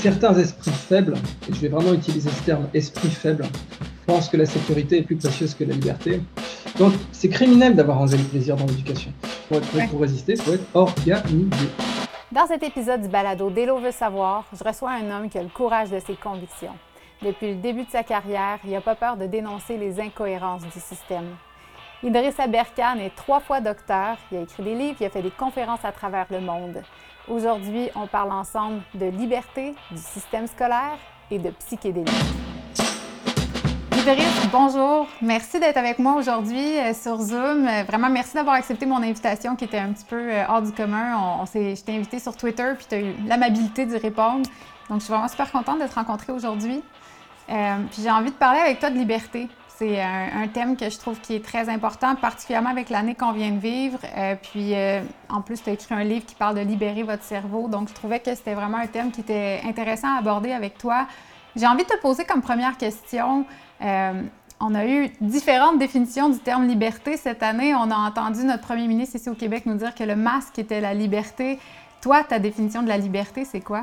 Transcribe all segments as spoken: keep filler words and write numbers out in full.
certains esprits faibles, et je vais vraiment utiliser ce terme esprit faible, pensent que la sécurité est plus précieuse que la liberté. Donc c'est criminel d'avoir enlevé le plaisir dans l'éducation. Pour être prêt Ouais. pour résister, il faut être organisé. Dans cet épisode du balado Délo veut savoir, je reçois un homme qui a le courage de ses convictions. Depuis le début de sa carrière, il n'a pas peur de dénoncer les incohérences du système. Idriss Aberkane est trois fois docteur, il a écrit des livres, il a fait des conférences à travers le monde. Aujourd'hui, on parle ensemble de liberté, du système scolaire et de psychédélie. Idriss, bonjour. Merci d'être avec moi aujourd'hui euh, sur Zoom. Euh, vraiment, merci d'avoir accepté mon invitation qui était un petit peu euh, hors du commun. On, on s'est, je t'ai invité sur Twitter puis tu as eu l'amabilité d'y répondre. Donc, je suis vraiment super contente de te rencontrer aujourd'hui. Euh, puis j'ai envie de parler avec toi de liberté. C'est un, un thème que je trouve qui est très important, particulièrement avec l'année qu'on vient de vivre. Euh, puis, euh, en plus, tu as écrit un livre qui parle de libérer votre cerveau. Donc, je trouvais que c'était vraiment un thème qui était intéressant à aborder avec toi. J'ai envie de te poser comme première question, euh, on a eu différentes définitions du terme liberté cette année. On a entendu notre premier ministre ici au Québec nous dire que le masque était la liberté. Toi, ta définition de la liberté, c'est quoi?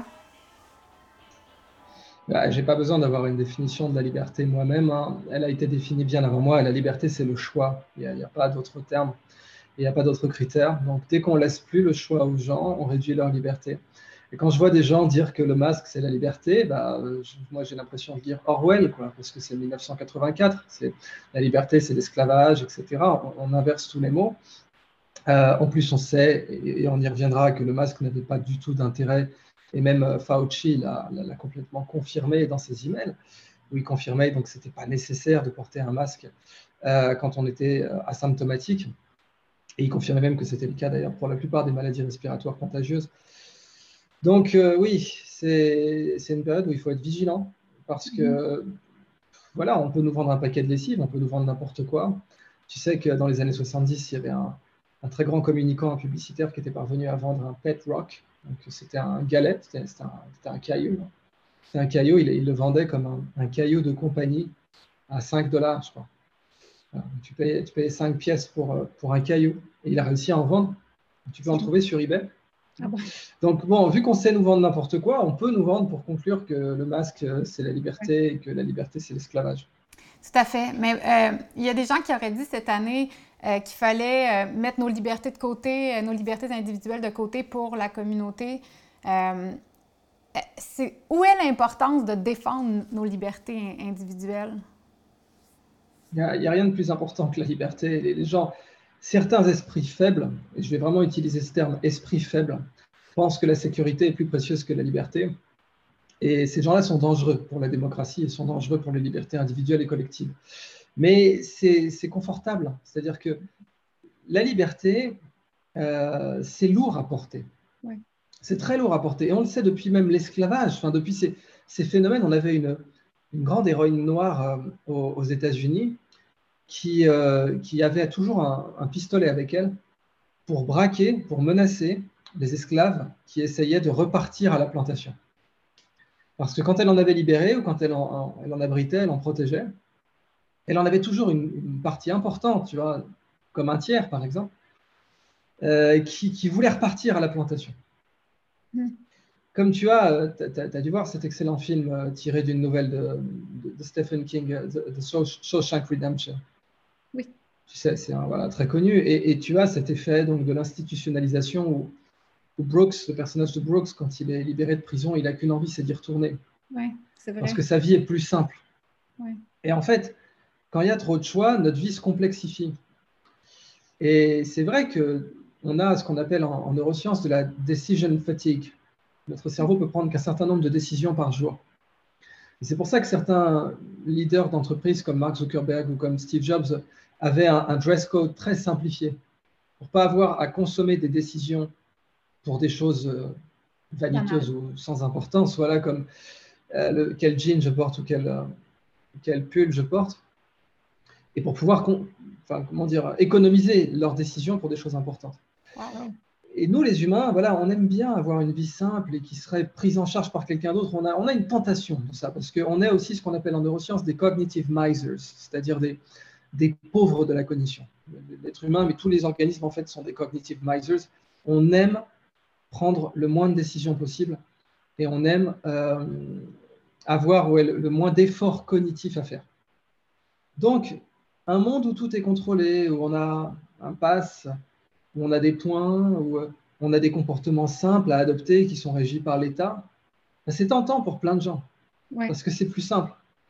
Bah, j'ai pas besoin d'avoir une définition de la liberté moi-même, hein. Elle a été définie bien avant moi. La liberté, c'est le choix. Il n'y a, a pas d'autres termes, il n'y a pas d'autres critères. Donc, dès qu'on laisse plus le choix aux gens, on réduit leur liberté. Et quand je vois des gens dire que le masque, c'est la liberté, bah, je, moi, j'ai l'impression de dire Orwell, quoi, parce que c'est mille neuf cent quatre-vingt-quatre. C'est, la liberté, c'est l'esclavage, et cetera. On, on inverse tous les mots. Euh, en plus, on sait, et, et on y reviendra, que le masque n'avait pas du tout d'intérêt. Et même euh, Fauci l'a, l'a, l'a complètement confirmé dans ses emails, où il confirmait donc que ce n'était pas nécessaire de porter un masque euh, quand on était euh, asymptomatique. Et il confirmait même que c'était le cas d'ailleurs pour la plupart des maladies respiratoires contagieuses. Donc euh, oui, c'est, c'est une période où il faut être vigilant parce que voilà, on peut nous vendre un paquet de lessive, on peut nous vendre n'importe quoi. Tu sais que dans les années soixante-dix, il y avait un, un très grand communicant, un publicitaire qui était parvenu à vendre un pet rock. Donc c'était un galet, c'était, c'était, un, c'était un caillou. C'était un caillou, il, il le vendait comme un, un caillou de compagnie à cinq dollars, je crois. Alors, tu, payais, tu payais cinq pièces pour, pour un caillou et il a réussi à en vendre. Tu peux en trouver sur eBay. Ah bon? Donc, bon, vu qu'on sait nous vendre n'importe quoi, on peut nous vendre pour conclure que le masque, c'est la liberté et que la liberté, c'est l'esclavage. Tout à fait. Mais euh, il y a des gens qui auraient dit cette année euh, qu'il fallait euh, mettre nos libertés de côté, euh, nos libertés individuelles de côté pour la communauté. Euh, c'est, où est l'importance de défendre nos libertés individuelles? Il n'y a, a rien de plus important que la liberté. Les, les gens, certains esprits faibles, et je vais vraiment utiliser ce terme, esprit faible, pensent que la sécurité est plus précieuse que la liberté. Et ces gens-là sont dangereux pour la démocratie et sont dangereux pour les libertés individuelles et collectives. Mais c'est, c'est confortable. C'est-à-dire que la liberté, euh, c'est lourd à porter. Ouais. C'est très lourd à porter. Et on le sait depuis même l'esclavage. Enfin, depuis ces, ces phénomènes, on avait une, une grande héroïne noire euh, aux, aux États-Unis qui, euh, qui avait toujours un, un pistolet avec elle pour braquer, pour menacer les esclaves qui essayaient de repartir à la plantation. Parce que quand elle en avait libéré ou quand elle en, elle en abritait, elle en protégeait, elle en avait toujours une, une partie importante, tu vois, comme un tiers par exemple, euh, qui, qui voulait repartir à la plantation. Mm. Comme tu as, tu as dû voir cet excellent film euh, tiré d'une nouvelle de, de, de Stephen King, uh, The, The Shawshank Redemption. Oui. Tu sais, c'est un, voilà, très connu. Et, et tu as cet effet donc, de l'institutionnalisation où, où Brooks, le personnage de Brooks, quand il est libéré de prison, il n'a qu'une envie, c'est d'y retourner. Oui, c'est vrai. Parce que sa vie est plus simple. Oui. Et en fait, quand il y a trop de choix, notre vie se complexifie. Et c'est vrai qu'on a ce qu'on appelle en, en neurosciences de la decision fatigue. Notre cerveau peut prendre qu'un certain nombre de décisions par jour. Et c'est pour ça que certains leaders d'entreprises comme Mark Zuckerberg ou comme Steve Jobs avaient un, un dress code très simplifié pour ne pas avoir à consommer des décisions pour des choses euh, vaniteuses ou sans importance, voilà, comme euh, le, quel jean je porte ou quel, euh, quel pull je porte, et pour pouvoir enfin, comment dire, économiser leurs décisions pour des choses importantes. Wow. Et nous, les humains, voilà, on aime bien avoir une vie simple et qui serait prise en charge par quelqu'un d'autre. On a, on a une tentation de ça, parce qu'on est aussi ce qu'on appelle en neurosciences des cognitive misers, c'est-à-dire des, des pauvres de la cognition. L'être humain, mais tous les organismes, en fait, sont des cognitive misers. On aime prendre le moins de décisions possible et on aime euh, avoir ouais, le, le moins d'efforts cognitifs à faire. Donc, un monde où tout est contrôlé, où on a un pass, où on a des points, où on a des comportements simples à adopter qui sont régis par l'État, ben, c'est tentant pour plein de gens, Ouais. parce que c'est plus simple.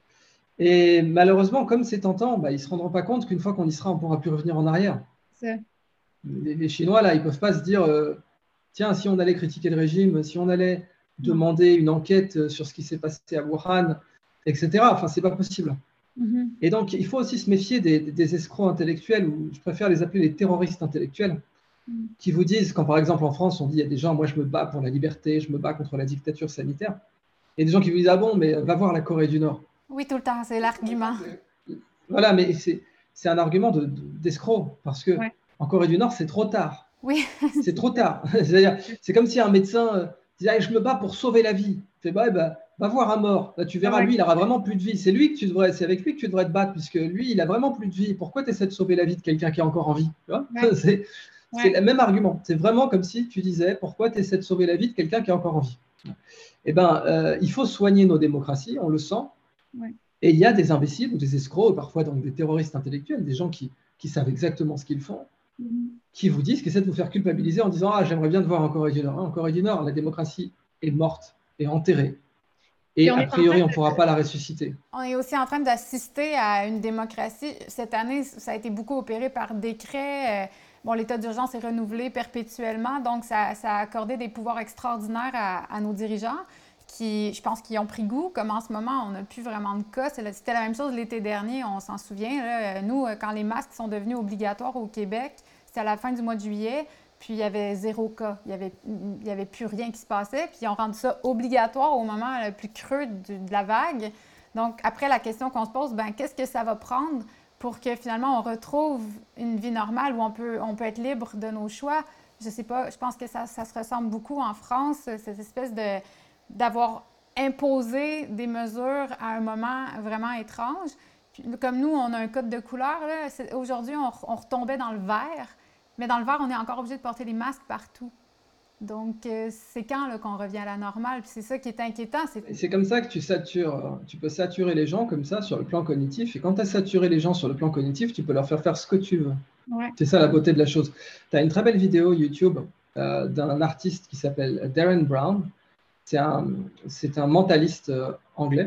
Et malheureusement, comme c'est tentant, ben, ils ne se rendront pas compte qu'une fois qu'on y sera, on ne pourra plus revenir en arrière. C'est... Les, les Chinois, là, ils ne peuvent pas se dire, euh, tiens, si on allait critiquer le régime, si on allait demander une enquête sur ce qui s'est passé à Wuhan, et cetera. Enfin, ce n'est pas possible. Mm-hmm. Et donc, il faut aussi se méfier des, des escrocs intellectuels, ou je préfère les appeler les terroristes intellectuels, mm. qui vous disent, quand par exemple en France, on dit, il y a des gens, moi je me bats pour la liberté, je me bats contre la dictature sanitaire, et des gens qui vous disent, ah bon, mais va voir la Corée du Nord. Oui, tout le temps, c'est l'argument. Voilà, mais c'est, c'est un argument de, de, d'escroc, parce que ouais. En Corée du Nord, c'est trop tard. Oui. C'est trop tard. C'est-à-dire, c'est comme si un médecin euh, disait, ah, je me bats pour sauver la vie. Tu fais, bah, bah, va voir un mort. Là, tu verras, lui, il aura vraiment plus de vie. C'est lui que tu devrais, c'est avec lui que tu devrais te battre, puisque lui, il a vraiment plus de vie. Pourquoi tu essaies de sauver la vie de quelqu'un qui est encore en vie? Tu vois, ouais. C'est, c'est ouais. le même argument. C'est vraiment comme si tu disais, pourquoi tu essaies de sauver la vie de quelqu'un qui est encore en vie? Eh bien, euh, il faut soigner nos démocraties, on le sent. Ouais. Et il y a des imbéciles ou des escrocs, parfois donc des terroristes intellectuels, des gens qui, qui savent exactement ce qu'ils font, mm-hmm. qui vous disent, qui essaient de vous faire culpabiliser en disant « Ah, j'aimerais bien te voir en Corée du Nord. » En Corée du Nord, la démocratie est morte, est enterrée. Et, et a priori, on ne pourra pas la ressusciter. On est aussi en train d'assister à une démocratie. Cette année, ça a été beaucoup opéré par décret. Bon, l'état d'urgence est renouvelé perpétuellement, donc ça, ça a accordé des pouvoirs extraordinaires à, à nos dirigeants qui, je pense, qui ont pris goût. Comme en ce moment, on n'a plus vraiment de cas. C'était la même chose l'été dernier, on s'en souvient. Là. Nous, quand les masques sont devenus obligatoires au Québec, c'était à la fin du mois de juillet. Puis il y avait zéro cas. Il n'y avait, il y avait plus rien qui se passait. Puis ils ont rendu ça obligatoire au moment le plus creux de, de la vague. Donc après, la question qu'on se pose, ben qu'est-ce que ça va prendre pour que finalement on retrouve une vie normale où on peut, on peut être libre de nos choix? Je ne sais pas, je pense que ça, ça se ressemble beaucoup en France, cette espèce de, d'avoir imposé des mesures à un moment vraiment étrange. Puis, comme nous, on a un code de couleur, là, aujourd'hui, on, on retombait dans le vert. Mais dans le vert, on est encore obligé de porter des masques partout. Donc, euh, c'est quand là, qu'on revient à la normale? Puis c'est ça qui est inquiétant. C'est... c'est comme ça que tu satures. Tu peux saturer les gens comme ça sur le plan cognitif. Et quand tu as saturé les gens sur le plan cognitif, tu peux leur faire faire ce que tu veux. Ouais. C'est ça la beauté de la chose. Tu as une très belle vidéo YouTube euh, d'un artiste qui s'appelle Darren Brown. C'est un, c'est un mentaliste euh, anglais.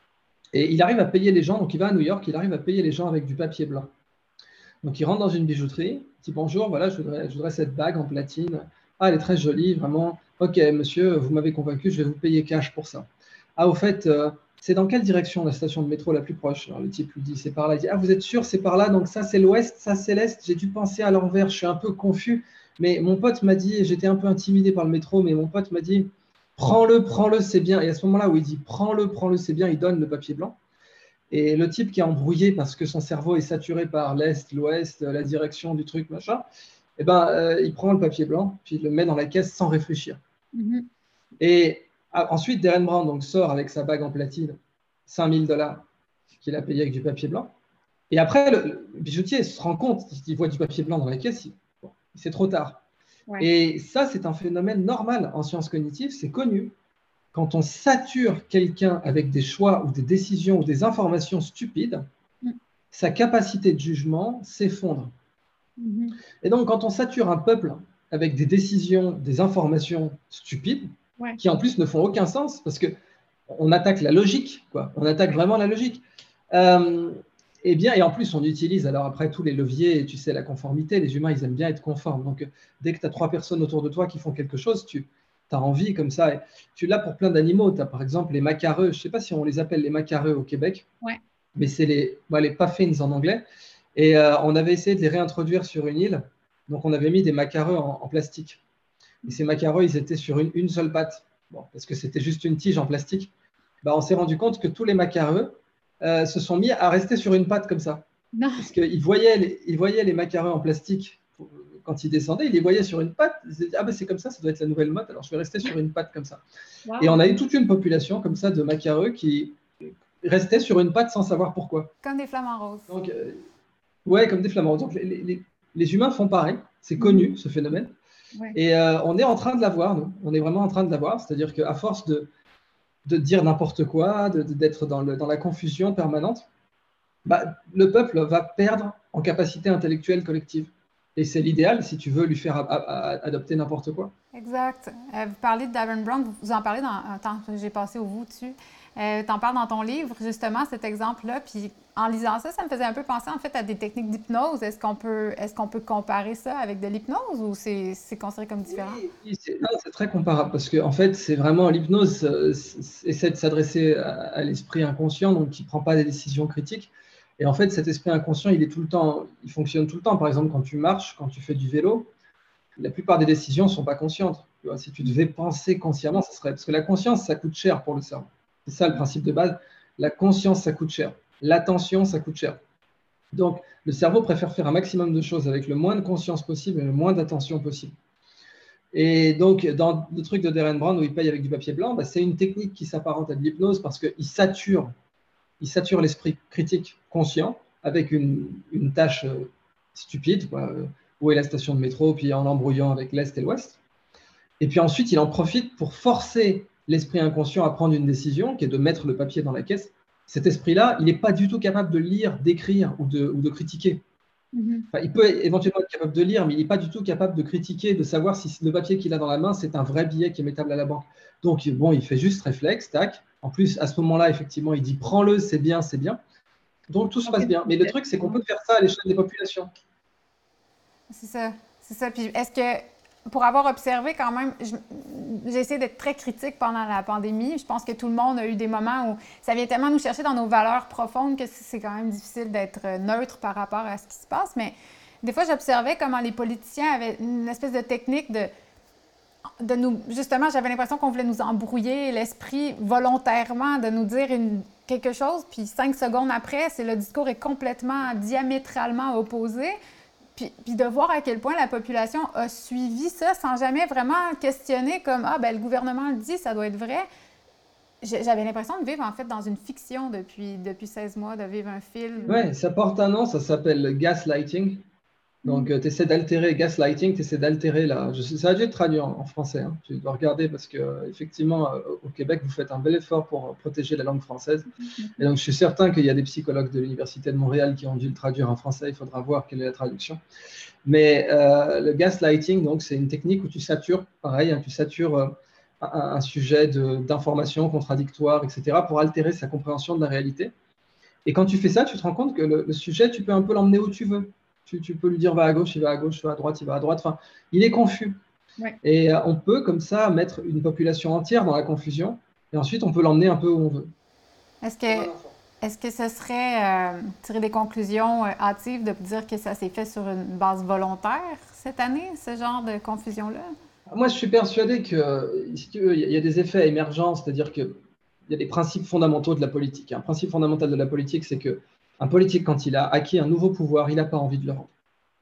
Et il arrive à payer les gens. Donc, il va à New York, il arrive à payer les gens avec du papier blanc. Donc, il rentre dans une bijouterie, il dit « Bonjour, voilà, je voudrais, je voudrais cette bague en platine. Ah, elle est très jolie, vraiment. Ok, monsieur, vous m'avez convaincu, je vais vous payer cash pour ça. Ah, au fait, euh, c'est dans quelle direction la station de métro la plus proche ?» Alors, le type lui dit « C'est par là. » Il dit « Ah, vous êtes sûr, c'est par là. Donc, ça, c'est l'ouest, ça, c'est l'est. J'ai dû penser à l'envers, je suis un peu confus. Mais mon pote m'a dit, j'étais un peu intimidé par le métro, mais mon pote m'a dit « Prends-le, prends-le, c'est bien. » Et à ce moment-là où il dit « Prends-le, prends-le, c'est bien », il donne le papier blanc. Et le type qui est embrouillé parce que son cerveau est saturé par l'Est, l'Ouest, la direction du truc, machin, eh ben, euh, il prend le papier blanc, puis il le met dans la caisse sans réfléchir. Mm-hmm. Et ah, ensuite, Darren Brown donc, sort avec sa bague en platine, cinq mille dollars, qu'il a payé avec du papier blanc. Et après, le, le bijoutier se rend compte, il voit du papier blanc dans la caisse, il, bon, c'est trop tard. Ouais. Et ça, c'est un phénomène normal en sciences cognitives, c'est connu. Quand on sature quelqu'un avec des choix ou des décisions ou des informations stupides, mm. sa capacité de jugement s'effondre. Mm-hmm. Et donc, quand on sature un peuple avec des décisions, des informations stupides, ouais. qui en plus ne font aucun sens, parce qu'on attaque la logique, quoi. On attaque vraiment la logique. Euh, et bien, et en plus, on utilise alors après tous les leviers, tu sais, la conformité. Les humains, ils aiment bien être conformes. Donc, dès que tu as trois personnes autour de toi qui font quelque chose, tu tu as envie comme ça. Et tu l'as pour plein d'animaux. Tu as par exemple les macareux. Je ne sais pas si on les appelle les macareux au Québec, ouais. mais c'est les, bah, les puffins en anglais. Et euh, on avait essayé de les réintroduire sur une île. Donc, on avait mis des macareux en, en plastique. Et ces macareux, ils étaient sur une, une seule patte. Bon, parce que c'était juste une tige en plastique. Bah, on s'est rendu compte que tous les macareux euh, se sont mis à rester sur une patte comme ça. Non. Parce qu'ils voyaient, les, ils voyaient les macareux en plastique. Quand ils descendaient, ils les voyaient sur une patte. Ils se disaient, ah ben c'est comme ça, ça doit être la nouvelle mode, alors je vais rester sur une patte comme ça. Wow. Et on a eu toute une population comme ça de macareux qui restaient sur une patte sans savoir pourquoi. Comme des flamants roses. Donc, euh, ouais, comme des flamants roses. Donc les, les, les humains font pareil, c'est connu, mmh. ce phénomène. Ouais. Et euh, on est en train de l'avoir, nous. On est vraiment en train de l'avoir. C'est-à-dire qu'à force de, de dire n'importe quoi, de, de, d'être dans, le, dans la confusion permanente, bah, le peuple va perdre en capacité intellectuelle collective. Et c'est l'idéal si tu veux lui faire a, a, a, adopter n'importe quoi. Exact. Euh, vous parlez de Darren Brown, vous, vous en parlez dans... Attends, j'ai passé au vous dessus. Euh, tu en parles dans ton livre, justement, cet exemple-là. Puis en lisant ça, ça me faisait un peu penser, en fait, à des techniques d'hypnose. Est-ce qu'on peut, est-ce qu'on peut comparer ça avec de l'hypnose ou c'est, c'est considéré comme différent? Oui, c'est, non, c'est très comparable parce qu'en en fait, c'est vraiment l'hypnose euh, essaie de s'adresser à, à l'esprit inconscient, donc qui ne prend pas des décisions critiques. Et en fait, cet esprit inconscient, il est tout le temps, il fonctionne tout le temps. Par exemple, quand tu marches, quand tu fais du vélo, la plupart des décisions ne sont pas conscientes. Tu vois, si tu devais penser consciemment, ça serait... Parce que la conscience, ça coûte cher pour le cerveau. C'est ça le principe de base. La conscience, ça coûte cher. L'attention, ça coûte cher. Donc, le cerveau préfère faire un maximum de choses avec le moins de conscience possible et le moins d'attention possible. Et donc, dans le truc de Darren Brown où il paye avec du papier blanc, bah, c'est une technique qui s'apparente à de l'hypnose parce qu'il sature, il sature l'esprit critique conscient avec une, une tâche euh, stupide, quoi. Où est la station de métro, puis en l'embrouillant avec l'Est et l'Ouest. Et puis ensuite, il en profite pour forcer l'esprit inconscient à prendre une décision, qui est de mettre le papier dans la caisse. Cet esprit-là, il n'est pas du tout capable de lire, d'écrire ou de, ou de critiquer. Mm-hmm. Enfin, il peut éventuellement être capable de lire, mais il n'est pas du tout capable de critiquer, de savoir si le papier qu'il a dans la main, c'est un vrai billet qui est mettable à la banque. Donc, bon, il fait juste réflexe, tac. En plus, à ce moment-là, effectivement, il dit « prends-le, c'est bien, c'est bien ». Donc, tout se passe bien. Mais le truc, c'est qu'on peut faire ça à l'échelle des populations. C'est ça, c'est ça. Puis est-ce que, pour avoir observé quand même, j'ai essayé d'être très critique pendant la pandémie. Je pense que tout le monde a eu des moments où ça vient tellement nous chercher dans nos valeurs profondes que c'est quand même difficile d'être neutre par rapport à ce qui se passe. Mais des fois, j'observais comment les politiciens avaient une espèce de technique de, de nous... Justement, j'avais l'impression qu'on voulait nous embrouiller l'esprit volontairement, de nous dire une, quelque chose, puis cinq secondes après, c'est le discours est complètement diamétralement opposé. Puis, puis de voir à quel point la population a suivi ça sans jamais vraiment questionner comme « Ah, ben le gouvernement le dit, ça doit être vrai ». J'avais l'impression de vivre en fait dans une fiction depuis, depuis seize mois, de vivre un film. Oui, ça porte un nom, ça s'appelle gaslighting. Donc, mm. euh, tu essaies d'altérer, gaslighting, tu essaies d'altérer là. Je sais, ça a dû être traduit en, en français. Hein. Tu dois regarder parce qu'effectivement, euh, au Québec, vous faites un bel effort pour protéger la langue française. Mm. Et donc, je suis certain qu'il y a des psychologues de l'Université de Montréal qui ont dû le traduire en français. Il faudra voir quelle est la traduction. Mais euh, le gaslighting, donc, c'est une technique où tu satures, pareil, hein, tu satures euh, un, un sujet d'informations contradictoires, et cetera, pour altérer sa compréhension de la réalité. Et quand tu fais ça, tu te rends compte que le, le sujet, tu peux un peu l'emmener où tu veux. Tu, tu peux lui dire va à gauche, il va à gauche, va à droite, il va à droite. Enfin, il est confus. Ouais. Et euh, on peut, comme ça, mettre une population entière dans la confusion. Et ensuite, on peut l'emmener un peu où on veut. Est-ce que, est-ce que ce serait euh, tirer des conclusions euh, hâtives de dire que ça s'est fait sur une base volontaire cette année, ce genre de confusion-là? Moi, je suis persuadé que, si tu veux, il y a des effets émergents, c'est-à-dire qu'il y a des principes fondamentaux de la politique. Un principe fondamental de la politique, c'est que un politique, quand il a acquis un nouveau pouvoir, il n'a pas envie de le rendre.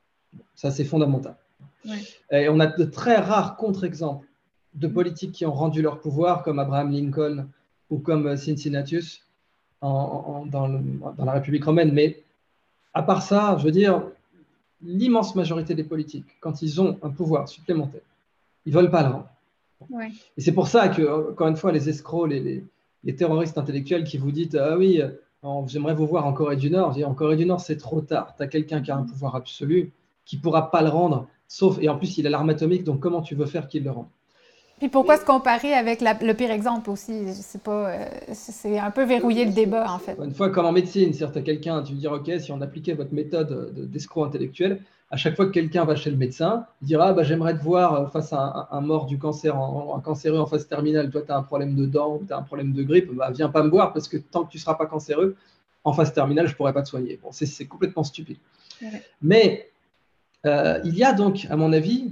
Ça, c'est fondamental. Ouais. Et on a de très rares contre-exemples de politiques qui ont rendu leur pouvoir, comme Abraham Lincoln ou comme Cincinnatus en, en, dans, le, dans la République romaine. Mais à part ça, je veux dire, l'immense majorité des politiques, quand ils ont un pouvoir supplémentaire, ils ne veulent pas le rendre. Ouais. Et c'est pour ça que, encore une fois, les escrocs, les, les, les terroristes intellectuels qui vous disent « Ah oui, j'aimerais vous voir en Corée du Nord », je dis « En Corée du Nord, c'est trop tard. Tu as quelqu'un qui a un pouvoir absolu, qui ne pourra pas le rendre, sauf, et en plus, il a l'arme atomique, donc comment tu veux faire qu'il le rende ?» Puis pourquoi Mais, se comparer avec la, le pire exemple aussi? Je sais pas, euh, c'est un peu verrouiller le débat, en fait. Une fois, comme en médecine, si tu as quelqu'un, tu veux dire « Ok, si on appliquait votre méthode d'escroc intellectuel, à chaque fois que quelqu'un va chez le médecin, il dira bah, « J'aimerais te voir face à un, un mort du cancer, en, un cancéreux en phase terminale, toi, tu as un problème de dents ou tu as un problème de grippe, bah, viens pas me voir parce que tant que tu ne seras pas cancéreux, en phase terminale, je ne pourrai pas te soigner. » Bon, c'est complètement stupide. Ouais. Mais euh, il y a donc, à mon avis,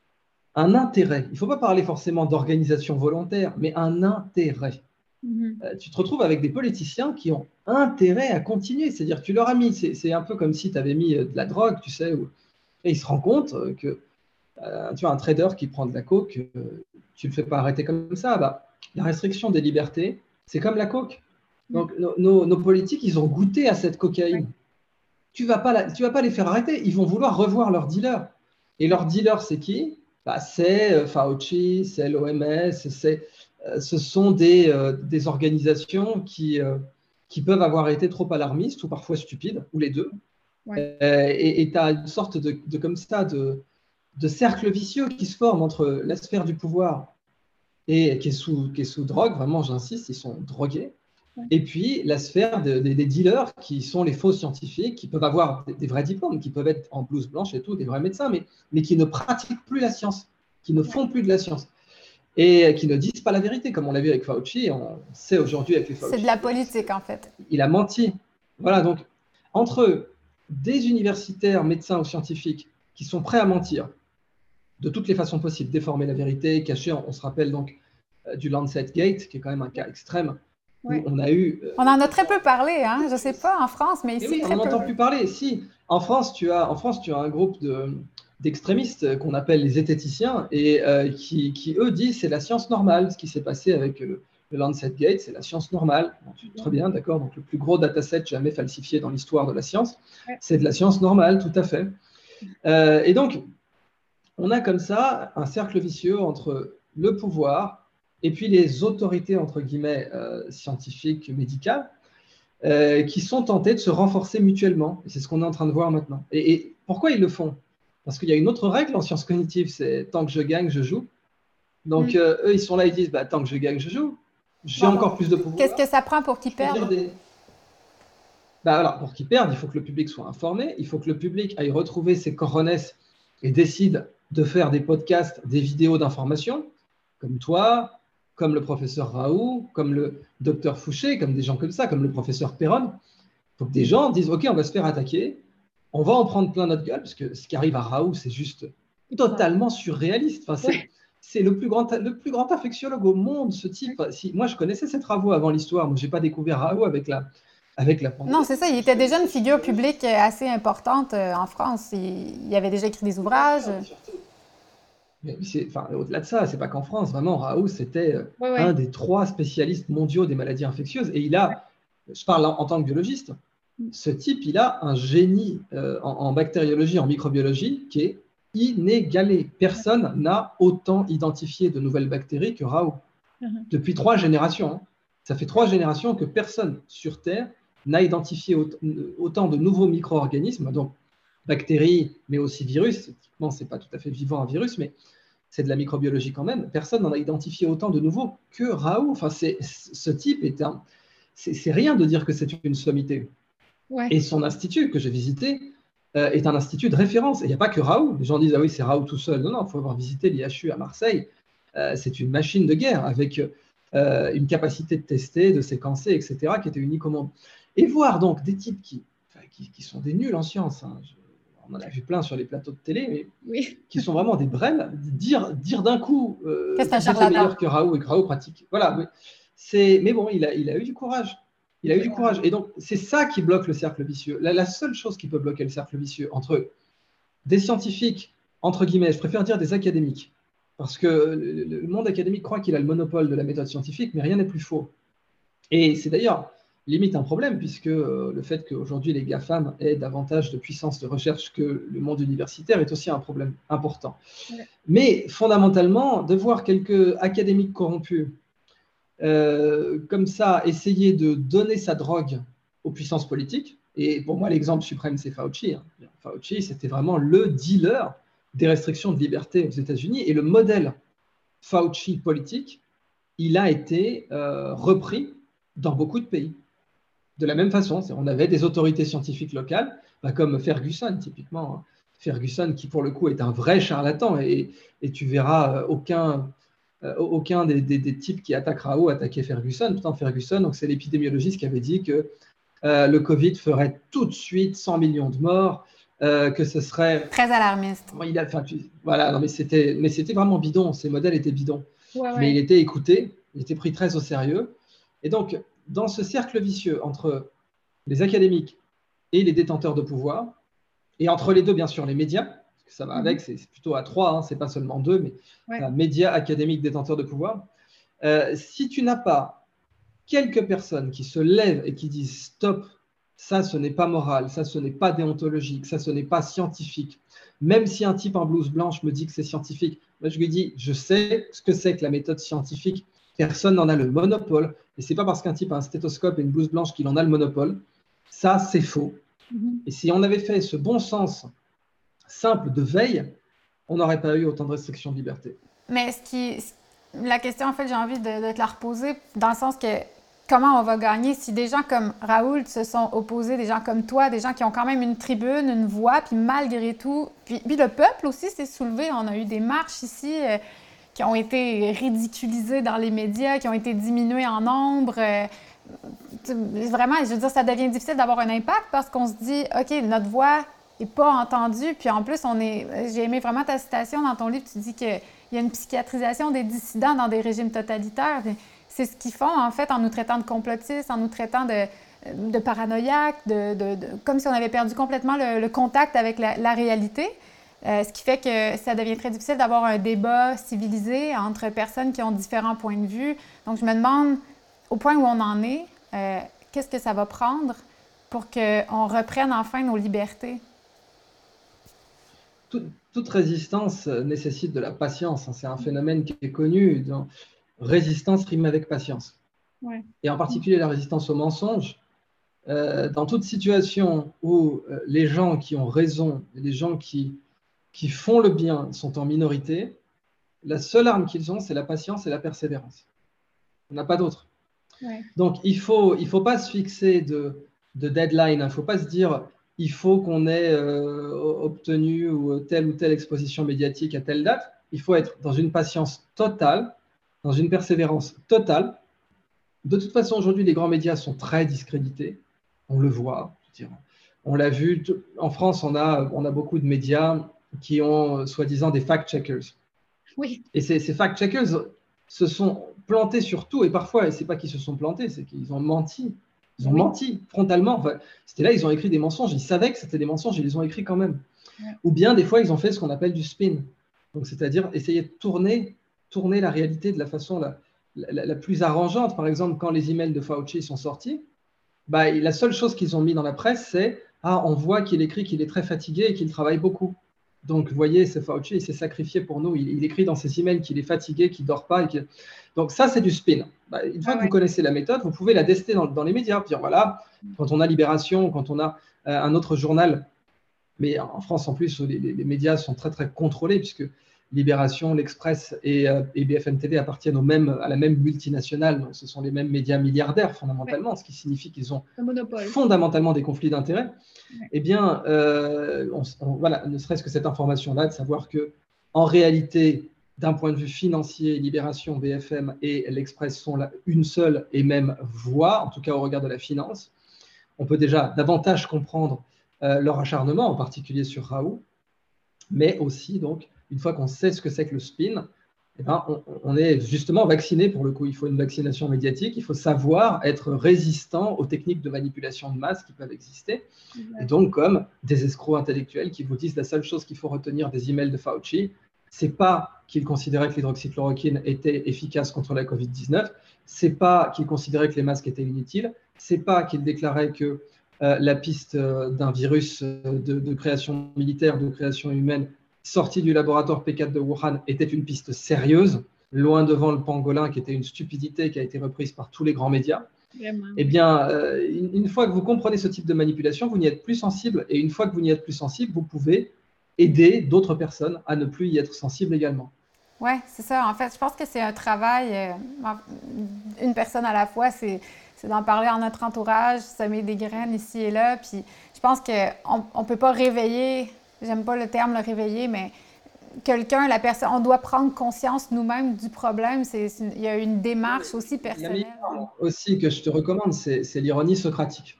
un intérêt. Il ne faut pas parler forcément d'organisation volontaire, mais un intérêt. Mm-hmm. euh, tu te retrouves avec des politiciens qui ont intérêt à continuer. C'est-à-dire que tu leur as mis, c'est un peu comme si tu avais mis de la drogue, tu sais, où, et ils se rendent compte que euh, tu as un trader qui prend de la coke, euh, tu ne le fais pas arrêter comme ça. Bah, la restriction des libertés, c'est comme la coke. Donc, mm-hmm. nos, nos, nos politiques, ils ont goûté à cette cocaïne. Ouais. Tu ne vas, vas pas les faire arrêter. Ils vont vouloir revoir leur dealer. Et leur dealer, c'est qui? bah, c'est euh, Fauci, c'est l'O M S, c'est, euh, ce sont des, euh, des organisations qui, euh, qui peuvent avoir été trop alarmistes ou parfois stupides, ou les deux. Ouais. Euh, et tu as une sorte de, de comme ça de, de cercle vicieux qui se forme entre la sphère du pouvoir et qui est sous, qui est sous drogue, vraiment j'insiste, ils sont drogués, Ouais. et puis la sphère de, de, des dealers qui sont les faux scientifiques, qui peuvent avoir des, des vrais diplômes, qui peuvent être en blouse blanche et tout, des vrais médecins, mais, mais qui ne pratiquent plus la science, qui ne font plus de la science. Et qui ne disent pas la vérité, comme on l'a vu avec Fauci, on sait aujourd'hui avec les Fauci. C'est de la politique, en fait. Il a menti. Voilà, donc, entre des universitaires, médecins ou scientifiques qui sont prêts à mentir de toutes les façons possibles, déformer la vérité, cacher, on, on se rappelle donc euh, du Lancet Gate, qui est quand même un cas extrême, Ouais. où on a eu... Euh, on en a très peu parlé, hein? Je ne sais pas en France, mais ici, mais oui, très on n'entend peu. plus parler. Si, en France, tu as, en France, tu as un groupe de... d'extrémistes qu'on appelle les zététiciens et euh, qui, qui, eux, disent c'est la science normale. Ce qui s'est passé avec le, le Lancet Gate, c'est la science normale. Bon, très bien, d'accord. Donc, le plus gros dataset jamais falsifié dans l'histoire de la science, ouais. C'est de la science normale, tout à fait. Euh, et donc, on a comme ça un cercle vicieux entre le pouvoir et puis les autorités, entre guillemets, euh, scientifiques, médicales, euh, qui sont tentées de se renforcer mutuellement. Et c'est ce qu'on est en train de voir maintenant. Et, et pourquoi ils le font ? Parce qu'il y a une autre règle en sciences cognitives, c'est tant que je gagne, je joue. Donc, mmh. euh, eux, ils sont là, ils disent, bah, tant que je gagne, je joue. J'ai bon, encore plus de pouvoir. Qu'est-ce que ça prend pour qu'ils perdent des... bah, alors, pour qu'ils perdent, il faut que le public soit informé, il faut que le public aille retrouver ses cojones et décide de faire des podcasts, des vidéos d'information, comme toi, comme le professeur Raoult, comme le docteur Fouché, comme des gens comme ça, comme le professeur Perron. Il faut que des gens disent, OK, on va se faire attaquer, on va en prendre plein notre gueule, parce que ce qui arrive à Raoult, c'est juste totalement surréaliste. Enfin, c'est, ouais. c'est le, plus grand, le plus grand infectiologue au monde, ce type. Si, moi, je connaissais ses travaux avant l'histoire. Moi, je n'ai pas découvert Raoult avec la, avec la pandémie. Non, c'est ça. Il était déjà une figure publique assez importante en France. Il, il avait déjà écrit des ouvrages. Mais c'est, enfin, au-delà de ça, c'est pas qu'en France. Vraiment, Raoult, c'était ouais, ouais. un des trois spécialistes mondiaux des maladies infectieuses. Et il a, je parle en, en tant que biologiste, ce type, il a un génie euh, en, en bactériologie, en microbiologie, qui est inégalé. Personne n'a autant identifié de nouvelles bactéries que Raoult. Mm-hmm. Depuis trois générations. Hein. Ça fait trois générations que personne sur Terre n'a identifié autant, autant de nouveaux micro-organismes, donc bactéries, mais aussi virus. Typiquement, ce n'est pas tout à fait vivant un virus, mais c'est de la microbiologie quand même. Personne n'en a identifié autant de nouveaux que Raoult. Enfin, c'est, ce type est un... C'est, c'est rien de dire que c'est une sommité. Ouais. Et son institut que j'ai visité euh, est un institut de référence. Et il n'y a pas que Raoult. Les gens disent, ah oui, c'est Raoult tout seul. Non, non, il faut avoir visité l'I H U à Marseille. Euh, c'est une machine de guerre avec euh, une capacité de tester, de séquencer, et cetera, qui était unique au monde. Et voir donc des types qui, enfin, qui, qui sont des nuls en sciences. Hein. Je, on en a vu plein sur les plateaux de télé, mais oui. qui sont vraiment des brêles. Dire, dire d'un coup euh, que c'est meilleur que Raoult et que Raoult pratique. Voilà. Oui. C'est, mais bon, il a, il a eu du courage. Il a eu du courage. Et donc, c'est ça qui bloque le cercle vicieux. La, la seule chose qui peut bloquer le cercle vicieux entre des scientifiques, entre guillemets, je préfère dire des académiques, parce que le, le monde académique croit qu'il a le monopole de la méthode scientifique, mais rien n'est plus faux. Et c'est d'ailleurs limite un problème, puisque euh, le fait qu'aujourd'hui les GAFAM aient davantage de puissance de recherche que le monde universitaire est aussi un problème important. Ouais. Mais fondamentalement, de voir quelques académiques corrompus Euh, comme ça, essayer de donner sa drogue aux puissances politiques. Et pour moi, l'exemple suprême, c'est Fauci. Hein. Fauci, c'était vraiment le dealer des restrictions de liberté aux États-Unis. Et le modèle Fauci politique, il a été euh, repris dans beaucoup de pays. De la même façon, on avait des autorités scientifiques locales, bah, comme Ferguson, typiquement. Hein. Ferguson, qui pour le coup est un vrai charlatan. Et, et tu verras euh, aucun... Euh, aucun des, des, des types qui attaquent Raoult attaquait Ferguson. Pourtant, Ferguson, donc c'est l'épidémiologiste qui avait dit que euh, le Covid ferait tout de suite cent millions de morts, euh, que ce serait... Très alarmiste. Il a, enfin, voilà, non, mais c'était, mais c'était vraiment bidon, ces modèles étaient bidons. Ouais, ouais. Mais il était écouté, il était pris très au sérieux. Et donc, dans ce cercle vicieux entre les académiques et les détenteurs de pouvoir, et entre les deux, bien sûr, les médias, ça va avec, c'est plutôt à trois, hein, c'est pas seulement deux, mais ouais. euh, médias, académiques, détenteurs de pouvoir. Euh, si tu n'as pas quelques personnes qui se lèvent et qui disent stop Ça, ce n'est pas moral, ça, ce n'est pas déontologique, ça, ce n'est pas scientifique. Même si un type en blouse blanche me dit que c'est scientifique, moi, je lui dis, je sais ce que c'est que la méthode scientifique. Personne n'en a le monopole. Et ce n'est pas parce qu'un type a un stéthoscope et une blouse blanche qu'il en a le monopole. Ça, c'est faux. Mm-hmm. Et si on avait fait ce bon sens simple de veille, on n'aurait pas eu autant de restrictions de liberté. Mais ce qui, la question, en fait, j'ai envie de, de te la reposer dans le sens que comment on va gagner si des gens comme Raoult se sont opposés, des gens comme toi, des gens qui ont quand même une tribune, une voix, puis malgré tout, puis, puis le peuple aussi s'est soulevé. On a eu des marches ici euh, qui ont été ridiculisées dans les médias, qui ont été diminuées en nombre. Euh, vraiment, je veux dire, ça devient difficile d'avoir un impact parce qu'on se dit, OK, notre voix n'est pas entendue, puis en plus, on est. J'ai aimé vraiment ta citation dans ton livre, tu dis qu'il y a une psychiatrisation des dissidents dans des régimes totalitaires. C'est ce qu'ils font, en fait, en nous traitant de complotistes, en nous traitant de, de paranoïaques, de, de, de, comme si on avait perdu complètement le, le contact avec la, la réalité. Euh, ce qui fait que ça devient très difficile d'avoir un débat civilisé entre personnes qui ont différents points de vue. Donc, je me demande, au point où on en est, euh, qu'est-ce que ça va prendre pour qu'on reprenne enfin nos libertés? Tout, toute résistance nécessite de la patience. C'est un phénomène qui est connu. Dans... Résistance rime avec patience. Ouais. Et en particulier la résistance au mensonge. Euh, dans toute situation où euh, les gens qui ont raison, les gens qui, qui font le bien sont en minorité, la seule arme qu'ils ont, c'est la patience et la persévérance. On n'a pas d'autre. Ouais. Donc, il ne faut, il faut pas se fixer de, de deadline. Il ne faut pas se dire il faut qu'on ait euh, obtenu ou telle ou telle exposition médiatique à telle date. Il faut être dans une patience totale, dans une persévérance totale. De toute façon, aujourd'hui, les grands médias sont très discrédités. On le voit. Je veux dire. On l'a vu. En France, on a, on a beaucoup de médias qui ont, soi-disant, des fact-checkers. Oui. Et ces, ces fact-checkers se sont plantés sur tout. Et parfois, ce n'est pas qu'ils se sont plantés, c'est qu'ils ont menti. Ils ont oui. menti frontalement. Enfin, c'était là, ils ont écrit des mensonges. Ils savaient que c'était des mensonges, ils les ont écrits quand même. Ouais. Ou bien, des fois, ils ont fait ce qu'on appelle du spin. Donc, c'est-à-dire essayer de tourner, tourner la réalité de la façon la, la, la plus arrangeante. Par exemple, quand les emails de Fauci sont sortis, bah, la seule chose qu'ils ont mis dans la presse, c'est « Ah, on voit qu'il écrit qu'il est très fatigué et qu'il travaille beaucoup. » Donc, vous voyez, c'est Fauci, il s'est sacrifié pour nous. Il, il écrit dans ses emails qu'il est fatigué, qu'il ne dort pas. Et qu'il... Donc, ça, c'est du spin. Bah, une fois ah, que ouais. vous connaissez la méthode, vous pouvez la tester dans, dans les médias. Dire, voilà, quand on a Libération, quand on a euh, un autre journal, mais en France, en plus, les, les, les médias sont très, très contrôlés, puisque Libération, l'Express et, euh, et B F M T V appartiennent au même, à la même multinationale. Donc, ce sont les mêmes médias milliardaires, fondamentalement, ouais. ce qui signifie qu'ils ont fondamentalement des conflits d'intérêts. Ouais. Eh bien, euh, on, on, voilà, ne serait-ce que cette information-là, de savoir que, en réalité, d'un point de vue financier, Libération, B F M et l'Express sont là une seule et même voie, en tout cas au regard de la finance. On peut déjà davantage comprendre euh, leur acharnement, en particulier sur Raoult, mais aussi, donc, une fois qu'on sait ce que c'est que le spin, eh ben, on, on est justement vacciné pour le coup. Il faut une vaccination médiatique, il faut savoir être résistant aux techniques de manipulation de masse qui peuvent exister. Ouais. Et donc, comme des escrocs intellectuels qui vous disent la seule chose qu'il faut retenir des emails de Fauci, c'est pas qu'il considérait que l'hydroxychloroquine était efficace contre la covid dix-neuf, c'est pas qu'il considérait que les masques étaient inutiles, c'est pas qu'il déclarait que euh, la piste euh, d'un virus euh, de, de création militaire, de création humaine, sorti du laboratoire P quatre de Wuhan était une piste sérieuse, loin devant le pangolin qui était une stupidité qui a été reprise par tous les grands médias. Vraiment. Eh bien, euh, une, une fois que vous comprenez ce type de manipulation, vous n'y êtes plus sensible. Et une fois que vous n'y êtes plus sensible, vous pouvez aider d'autres personnes à ne plus y être sensibles également. Oui, c'est ça. En fait, je pense que c'est un travail, euh, une personne à la fois, c'est, c'est d'en parler à notre entourage, semer des graines ici et là. Puis je pense qu'on ne peut pas réveiller... J'aime pas le terme le réveiller, mais quelqu'un, la personne, on doit prendre conscience nous-mêmes du problème. C'est, c'est, il y a une démarche aussi personnelle. Il y a un aussi que je te recommande, c'est, c'est l'ironie socratique.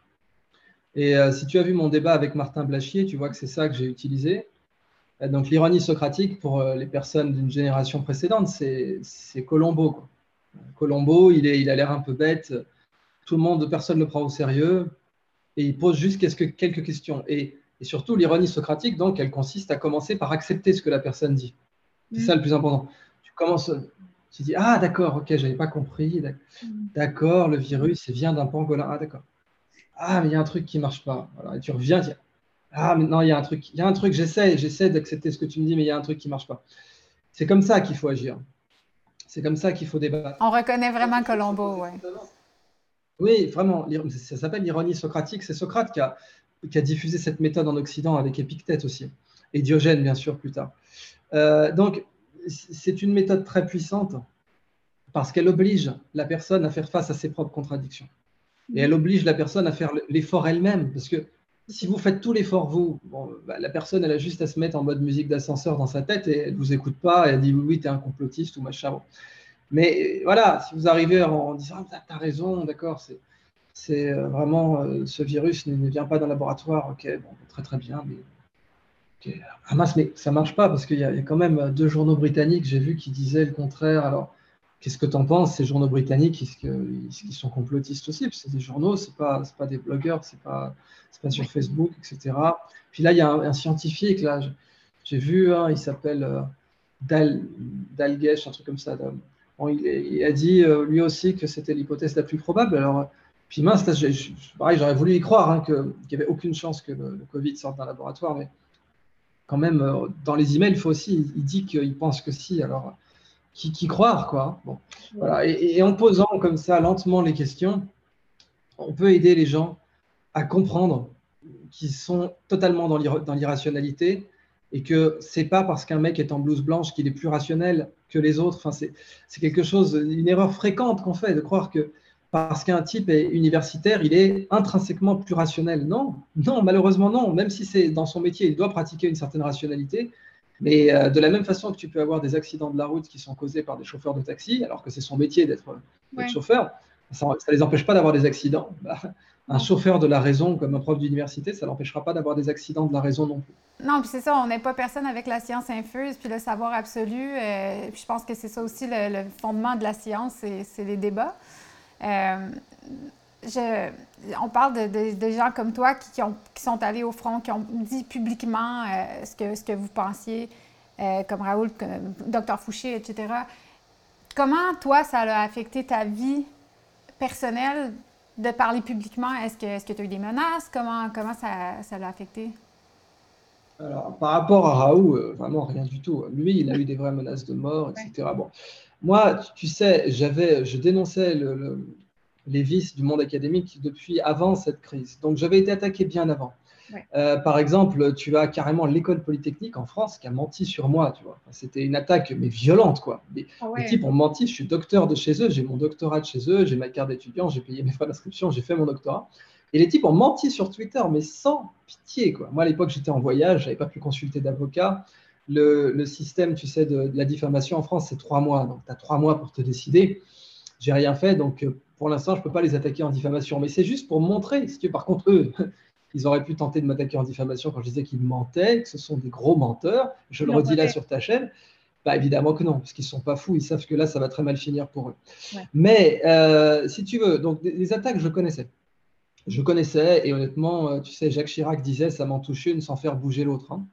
Et euh, si tu as vu mon débat avec Martin Blachier, tu vois que c'est ça que j'ai utilisé. Donc l'ironie socratique, pour euh, les personnes d'une génération précédente, c'est, c'est Colombo, quoi. Colombo, il, est, il a l'air un peu bête. Tout le monde, personne ne le prend au sérieux. Et il pose juste quelques questions. Et Et surtout, l'ironie socratique, donc, elle consiste à commencer par accepter ce que la personne dit. C'est mmh. ça le plus important. Tu commences, tu dis, ah d'accord, ok, j'avais pas compris. D'accord, le virus, il vient d'un pangolin. Ah d'accord. ah, mais il y a un truc qui ne marche pas. Voilà. Et tu reviens, tu dis, ah, mais non, il y a un truc, il y a un truc, j'essaie, j'essaie d'accepter ce que tu me dis, mais il y a un truc qui ne marche pas. C'est comme ça qu'il faut agir. C'est comme ça qu'il faut débattre. On reconnaît vraiment Il faut se Colombo, poser ouais. constamment. Oui, vraiment, ça s'appelle l'ironie socratique. C'est Socrate qui a, qui a diffusé cette méthode en Occident avec Épictète aussi, et Diogène, bien sûr, plus tard. Euh, donc, c'est une méthode très puissante parce qu'elle oblige la personne à faire face à ses propres contradictions. Et elle oblige la personne à faire l'effort elle-même. Parce que si vous faites tout l'effort, vous, bon, bah, la personne, elle a juste à se mettre en mode musique d'ascenseur dans sa tête et elle ne vous écoute pas et elle dit oui, oui, tu es un complotiste ou machin. Mais voilà, si vous arrivez en disant ah, tu as raison, d'accord, c'est. C'est vraiment, euh, ce virus ne, ne vient pas d'un laboratoire, ok, bon, très très bien, mais okay. Ah mince, mais ça marche pas parce qu'il y, y a quand même deux journaux britanniques, j'ai vu, qui disaient le contraire. Alors, qu'est-ce que tu en penses, ces journaux britanniques, est-ce qu'ils sont complotistes aussi? C'est des journaux, c'est pas, c'est pas des blogueurs, c'est pas, c'est pas sur Facebook, et cetera. Puis là, il y a un, un scientifique, là, j'ai vu, hein, il s'appelle euh, Dal, Dalgesh, un truc comme ça. Bon, il, il a dit euh, lui aussi que c'était l'hypothèse la plus probable. Alors, puis mince, là, j'ai- j'ai- pareil, j'aurais voulu y croire, hein, que- qu'il n'y avait aucune chance que le, le Covid sorte d'un laboratoire, mais quand même, euh, dans les emails, il faut aussi, il dit qu'il pense que si, alors qui, qui croire, quoi. Bon, voilà. Et, et en posant comme ça lentement les questions, on peut aider les gens à comprendre qu'ils sont totalement dans l'ir- dans l'irrationalité et que c'est pas parce qu'un mec est en blouse blanche qu'il est plus rationnel que les autres. Enfin, c'est c'est quelque chose, une erreur fréquente qu'on fait de croire que parce qu'un type est universitaire, il est intrinsèquement plus rationnel. Non, non, malheureusement non. Même si c'est dans son métier, il doit pratiquer une certaine rationalité. Mais euh, de la même façon que tu peux avoir des accidents de la route qui sont causés par des chauffeurs de taxi, alors que c'est son métier d'être Ouais. chauffeur, ça ne les empêche pas d'avoir des accidents. Bah, un chauffeur de la raison, comme un prof d'université, ça ne l'empêchera pas d'avoir des accidents de la raison non plus. Non, puis c'est ça, on n'est pas personne avec la science infuse, puis le savoir absolu. Euh, puis je pense que c'est ça aussi le, le fondement de la science, c'est les débats. Euh, je, on parle de, de, de gens comme toi qui, qui, ont, qui sont allés au front, qui ont dit publiquement euh, ce, que, ce que vous pensiez, euh, comme Raoul, comme docteur Fouché, et cetera. Comment, toi, ça a affecté ta vie personnelle de parler publiquement? Est-ce que est-ce que tu as eu des menaces? Comment, comment ça, ça l'a affecté? Alors, par rapport à Raoult, euh, vraiment rien du tout. Lui, il a eu des vraies menaces de mort, et cetera. Bon, moi, tu, tu sais, j'avais, je dénonçais le, le, les vices du monde académique depuis avant cette crise. Donc, j'avais été attaqué bien avant. Ouais. Euh, par exemple, tu as carrément l'école polytechnique en France qui a menti sur moi, tu vois. Enfin, c'était une attaque, mais violente, quoi. Les, Ah ouais. les types ont menti, je suis docteur de chez eux, j'ai mon doctorat de chez eux, j'ai ma carte d'étudiant, j'ai payé mes frais d'inscription, j'ai fait mon doctorat. Et les types ont menti sur Twitter, mais sans pitié, quoi. Moi, à l'époque, j'étais en voyage, je n'avais pas pu consulter d'avocat. Le, le, système, tu sais, de, de la diffamation en France, c'est trois mois. Donc, tu as trois mois pour te décider. J'ai rien fait, donc pour l'instant, je ne peux pas les attaquer en diffamation. Mais c'est juste pour montrer, si tu veux, par contre, eux, ils auraient pu tenter de m'attaquer en diffamation quand je disais qu'ils mentaient, que ce sont des gros menteurs. Je le Non, redis là ouais. sur ta chaîne. Bah, évidemment que non, parce qu'ils ne sont pas fous, ils savent que là, ça va très mal finir pour eux. Ouais. Mais euh, si tu veux, donc les attaques, je connaissais. Je connaissais, et honnêtement, tu sais, Jacques Chirac disait ça m'en touche une sans faire bouger l'autre. Hein.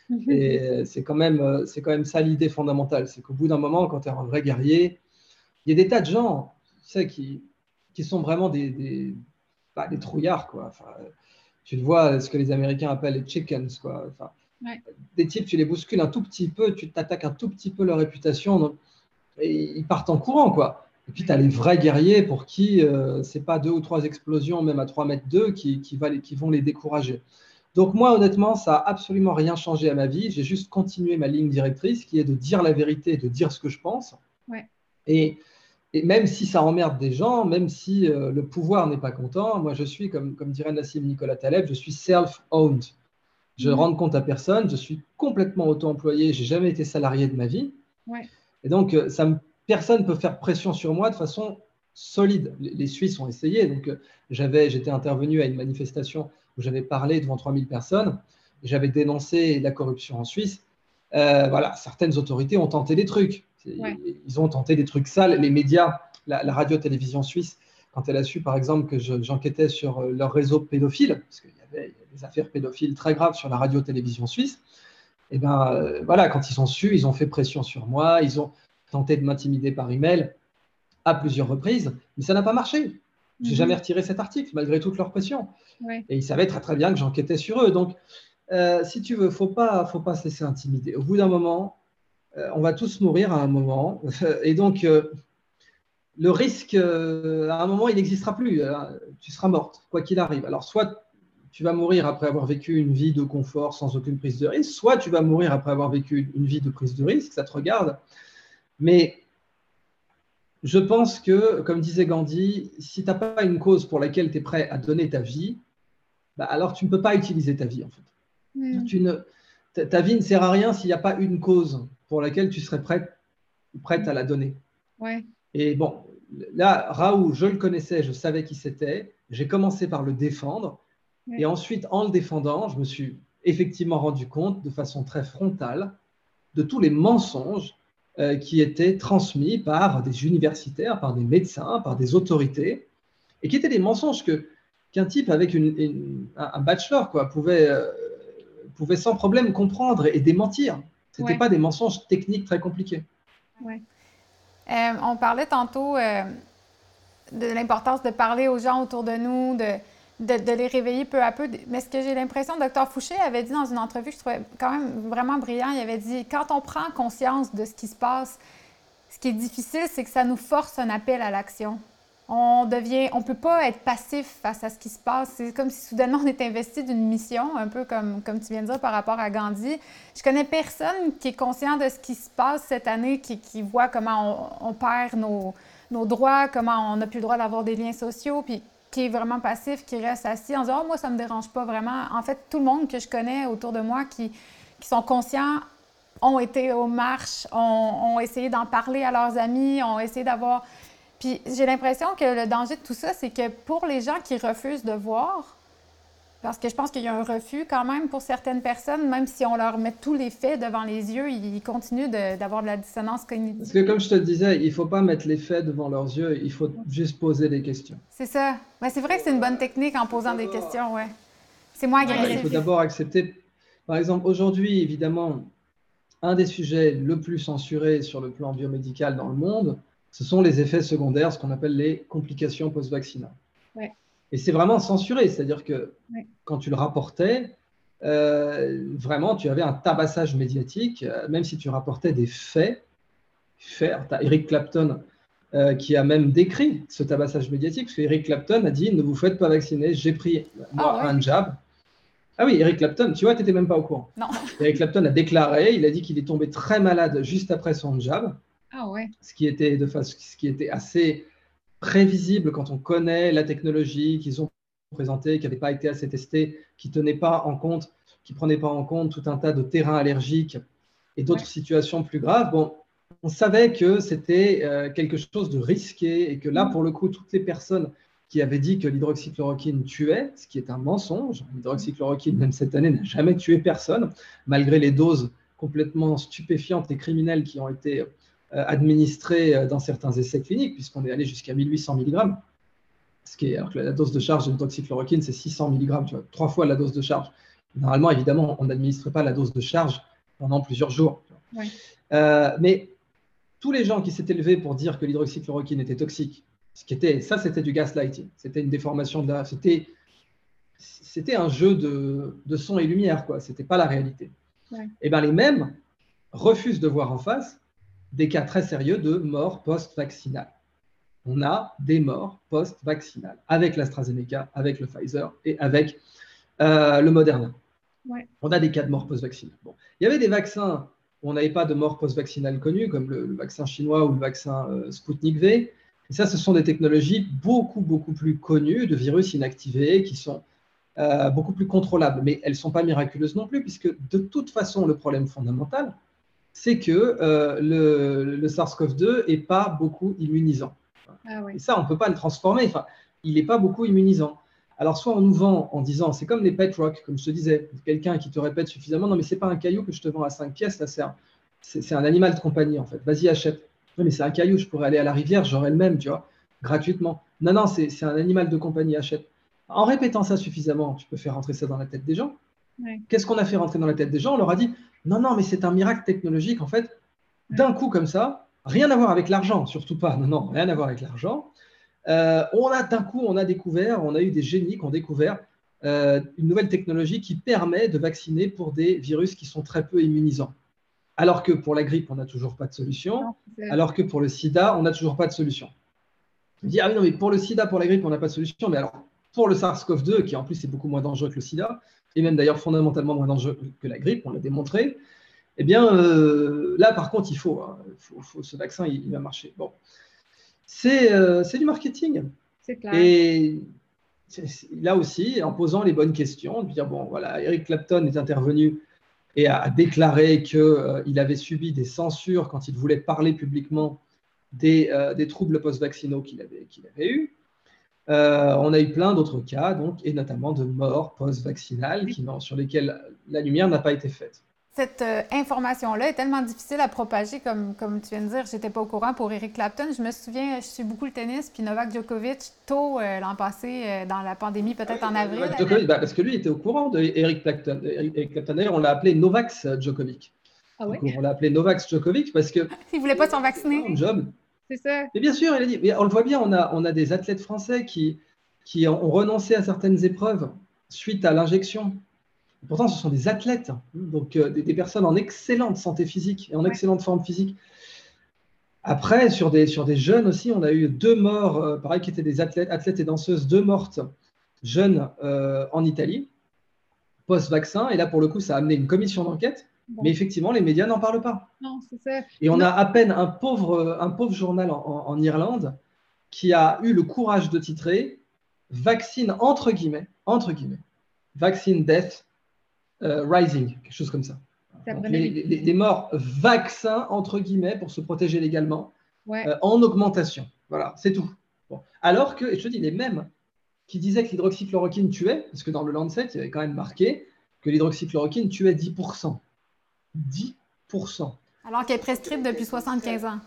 Et c'est quand même, c'est quand même ça l'idée fondamentale, c'est qu'au bout d'un moment, quand tu es un vrai guerrier, il y a des tas de gens, tu sais, qui, qui sont vraiment des, des, bah, des trouillards, quoi. Enfin, tu le vois, ce que les Américains appellent les chickens, quoi. Enfin, ouais. Des types, tu les bouscules un tout petit peu, tu t'attaques un tout petit peu leur réputation, donc, et ils partent en courant, quoi. Et puis, tu as les vrais guerriers pour qui euh, ce n'est pas deux ou trois explosions, même à trois mètres d'eux, qui, qui, va les, qui vont les décourager. Donc, moi, honnêtement, ça n'a absolument rien changé à ma vie. J'ai juste continué ma ligne directrice, qui est de dire la vérité, de dire ce que je pense. Ouais. Et, et même si ça emmerde des gens, même si euh, le pouvoir n'est pas content, moi, je suis, comme, comme dirait Nassim Nicolas Taleb, je suis self-owned. Je ne Mhm. rends compte à personne, je suis complètement auto-employé, je n'ai jamais été salarié de ma vie. Ouais. Et donc, ça me, personne ne peut faire pression sur moi de façon solide. Les, les Suisses ont essayé. Donc, j'avais, j'étais intervenu à une manifestation où j'avais parlé devant trois mille personnes. J'avais dénoncé la corruption en Suisse. Euh, voilà, certaines autorités ont tenté des trucs. Ouais. Ils ont tenté des trucs sales. Les médias, la, la radio-télévision suisse, quand elle a su, par exemple, que je, j'enquêtais sur leur réseau pédophile, parce qu'il y avait des affaires pédophiles très graves sur la radio-télévision suisse, et ben euh, voilà, quand ils ont su, ils ont fait pression sur moi, ils ont tenté de m'intimider par email à plusieurs reprises, mais ça n'a pas marché. J'ai Mhm. jamais retiré cet article, malgré toute leur pression. Ouais. Et ils savaient très très bien que j'enquêtais sur eux. Donc, euh, si tu veux, faut pas, faut pas se laisser intimider. Au bout d'un moment, euh, on va tous mourir à un moment. Et donc, euh, le risque, euh, à un moment, il n'existera plus. Euh, tu seras morte, quoi qu'il arrive. Alors, soit tu vas mourir après avoir vécu une vie de confort sans aucune prise de risque, soit tu vas mourir après avoir vécu une vie de prise de risque, ça te regarde. Mais je pense que, comme disait Gandhi, si tu n'as pas une cause pour laquelle tu es prêt à donner ta vie, bah alors tu ne peux pas utiliser ta vie, en fait. Mm. Tu ne, ta, ta vie ne sert à rien s'il n'y a pas une cause pour laquelle tu serais prête, prête à la donner. Ouais. Et bon, là, Raoult, je le connaissais, je savais qui c'était. J'ai commencé par le défendre. Ouais. Et ensuite, en le défendant, je me suis effectivement rendu compte de façon très frontale de tous les mensonges euh, qui étaient transmis par des universitaires, par des médecins, par des autorités, et qui étaient des mensonges que, qu'un type avec une, une, un bachelor quoi, pouvait, euh, pouvait sans problème comprendre et démentir. Ce n'étaient Ouais. pas des mensonges techniques très compliqués. Ouais. Euh, on parlait tantôt euh, de l'importance de parler aux gens autour de nous, de, de, de les réveiller peu à peu. Mais ce que j'ai l'impression, docteur Fouché avait dit dans une entrevue que je trouvais quand même vraiment brillant, il avait dit, quand on prend conscience de ce qui se passe, ce qui est difficile, c'est que ça nous force un appel à l'action. On devient, on peut pas être passif face à ce qui se passe. C'est comme si soudainement on est investi d'une mission, un peu comme, comme tu viens de dire par rapport à Gandhi. Je connais personne qui est conscient de ce qui se passe cette année, qui, qui voit comment on, on perd nos, nos droits, comment on n'a plus le droit d'avoir des liens sociaux, puis qui est vraiment passif, qui reste assis en disant « Oh, moi, ça me dérange pas vraiment. » En fait, tout le monde que je connais autour de moi qui, qui sont conscients ont été aux marches, ont, ont essayé d'en parler à leurs amis, ont essayé d'avoir... Puis j'ai l'impression que le danger de tout ça, c'est que pour les gens qui refusent de voir, parce que je pense qu'il y a un refus quand même pour certaines personnes, même si on leur met tous les faits devant les yeux, ils continuent de, d'avoir de la dissonance cognitive. Parce que comme je te le disais, il ne faut pas mettre les faits devant leurs yeux, il faut juste poser des questions. C'est ça. Ouais, c'est vrai que c'est une bonne technique en posant des questions, ouais. C'est moins agressif. Voilà, il faut d'abord accepter... Par exemple, aujourd'hui, évidemment, un des sujets le plus censurés sur le plan biomédical dans le monde, ce sont les effets secondaires, ce qu'on appelle les complications post-vaccinales. Ouais. Et c'est vraiment censuré, c'est-à-dire que ouais. quand tu le rapportais, euh, vraiment, tu avais un tabassage médiatique, euh, même si tu rapportais des faits. faits. Tu as Eric Clapton euh, qui a même décrit ce tabassage médiatique, parce qu'Eric Clapton a dit « Ne vous faites pas vacciner, j'ai pris moi, Ah ouais. un jab ». Ah oui, Eric Clapton, tu vois, tu n'étais même pas au courant. Non. Eric Clapton a déclaré, il a dit qu'il est tombé très malade juste après son jab. Ah ouais. Ce qui était, de face, ce qui était assez prévisible quand on connaît la technologie qu'ils ont présentée, qui n'avait pas été assez testée, qui ne tenait pas en compte, qui ne prenait pas en compte tout un tas de terrains allergiques et d'autres ouais. situations plus graves. Bon, on savait que c'était euh, quelque chose de risqué et que là, pour le coup, toutes les personnes qui avaient dit que l'hydroxychloroquine tuait, ce qui est un mensonge, l'hydroxychloroquine, même cette année, n'a jamais tué personne, malgré les doses complètement stupéfiantes et criminelles qui ont été euh, administrées dans certains essais cliniques, puisqu'on est allé jusqu'à mille huit cents milligrammes, ce qui est, alors que la dose de charge de l'hydroxychloroquine, c'est six cents milligrammes, tu vois, trois fois la dose de charge. Normalement, évidemment, on n'administre pas la dose de charge pendant plusieurs jours. Ouais. Euh, mais tous les gens qui s'étaient levés pour dire que l'hydroxychloroquine était toxique, ce qui était, ça, c'était du gaslighting. C'était une déformation de la... C'était, c'était un jeu de, de son et lumière, quoi. C'était pas la réalité. Ouais. Et bien, les mêmes refusent de voir en face des cas très sérieux de mort post-vaccinale. On a des morts post-vaccinales avec l'AstraZeneca, avec le Pfizer et avec euh, le Moderna. Ouais. On a des cas de mort post-vaccinale. Bon. Il y avait des vaccins où on n'avait pas de mort post-vaccinale connue, comme le, le vaccin chinois ou le vaccin euh, Sputnik V. Et ça, ce sont des technologies beaucoup, beaucoup plus connues de virus inactivés qui sont euh, beaucoup plus contrôlables. Mais elles ne sont pas miraculeuses non plus, puisque de toute façon, le problème fondamental, c'est que euh, le, le SARS-CoV deux n'est pas beaucoup immunisant. Ah oui. Et ça, on ne peut pas le transformer. Enfin, il n'est pas beaucoup immunisant. Alors, soit on nous vend en disant, c'est comme les pet rock, comme je te disais, quelqu'un qui te répète suffisamment, non, mais ce n'est pas un caillou que je te vends à cinq pièces, là, c'est un, c'est, c'est un animal de compagnie, en fait. Vas-y, achète. Oui, mais c'est un caillou, je pourrais aller à la rivière, j'aurais le même, tu vois, gratuitement. Non, non, c'est, c'est un animal de compagnie, achète. En répétant ça suffisamment, tu peux faire rentrer ça dans la tête des gens. Ouais. Qu'est-ce qu'on a fait rentrer dans la tête des gens? On leur a dit, non, non, mais c'est un miracle technologique, en fait, d'un coup comme ça, rien à voir avec l'argent, surtout pas, non, non, rien à voir avec l'argent. euh, on a d'un coup, on a découvert, on a eu des génies qui ont découvert euh, une nouvelle technologie qui permet de vacciner pour des virus qui sont très peu immunisants. Alors que pour la grippe, on n'a toujours pas de solution. Non, c'est- Alors que pour le sida, on n'a toujours pas de solution. Je me dis, ah oui, non, mais pour le sida, pour la grippe, on n'a pas de solution. Mais alors, pour le SARS-CoV deux, qui en plus est beaucoup moins dangereux que le sida, et même d'ailleurs fondamentalement moins dangereux que la grippe, on l'a démontré, eh bien, euh, là, par contre, il faut, hein, faut, faut ce vaccin, il, il va marcher. Bon, c'est euh, c'est du marketing. c'est clair. Et c'est- c'est- là aussi, en posant les bonnes questions, de dire, bon, voilà, Eric Clapton est intervenu et a déclaré qu'il euh, avait subi des censures quand il voulait parler publiquement des, euh, des troubles post-vaccinaux qu'il avait, qu'il avait eus. Euh, on a eu plein d'autres cas, donc, et notamment de morts post-vaccinales qui n'ont- sur lesquelles la lumière n'a pas été faite. Cette euh, information-là est tellement difficile à propager, comme, comme tu viens de dire. J'étais pas au courant pour Eric Clapton. Je me souviens, je suis beaucoup le tennis, puis Novak Djokovic, tôt euh, l'an passé, euh, dans la pandémie, peut-être en avril. Novak Djokovic, bah, parce que lui était au courant de Eric Clapton. Eric, Eric Clapton, d'ailleurs, on l'a appelé Novax Djokovic. Ah ouais? Donc, on l'a appelé Novax Djokovic parce que Il voulait pas se faire vacciner. un job. C'est ça. Mais bien sûr, il a dit, mais on le voit bien, on a, on a des athlètes français qui, qui ont renoncé à certaines épreuves suite à l'injection. Pourtant, ce sont des athlètes, hein, donc euh, des, des personnes en excellente santé physique et en Ouais. excellente forme physique. Après, sur des, sur des jeunes aussi, on a eu deux morts, euh, pareil, qui étaient des athlètes, athlètes et danseuses, deux mortes jeunes euh, en Italie, post-vaccin. Et là, pour le coup, ça a amené une commission d'enquête. Bon. Mais effectivement, les médias n'en parlent pas. Non, c'est ça. Et on Non. a à peine un pauvre, un pauvre journal en, en- en Irlande qui a eu le courage de titrer Vaccine, entre guillemets, entre guillemets, Vaccine Death euh, Rising, quelque chose comme ça. Ça Donc, prenait les, les- les- les morts vaccins, entre guillemets, pour se protéger légalement, Ouais. euh, en augmentation. Voilà, c'est tout. Bon. Alors que, et je te dis, les mêmes qui disaient que l'hydroxychloroquine tuait, parce que dans le Lancet, il y avait quand même marqué que l'hydroxychloroquine tuait dix pour cent. dix pour cent. Alors qu'elle est prescrite depuis soixante-quinze ans.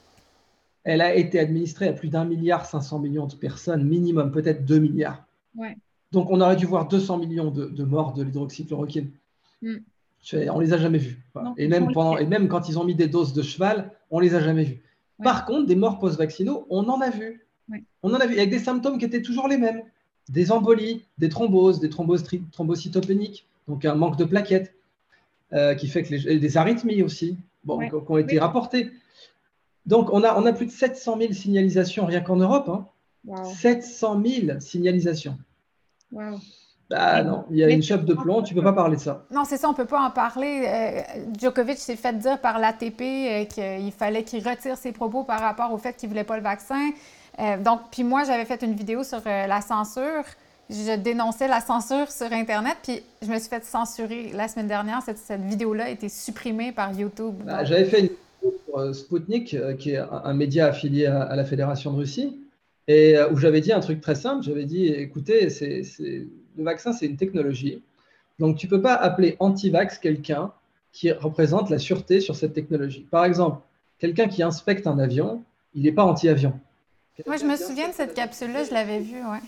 Elle a été administrée à plus d'un milliard cinq cents millions de personnes, minimum, peut-être deux milliards. Ouais. Donc, on aurait dû voir deux cents millions de, de morts de l'hydroxychloroquine. Mm. Je- On ne les a jamais vus. Voilà. Non, et, ils même sont pendant, liés. et même quand ils ont mis des doses de cheval, on ne les a jamais vus. Ouais. Par contre, des morts post-vaccinaux, on en a vu. Ouais. On en a vu avec des symptômes qui étaient toujours les mêmes. Des embolies, des thromboses, des thromboses tri- thrombocytopéniques, donc un manque de plaquettes, euh, qui fait que les, et des arythmies aussi, bon, Ouais. qui ont été Oui. rapportées. Donc, on a, on a plus de sept cent mille signalisations rien qu'en Europe. Hein. Wow. sept cent mille signalisations. Wow. Bah Mais- non, il y a mais- une chape de plomb, tu ne peux pas parler de ça. Non, c'est ça, on ne peut pas en parler. Euh, Djokovic s'est fait dire par l'A T P euh, qu'il fallait qu'il retire ses propos par rapport au fait qu'il ne voulait pas le vaccin. Euh, donc, puis moi, j'avais fait une vidéo sur euh, la censure. Je dénonçais la censure sur Internet, puis je me suis fait censurer la semaine dernière. Cette, cette vidéo-là a été supprimée par YouTube. Bah, Donc, J'avais fait une vidéo sur euh, Sputnik, euh, qui est un, un média affilié à, à la Fédération de Russie, et euh, où j'avais dit un truc très simple. J'avais dit, écoutez, c'est, c'est- le vaccin, c'est une technologie. Donc, tu ne peux pas appeler anti-vax quelqu'un qui représente la sûreté sur cette technologie. Par exemple, quelqu'un qui inspecte un avion, il n'est pas anti-avion. moi, je me souviens de cette capsule-là, je l'avais vue, ouais.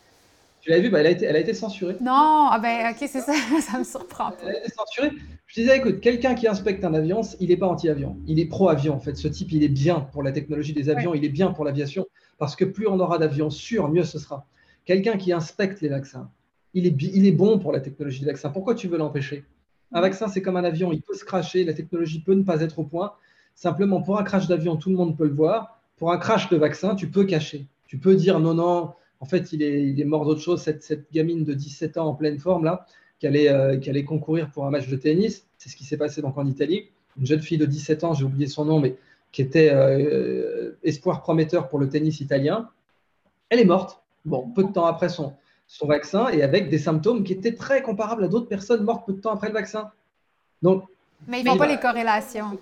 Tu l'as vu, bah, elle, a été, elle a été censurée. Non, ah ben, OK, c'est ça, ça me surprend pas. Elle a été censurée. Je disais, écoute, quelqu'un qui inspecte un avion, il n'est pas anti-avion. Il est pro-avion, en fait. Ce type, il est bien pour la technologie des avions, il est bien pour l'aviation, parce que plus on aura d'avions sûrs, mieux ce sera. Quelqu'un qui inspecte les vaccins, il est, bi- il est bon pour la technologie des vaccins. Pourquoi tu veux l'empêcher? Un vaccin, c'est comme un avion, il peut se cracher, la technologie peut ne pas être au point. Simplement, pour un crash d'avion, tout le monde peut le voir. Pour un crash de vaccin, tu peux cacher. Tu peux dire non, non, en fait, il est, il est mort d'autre chose, cette, cette gamine de dix-sept ans en pleine forme, là, qui allait, euh, qui allait concourir pour un match de tennis. C'est ce qui s'est passé donc en Italie. Une jeune fille de dix-sept ans, j'ai oublié son nom, mais qui était euh, espoir prometteur pour le tennis italien. Elle est morte. Bon, peu de temps après son, son vaccin et avec des symptômes qui étaient très comparables à d'autres personnes mortes peu de temps après le vaccin. Donc, Mais ils font Mais- pas les corrélations.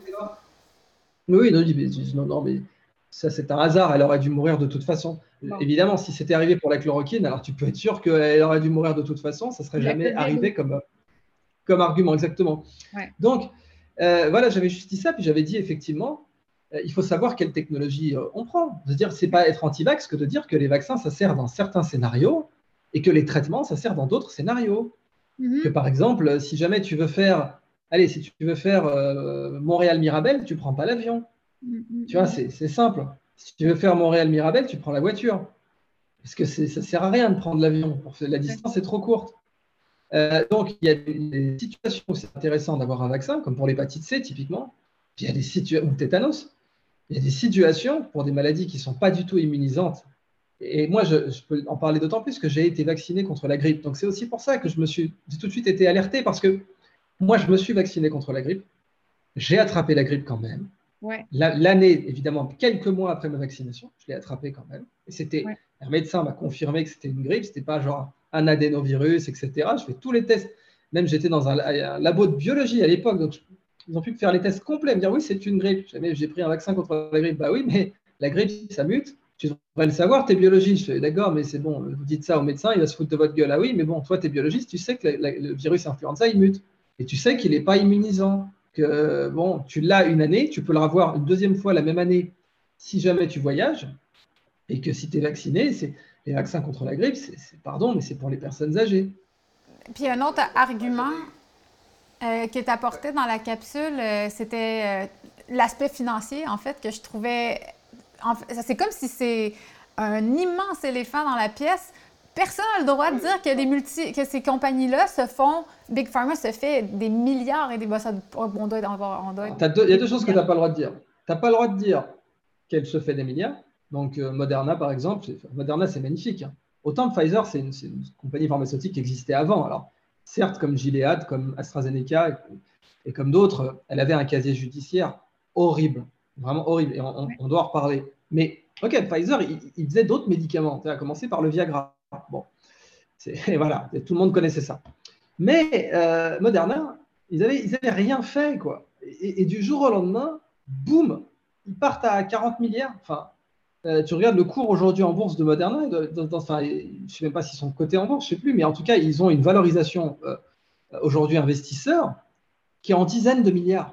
oui, oui, non, mais, non, non, mais ça, c'est un hasard. Elle aurait dû mourir de toute façon. Bon. Évidemment, si c'était arrivé pour la chloroquine, alors tu peux être sûr qu'elle aurait dû mourir de toute façon. Ça serait La jamais COVID. arrivé comme, comme argument, exactement. Ouais. Donc, euh, voilà, j'avais juste dit ça, puis j'avais dit effectivement, euh, il faut savoir quelle technologie euh, on prend. Je veux dire, c'est pas être anti-vax que de dire que les vaccins, ça sert dans certains scénarios et que les traitements, ça sert dans d'autres scénarios. Mhm. Que par exemple, si jamais tu veux faire, allez, si tu veux faire euh, Montréal-Mirabel, tu prends pas l'avion. Mhm. Tu vois, c'est c'est simple. Si tu veux faire Montréal-Mirabel, tu prends la voiture. Parce que ça ne sert à rien de prendre l'avion. La distance est trop courte. Euh, donc, il y a des situations où c'est intéressant d'avoir un vaccin, comme pour l'hépatite C, typiquement. Puis il y a des situations, ou le tétanos. Il y a des situations pour des maladies qui ne sont pas du tout immunisantes. Et moi, je, je peux en parler d'autant plus que j'ai été vacciné contre la grippe. Donc, c'est aussi pour ça que je me suis j'ai tout de suite été alerté, parce que moi, je me suis vacciné contre la grippe. J'ai attrapé la grippe quand même. Ouais. L'année, évidemment, quelques mois après ma vaccination, je l'ai attrapé quand même. Et c'était, ouais. un médecin m'a confirmé que c'était une grippe, ce n'était pas genre un adénovirus, et cetera. Je fais tous les tests. Même j'étais dans un, un labo de biologie à l'époque, donc ils ont pu faire les tests complets, me dire oui, c'est une grippe. J'ai pris un vaccin contre la grippe. Bah oui, mais la grippe, ça mute. Tu devrais le savoir, t'es biologiste. Je fais d'accord, mais c'est bon, vous dites ça au médecin, il va se foutre de votre gueule. Ah oui, mais bon, toi, t'es biologiste, tu sais que la, la, le virus influenza, il mute. Et tu sais qu'il n'est pas immunisant. Que bon, tu l'as une année, tu peux le revoir une deuxième fois la même année si jamais tu voyages, et que si tu es vacciné, c'est les vaccins contre la grippe, c'est pardon, mais c'est pour les personnes âgées. Puis un autre argument euh, qui est apporté dans la capsule, euh, c'était euh, l'aspect financier, en fait, que je trouvais... En fait, c'est comme si c'est un immense éléphant dans la pièce. Personne n'a le droit de dire que, les multi, que ces compagnies-là se font, Big Pharma se fait des milliards et des boss. On doit avoir. On doit être... Il y a deux choses que tu n'as pas le droit de dire. Tu n'as pas le droit de dire qu'elle se fait des milliards. Donc, euh, Moderna, par exemple, Moderna, c'est magnifique. Hein. Autant Pfizer, c'est une, une compagnie pharmaceutique qui existait avant. Alors, certes, comme Gilead, comme AstraZeneca et, et comme d'autres, elle avait un casier judiciaire horrible, vraiment horrible. Et on, on, on doit en reparler. Mais, ok, Pfizer, il, il faisait d'autres médicaments, à commencer par le Viagra. Bon, voilà, tout le monde connaissait ça. Mais euh, Moderna, ils n'avaient ils avaient rien fait, quoi. Et, et, du jour au lendemain, boum, ils partent à quarante milliards. Enfin, euh, tu regardes le cours aujourd'hui en bourse de Moderna, dans, dans, enfin, je ne sais même pas s'ils sont cotés en bourse, je ne sais plus, mais en tout cas, ils ont une valorisation euh, aujourd'hui investisseur qui est en dizaines de milliards.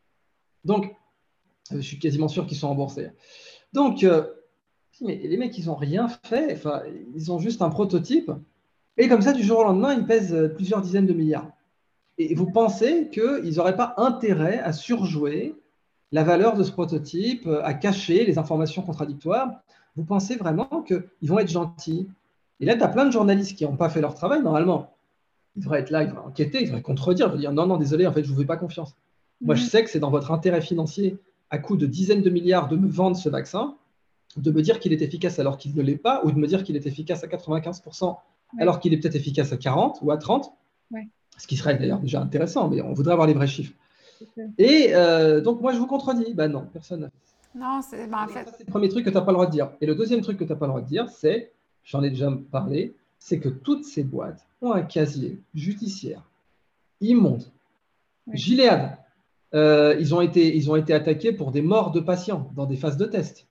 Donc, je suis quasiment sûr qu'ils sont en bourse. Donc, euh, mais les mecs, ils n'ont rien fait. Enfin, ils ont juste un prototype. Et comme ça, du jour au lendemain, ils pèsent plusieurs dizaines de milliards. Et vous pensez qu'ils n'auraient pas intérêt à surjouer la valeur de ce prototype, à cacher les informations contradictoires? Vous pensez vraiment qu'ils vont être gentils? Et là, tu as plein de journalistes qui n'ont pas fait leur travail, normalement. Ils devraient être là, ils devraient enquêter, ils devraient contredire, ils devraient dire non, non, désolé, en fait, je ne vous fais pas confiance. Mmh. Moi, je sais que c'est dans votre intérêt financier, à coût de dizaines de milliards, de me vendre ce vaccin, de me dire qu'il est efficace alors qu'il ne l'est pas, ou de me dire qu'il est efficace à quatre-vingt-quinze pour cent ouais. alors qu'il est peut-être efficace à quarante ou à trente, ouais. ce qui serait d'ailleurs déjà intéressant, mais on voudrait avoir les vrais chiffres. Okay. Et euh, donc, moi, je vous contredis. Ben non, personne n'a fait. Non, c'est ben, en fait... c'est le premier truc que tu n'as pas le droit de dire. Et le deuxième truc que tu n'as pas le droit de dire, c'est, j'en ai déjà parlé, c'est que toutes ces boîtes ont un casier judiciaire immonde. Ouais. Gilead, euh, ils, ont été, ils ont été attaqués pour des morts de patients dans des phases de test.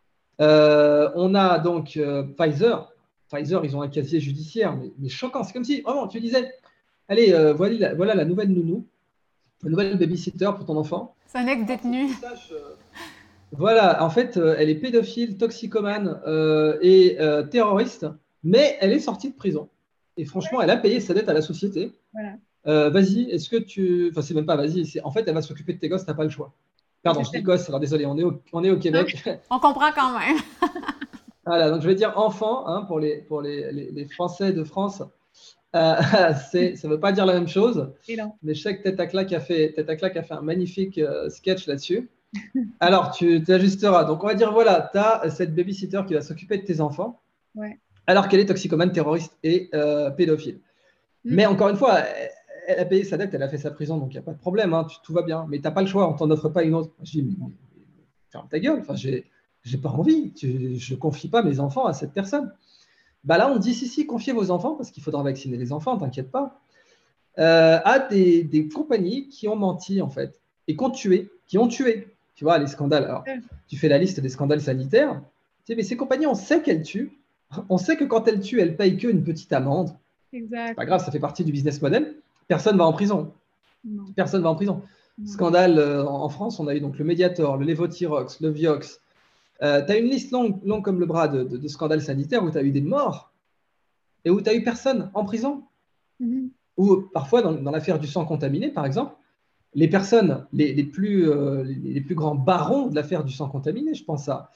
Euh, on a donc euh, Pfizer. Pfizer, ils ont un casier judiciaire, mais, mais choquant. C'est comme si, vraiment, tu disais, allez, euh, voilà, la, voilà la nouvelle nounou, la nouvelle babysitter pour ton enfant. C'est un ex-détenu. Euh, voilà, en fait, euh, elle est pédophile, toxicomane euh, et euh, terroriste, mais elle est sortie de prison. Et franchement, ouais. elle a payé sa dette à la société. Voilà. Euh, vas-y, est-ce que tu... Enfin, c'est même pas vas-y, c'est... en fait, elle va s'occuper de tes gosses, t'as pas le choix. Pardon, je dis gosse, alors désolé, on est au, on est au Québec. On comprend quand même. Voilà, donc je vais dire enfant hein, pour, les, pour les, les, les Français de France. Euh, c'est, ça ne veut pas dire la même chose, mais je sais que Tête à Claque a fait, Tête à Claque a fait un magnifique euh, sketch là-dessus. Alors, tu t'ajusteras. Donc, on va dire voilà, tu as cette babysitter qui va s'occuper de tes enfants, ouais. alors qu'elle est toxicomane, terroriste et euh, pédophile. Mm. Mais encore une fois, elle, elle a payé sa dette, elle a fait sa prison, donc il n'y a pas de problème, hein, tu, tout va bien. Mais tu n'as pas le choix, on ne t'en offre pas une autre. Je dis, mais, mais, ferme ta gueule, enfin, j'ai, j'ai pas envie, tu, je ne confie pas mes enfants à cette personne. Bah là, on dit, si, si, confiez vos enfants, parce qu'il faudra vacciner les enfants, t'inquiète pas, euh, à des, des compagnies qui ont menti, en fait, et qui ont tué, qui ont tué. Tu vois, les scandales. Alors, tu fais la liste des scandales sanitaires, tu sais, mais ces compagnies, on sait qu'elles tuent. On sait que quand elles tuent, elles payent qu'une petite amende. Exact. C'est pas grave, ça fait partie du business model. Personne ne va en prison. Non. Personne ne va en prison. Non. Scandale euh, en France, on a eu donc le Mediator, le Levothyrox, le Vioxx. Euh, tu as une liste longue, longue comme le bras de, de, de scandales sanitaires où tu as eu des morts et où tu as eu personne en prison. Mm-hmm. Ou parfois, dans, dans l'affaire du sang contaminé, par exemple, les personnes, les, les, plus, euh, les, les plus grands barons de l'affaire du sang contaminé, je pense à,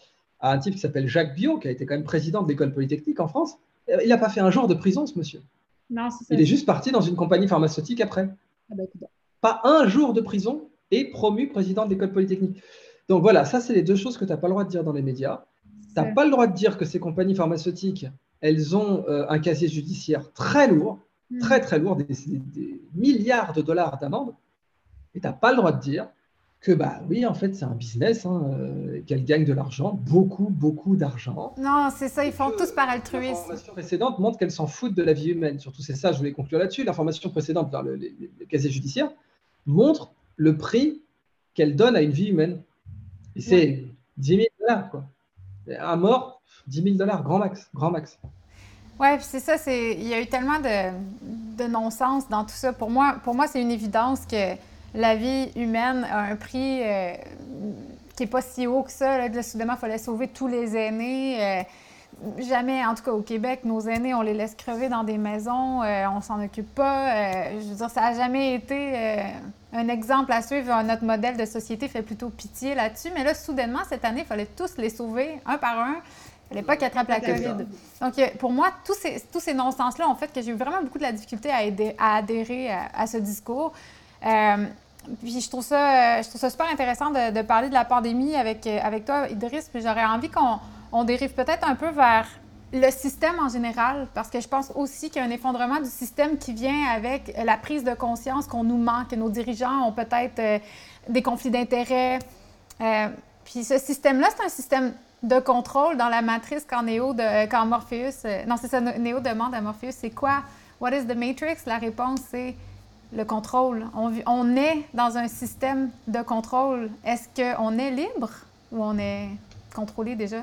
à un type qui s'appelle Jacques Biot, qui a été quand même président de l'école polytechnique en France. Il n'a pas fait un jour de prison, ce monsieur. Non, c'est ça. Il est juste parti dans une compagnie pharmaceutique après. Ah bah, écoute. Pas un jour de prison et promu président de l'école polytechnique. Donc voilà, ça, c'est les deux choses que tu n'as pas le droit de dire dans les médias. Tu n'as pas le droit de dire que ces compagnies pharmaceutiques, elles ont euh, un casier judiciaire très lourd, mmh. très très lourd, des, des, des milliards de dollars d'amende. Et tu n'as pas le droit de dire que, bah oui, en fait, c'est un business, hein, euh, qu'elles gagnent de l'argent, beaucoup, beaucoup d'argent. Non, c'est ça, ils font tous par altruisme. L'information précédente montre qu'elles s'en foutent de la vie humaine. Surtout, c'est ça, je voulais conclure là-dessus. L'information précédente, dans le, le, le casier judiciaire, montre le prix qu'elle donne à une vie humaine. Et c'est ouais. dix mille dollars, quoi. Un mort, dix mille dollars, grand max, grand max. Ouais, c'est ça, c'est... il y a eu tellement de, de non-sens dans tout ça. Pour moi, pour moi, c'est une évidence que la vie humaine a un prix euh, qui n'est pas si haut que ça. Là, que là, soudainement, il fallait sauver tous les aînés. Euh, jamais, en tout cas au Québec, nos aînés, on les laisse crever dans des maisons, euh, on s'en occupe pas. Euh, je veux dire, ça n'a jamais été euh, un exemple à suivre. Notre modèle de société fait plutôt pitié là-dessus. Mais là, soudainement, cette année, il fallait tous les sauver, un par un. Il ne fallait pas qu'ils attrapent la COVID. Donc, pour moi, tous ces, tous ces non-sens-là ont fait que j'ai eu vraiment beaucoup de la difficulté à, aider, à adhérer à, à ce discours. Euh, puis je trouve ça, je trouve ça super intéressant de, de parler de la pandémie avec, avec toi, Idriss. Puis j'aurais envie qu'on on dérive peut-être un peu vers le système en général, parce que je pense aussi qu'il y a un effondrement du système qui vient avec la prise de conscience qu'on nous manque, que nos dirigeants ont peut-être euh, des conflits d'intérêts. Euh, puis ce système-là, c'est un système de contrôle dans la matrice quand Néo, de, quand Morpheus... Euh, non, c'est ça, Néo demande à Morpheus, c'est quoi? What is the Matrix? La réponse, c'est le contrôle. On, on est dans un système de contrôle. Est-ce qu'on est libre ou on est contrôlé déjà?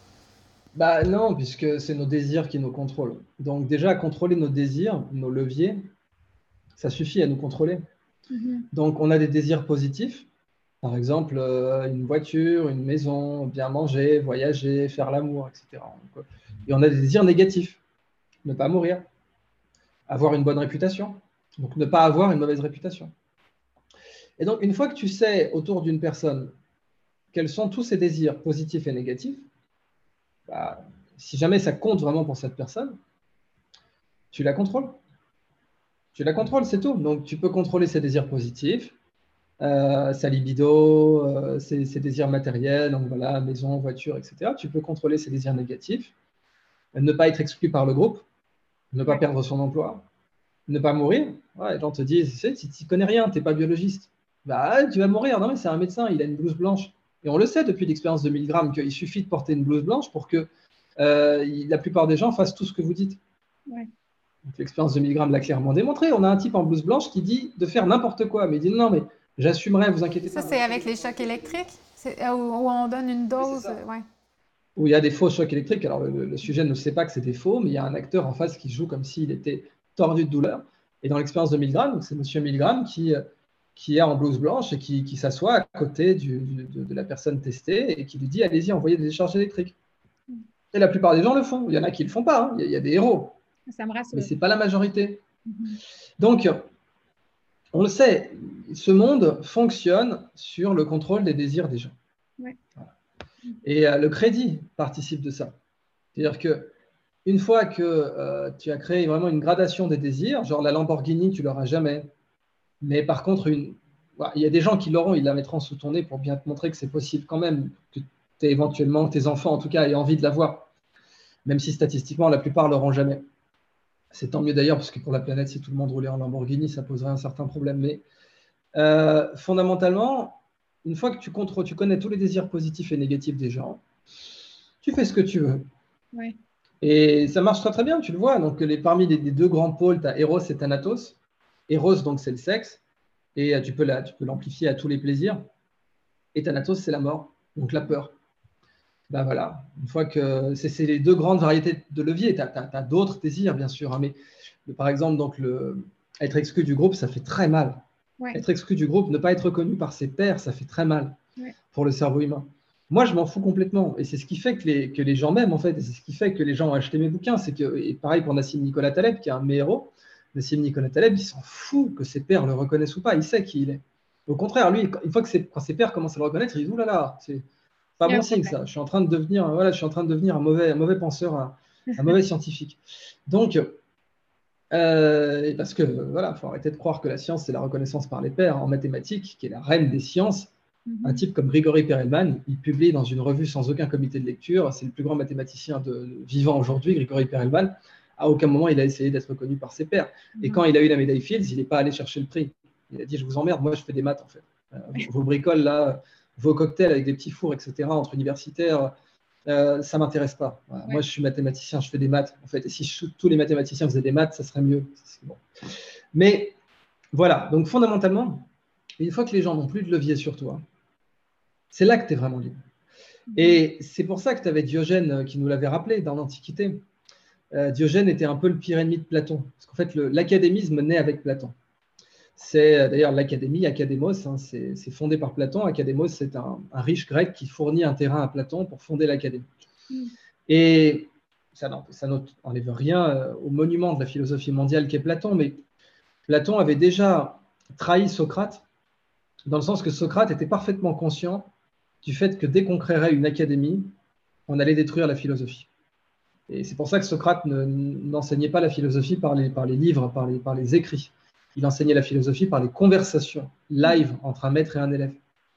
Bah non, puisque c'est nos désirs qui nous contrôlent. Donc déjà, contrôler nos désirs, nos leviers, ça suffit à nous contrôler. Mm-hmm. Donc on a des désirs positifs, par exemple euh, une voiture, une maison, bien manger, voyager, faire l'amour, et cetera. Donc, et on a des désirs négatifs, ne pas mourir, avoir une bonne réputation, donc ne pas avoir une mauvaise réputation. Et donc une fois que tu sais autour d'une personne quels sont tous ces désirs positifs et négatifs, bah, si jamais ça compte vraiment pour cette personne, tu la contrôles. Tu la contrôles, c'est tout. Donc, tu peux contrôler ses désirs positifs, euh, sa libido, euh, ses, ses désirs matériels, donc voilà, maison, voiture, et cetera. Tu peux contrôler ses désirs négatifs, ne pas être exclu par le groupe, ne pas perdre son emploi, ne pas mourir. Ouais, les gens te disent, tu ne connais rien, tu n'es pas biologiste. Bah, tu vas mourir. Non, mais c'est un médecin, il a une blouse blanche. Et on le sait depuis l'expérience de Milgram qu'il suffit de porter une blouse blanche pour que euh, la plupart des gens fassent tout ce que vous dites. Ouais. L'expérience de Milgram l'a clairement démontré. On a un type en blouse blanche qui dit de faire n'importe quoi, mais il dit non, mais j'assumerai, vous inquiétez ça, pas. Ça, c'est avec les chocs électriques où, où on donne une dose. Oui, ouais. Où il y a des faux chocs électriques. Alors, le, le sujet ne sait pas que c'est des faux, mais il y a un acteur en face qui joue comme s'il était tordu de douleur. Et dans l'expérience de Milgram, c'est monsieur Milgram qui. qui est en blouse blanche et qui, qui s'assoit à côté du, du, de, de la personne testée et qui lui dit « Allez-y, envoyez des décharges électriques ». Et la plupart des gens le font. Il y en a qui ne le font pas. Hein. Il, y a, il y a des héros. Ça me rassure. Mais ce n'est pas la majorité. Mm-hmm. Donc, on le sait, ce monde fonctionne sur le contrôle des désirs des gens. Ouais. Voilà. Et euh, le crédit participe de ça. C'est-à-dire qu'une fois que euh, tu as créé vraiment une gradation des désirs, genre la Lamborghini, tu ne l'auras jamais. Mais par contre, une... il y a des gens qui l'auront, ils la mettront sous ton nez pour bien te montrer que c'est possible quand même, que tu aies éventuellement, tes enfants en tout cas, aient envie de l'avoir. Même si statistiquement, la plupart ne l'auront jamais. C'est tant mieux d'ailleurs, parce que pour la planète, si tout le monde roulait en Lamborghini, ça poserait un certain problème. Mais euh, fondamentalement, une fois que tu, contrôles, tu connais tous les désirs positifs et négatifs des gens, tu fais ce que tu veux. Oui. Et ça marche très très bien, tu le vois. Donc, les, parmi les, les deux grands pôles, tu as Eros et Thanatos. Eros, donc, c'est le sexe, et tu peux, la, tu peux l'amplifier à tous les plaisirs. Et Thanatos, c'est la mort, donc la peur. Ben voilà, une fois que c'est, c'est les deux grandes variétés de leviers, tu as d'autres désirs, bien sûr, hein, mais le, par exemple, donc le, être exclu du groupe, ça fait très mal. Ouais. Être exclu du groupe, ne pas être reconnu par ses pairs, ça fait très mal ouais. pour le cerveau humain. Moi, je m'en fous complètement, et c'est ce qui fait que les, que les gens m'aiment, en fait, et c'est ce qui fait que les gens ont acheté mes bouquins. C'est que, et pareil pour Nassim Nicolas Taleb, qui est un de mes héros. Nassim Nicolas Taleb, il s'en fout que ses pairs le reconnaissent ou pas, il sait qui il est. Au contraire, lui, une fois que ses, quand ses pairs commencent à le reconnaître, il dit « Ouh là là, c'est, pas Il y a bon un signe, problème. ça. Je suis en train de devenir, voilà, je suis en train de devenir un mauvais, un mauvais penseur, un, un mauvais scientifique. Donc, euh, parce que, voilà, il faut arrêter de croire que la science, c'est la reconnaissance par les pairs. En mathématiques, qui est la reine des sciences, un Mhm. type comme Grigori Perelman, il publie dans une revue sans aucun comité de lecture. C'est le plus grand mathématicien de, de vivant aujourd'hui, Grigori Perelman. À aucun moment, il a essayé d'être reconnu par ses pairs. Et Mhm. quand il a eu la médaille Fields, il n'est pas allé chercher le prix. Il a dit, je vous emmerde, moi, je fais des maths, en fait. Euh, vos, vos bricoles, là, vos cocktails avec des petits fours, et cetera, entre universitaires, euh, ça ne m'intéresse pas. Voilà. Ouais. Moi, je suis mathématicien, je fais des maths, en fait. Et si je, tous les mathématiciens faisaient des maths, ça serait mieux. Bon. Mais voilà, donc fondamentalement, une fois que les gens n'ont plus de levier sur toi, c'est là que tu es vraiment libre. Mhm. Et c'est pour ça que tu avais Diogène qui nous l'avait rappelé dans l'Antiquité. Euh, Diogène était un peu le pire ennemi de Platon. Parce qu'en fait, le, l'académisme naît avec Platon. C'est d'ailleurs l'académie, Académos, hein, c'est, c'est fondé par Platon. Académos, c'est un, un riche grec qui fournit un terrain à Platon pour fonder l'académie. Mhm. Et ça, ça n'enlève rien au monument de la philosophie mondiale qu'est Platon, mais Platon avait déjà trahi Socrate, dans le sens que Socrate était parfaitement conscient du fait que dès qu'on créerait une académie, on allait détruire la philosophie. Et c'est pour ça que Socrate ne, n'enseignait pas la philosophie par les, par les livres, par les, par les écrits. Il enseignait la philosophie par les conversations live entre un maître et un élève.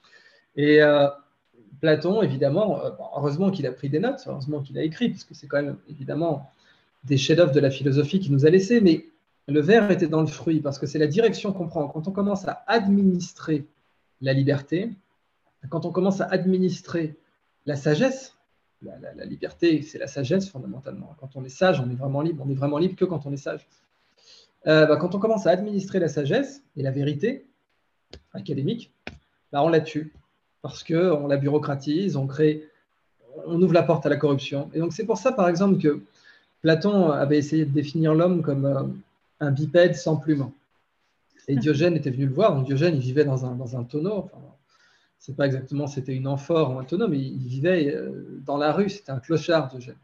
Et euh, Platon, évidemment, euh, heureusement qu'il a pris des notes, heureusement qu'il a écrit, parce que c'est quand même évidemment des chefs-d'œuvre de la philosophie qu'il nous a laissés, mais le ver était dans le fruit, parce que c'est la direction qu'on prend. Quand on commence à administrer la liberté, quand on commence à administrer la sagesse, la, la, la liberté, c'est la sagesse fondamentalement. Quand on est sage, on est vraiment libre. On est vraiment libre que quand on est sage. Euh, bah, quand on commence à administrer la sagesse et la vérité académique, bah, on la tue parce qu'on la bureaucratise, on crée, on ouvre la porte à la corruption. Et donc c'est pour ça, par exemple, que Platon avait essayé de définir l'homme comme euh, un bipède sans plumes. Et Diogène était venu le voir. Donc Diogène, il vivait dans un, dans un tonneau. Enfin, c'est pas exactement c'était une amphore ou un tonneau, mais il vivait euh, dans la rue. C'était un clochard, Diogène.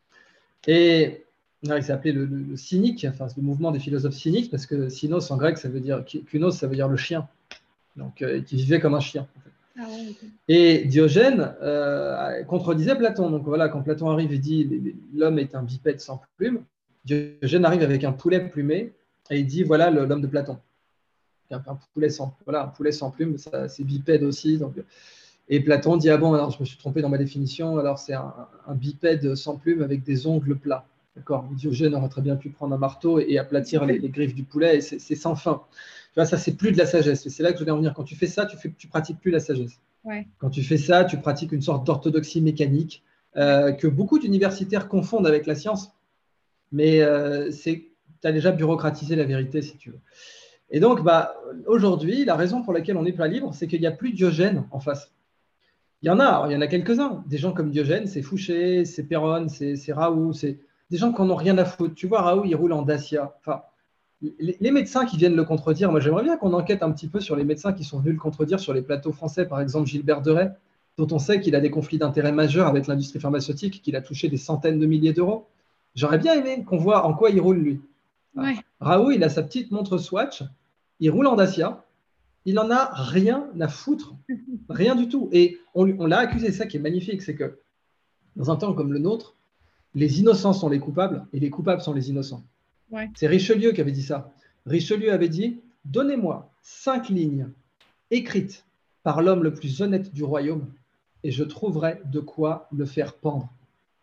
Et non, il s'appelait le, le, le cynique, enfin le mouvement des philosophes cyniques, parce que cynos en grec, ça veut dire kunos, ça veut dire le chien. Donc, euh, qui vivait comme un chien. En fait. Ah ouais, okay. Et Diogène euh, contredisait Platon. Donc voilà, quand Platon arrive et dit l'homme est un bipède sans plumes, Diogène arrive avec un poulet plumé et il dit voilà l'homme de Platon. Un, un poulet sans, voilà, un poulet sans plumes, ça, c'est bipède aussi. Donc, et Platon dit ah bon, alors je me suis trompé dans ma définition, alors c'est un, un bipède sans plumes avec des ongles plats. D'accord, Diogène aurait très bien pu prendre un marteau et, et aplatir les, les griffes du poulet, et c'est, c'est sans fin. Tu vois, ça, c'est plus de la sagesse. Et c'est là que je voulais en venir. Quand tu fais ça, tu ne tu pratiques plus la sagesse. Ouais. Quand tu fais ça, tu pratiques une sorte d'orthodoxie mécanique euh, ouais. que beaucoup d'universitaires confondent avec la science. Mais euh, tu as déjà bureaucratisé la vérité, si tu veux. Et donc, bah, aujourd'hui, la raison pour laquelle on n'est pas libre, c'est qu'il n'y a plus Diogène en face. Il y en a, il y en a quelques-uns. Des gens comme Diogène, c'est Fouché, c'est Péronne, c'est, c'est Raoult, c'est des gens qui n'en ont rien à foutre. Tu vois, Raoult, il roule en Dacia. Enfin, les, les médecins qui viennent le contredire, moi j'aimerais bien qu'on enquête un petit peu sur les médecins qui sont venus le contredire sur les plateaux français, par exemple Gilbert Deray, dont on sait qu'il a des conflits d'intérêts majeurs avec l'industrie pharmaceutique, qu'il a touché des centaines de milliers d'euros. J'aurais bien aimé qu'on voit en quoi il roule, lui. Ouais. Raoult, il a sa petite montre Swatch, il roule en Dacia, il n'en a rien à foutre, rien du tout. Et on, on l'a accusé, ça qui est magnifique, c'est que dans un temps comme le nôtre, les innocents sont les coupables et les coupables sont les innocents. Ouais. C'est Richelieu qui avait dit ça. Richelieu avait dit « Donnez-moi cinq lignes écrites par l'homme le plus honnête du royaume et je trouverai de quoi le faire pendre. Ouais. »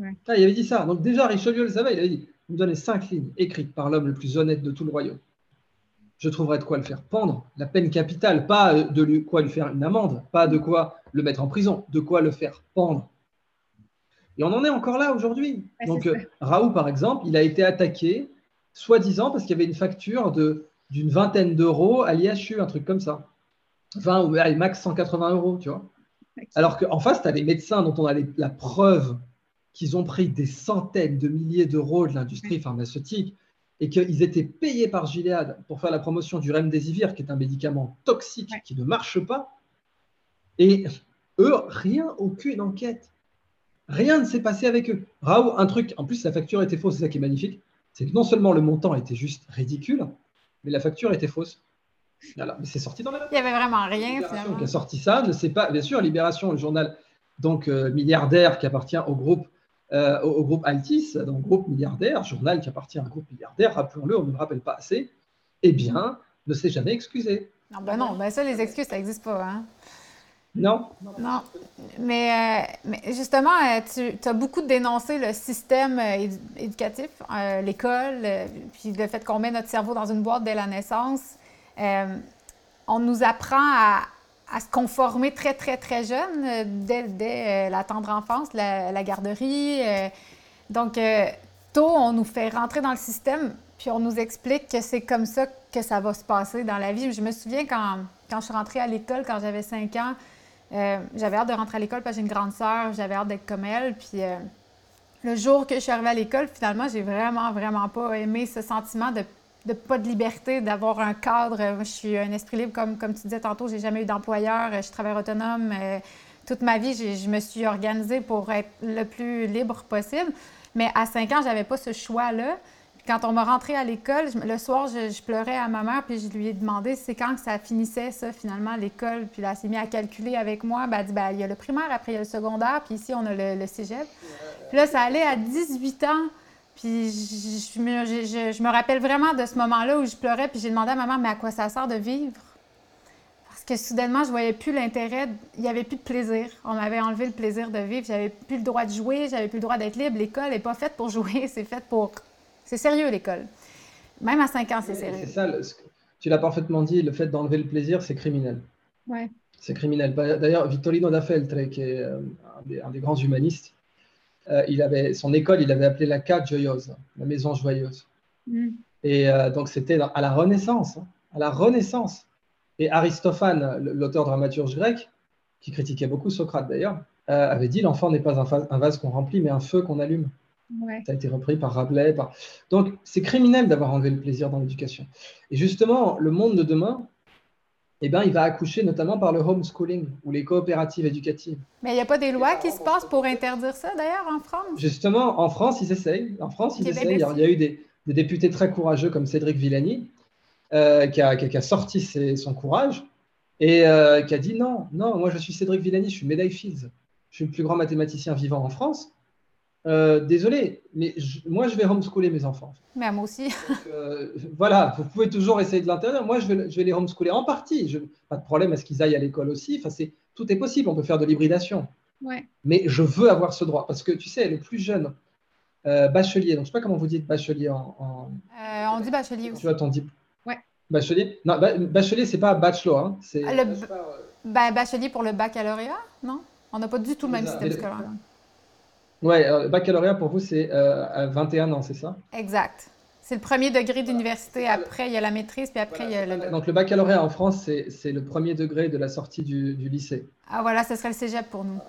Ah, il avait dit ça. Donc déjà, Richelieu le savait. Il avait dit « Vous me donnez cinq lignes écrites par l'homme le plus honnête de tout le royaume. Je trouverai de quoi le faire pendre. La peine capitale, pas de lui, quoi lui faire une amende, pas de quoi le mettre en prison, de quoi le faire pendre. » Et on en est encore là aujourd'hui. Ouais, Donc euh, Raoult, par exemple, il a été attaqué soi-disant parce qu'il y avait une facture de, d'une vingtaine d'euros à l'I H U, un truc comme ça. vingt ou allez, max cent quatre-vingts euros, tu vois. Okay. Alors qu'en face, tu as des médecins dont on a les, la preuve qu'ils ont pris des centaines de milliers d'euros de l'industrie pharmaceutique et qu'ils étaient payés par Gilead pour faire la promotion du Remdesivir, qui est un médicament toxique ouais. qui ne marche pas. Et eux, rien, aucune enquête. Rien ne s'est passé avec eux. Raoult, un truc, en plus, la facture était fausse, c'est ça qui est magnifique. C'est que non seulement le montant était juste ridicule, mais la facture était fausse. Voilà, mais c'est sorti dans la. Il n'y avait vraiment rien. Libération qui a sorti ça, ne sait pas. Bien sûr, Libération, le journal donc euh, milliardaire qui appartient au groupe, euh, au, au groupe Altis, donc groupe milliardaire, journal qui appartient à un groupe milliardaire, rappelons-le, on ne le rappelle pas assez, eh bien, ne s'est jamais excusé. Non, ben non, ben ça, les excuses, ça n'existe pas, hein? Non. Non. Mais, euh, mais justement, euh, tu, tu as beaucoup dénoncé le système euh, édu- éducatif, euh, l'école, euh, puis le fait qu'on met notre cerveau dans une boîte dès la naissance. Euh, on nous apprend à, à se conformer très, très, très jeune, euh, dès, dès euh, la tendre enfance, la, la garderie. euh. donc, euh, tôt, on nous fait rentrer dans le système, puis on nous explique que c'est comme ça que ça va se passer dans la vie. Je me souviens quand, quand je suis rentrée à l'école, quand j'avais cinq ans, euh, j'avais hâte de rentrer à l'école parce que j'ai une grande sœur, j'avais hâte d'être comme elle. Puis euh, le jour que je suis arrivée à l'école, finalement, j'ai vraiment, vraiment pas aimé ce sentiment de, de pas de liberté, d'avoir un cadre. Moi, je suis un esprit libre, comme, comme tu disais tantôt, j'ai jamais eu d'employeur, je travaille autonome. Euh, toute ma vie, j'ai- je me suis organisée pour être le plus libre possible. Mais à cinq ans, j'avais pas ce choix-là. Quand on m'a rentrée à l'école, je- le soir, je, je pleurais à ma mère, puis je lui ai demandé c'est quand que ça finissait, ça, finalement, l'école. Puis là, elle s'est mise à calculer avec moi. Ben, elle a dit ben, il y a le primaire, après il y a le secondaire, puis ici, on a le, le cégep. Puis là, ça allait à dix-huit ans. Puis je, je me, je- je- je me rappelle vraiment de ce moment-là où je pleurais, puis j'ai demandé à ma mère mais à quoi ça sert de vivre? Parce que soudainement, je voyais plus l'intérêt, il n'y avait plus de plaisir. On m'avait enlevé le plaisir de vivre, j'avais plus le droit de jouer, j'avais plus le droit d'être libre. L'école n'est pas faite pour jouer, c'est faite pour... C'est sérieux, l'école. Même à cinq ans, c'est Et sérieux. c'est ça, le- ce que- tu l'as parfaitement dit, le fait d'enlever le plaisir, c'est criminel. Ouais. C'est criminel. Bah, d'ailleurs, Vittorino da Feltre, qui est euh, un, des, un des grands humanistes, euh, il avait, son école, il avait appelé la Ca Gioiosa, la maison joyeuse. Mm. Et euh, donc, c'était à la Renaissance, hein, à la Renaissance. Et Aristophane, l'auteur dramaturge grec, qui critiquait beaucoup Socrate d'ailleurs, euh, avait dit l'enfant n'est pas un, fa- un vase qu'on remplit, mais un feu qu'on allume. Ouais. Ça a été repris par Rabelais. Par... Donc, c'est criminel d'avoir enlevé le plaisir dans l'éducation. Et justement, le monde de demain, eh ben, il va accoucher notamment par le homeschooling ou les coopératives éducatives. Mais il n'y a pas des lois qui se passent pour interdire ça, d'ailleurs, en France? Justement, en France, ils essayent. En France, Au ils Québec essayent. Alors, aussi? il y a eu des, des députés très courageux comme Cédric Villani euh, qui, a, qui a- qui a sorti ses- son courage et euh, qui a dit non, non, moi je suis Cédric Villani, je suis médaille Fields. Je suis le plus grand mathématicien vivant en France. Euh, désolé, mais je- moi je vais homeschooler mes enfants. Mais moi aussi. Donc, euh, voilà, vous pouvez toujours essayer de l'intérieur. Moi, je vais, je vais les homeschooler en partie. Je, pas de problème à ce qu'ils aillent à l'école aussi. Enfin, c'est, tout est possible. On peut faire de l'hybridation. Ouais. Mais je veux avoir ce droit. Parce que, tu sais, le plus jeune euh, bachelier, donc je ne sais pas comment vous dites bachelier en. en Euh, on dit bachelier tu aussi. vois ton diplôme. Ouais. Bachelier Non, ba- bachelier, c'est pas bachelor. Hein, c'est, Ah, le b- ben, bachelier pour le baccalauréat, non? On n'a pas du tout le même C'est ça. système Mais le- scolaire. ouais, alors, baccalauréat pour vous, c'est euh, à vingt et un ans, c'est ça? Exact. C'est le premier degré d'université. Après, il y a la maîtrise, puis après, il y a le... Donc, le baccalauréat en France, c'est, c'est le premier degré de la sortie du, du lycée. Ah voilà, ce serait le cégep pour nous.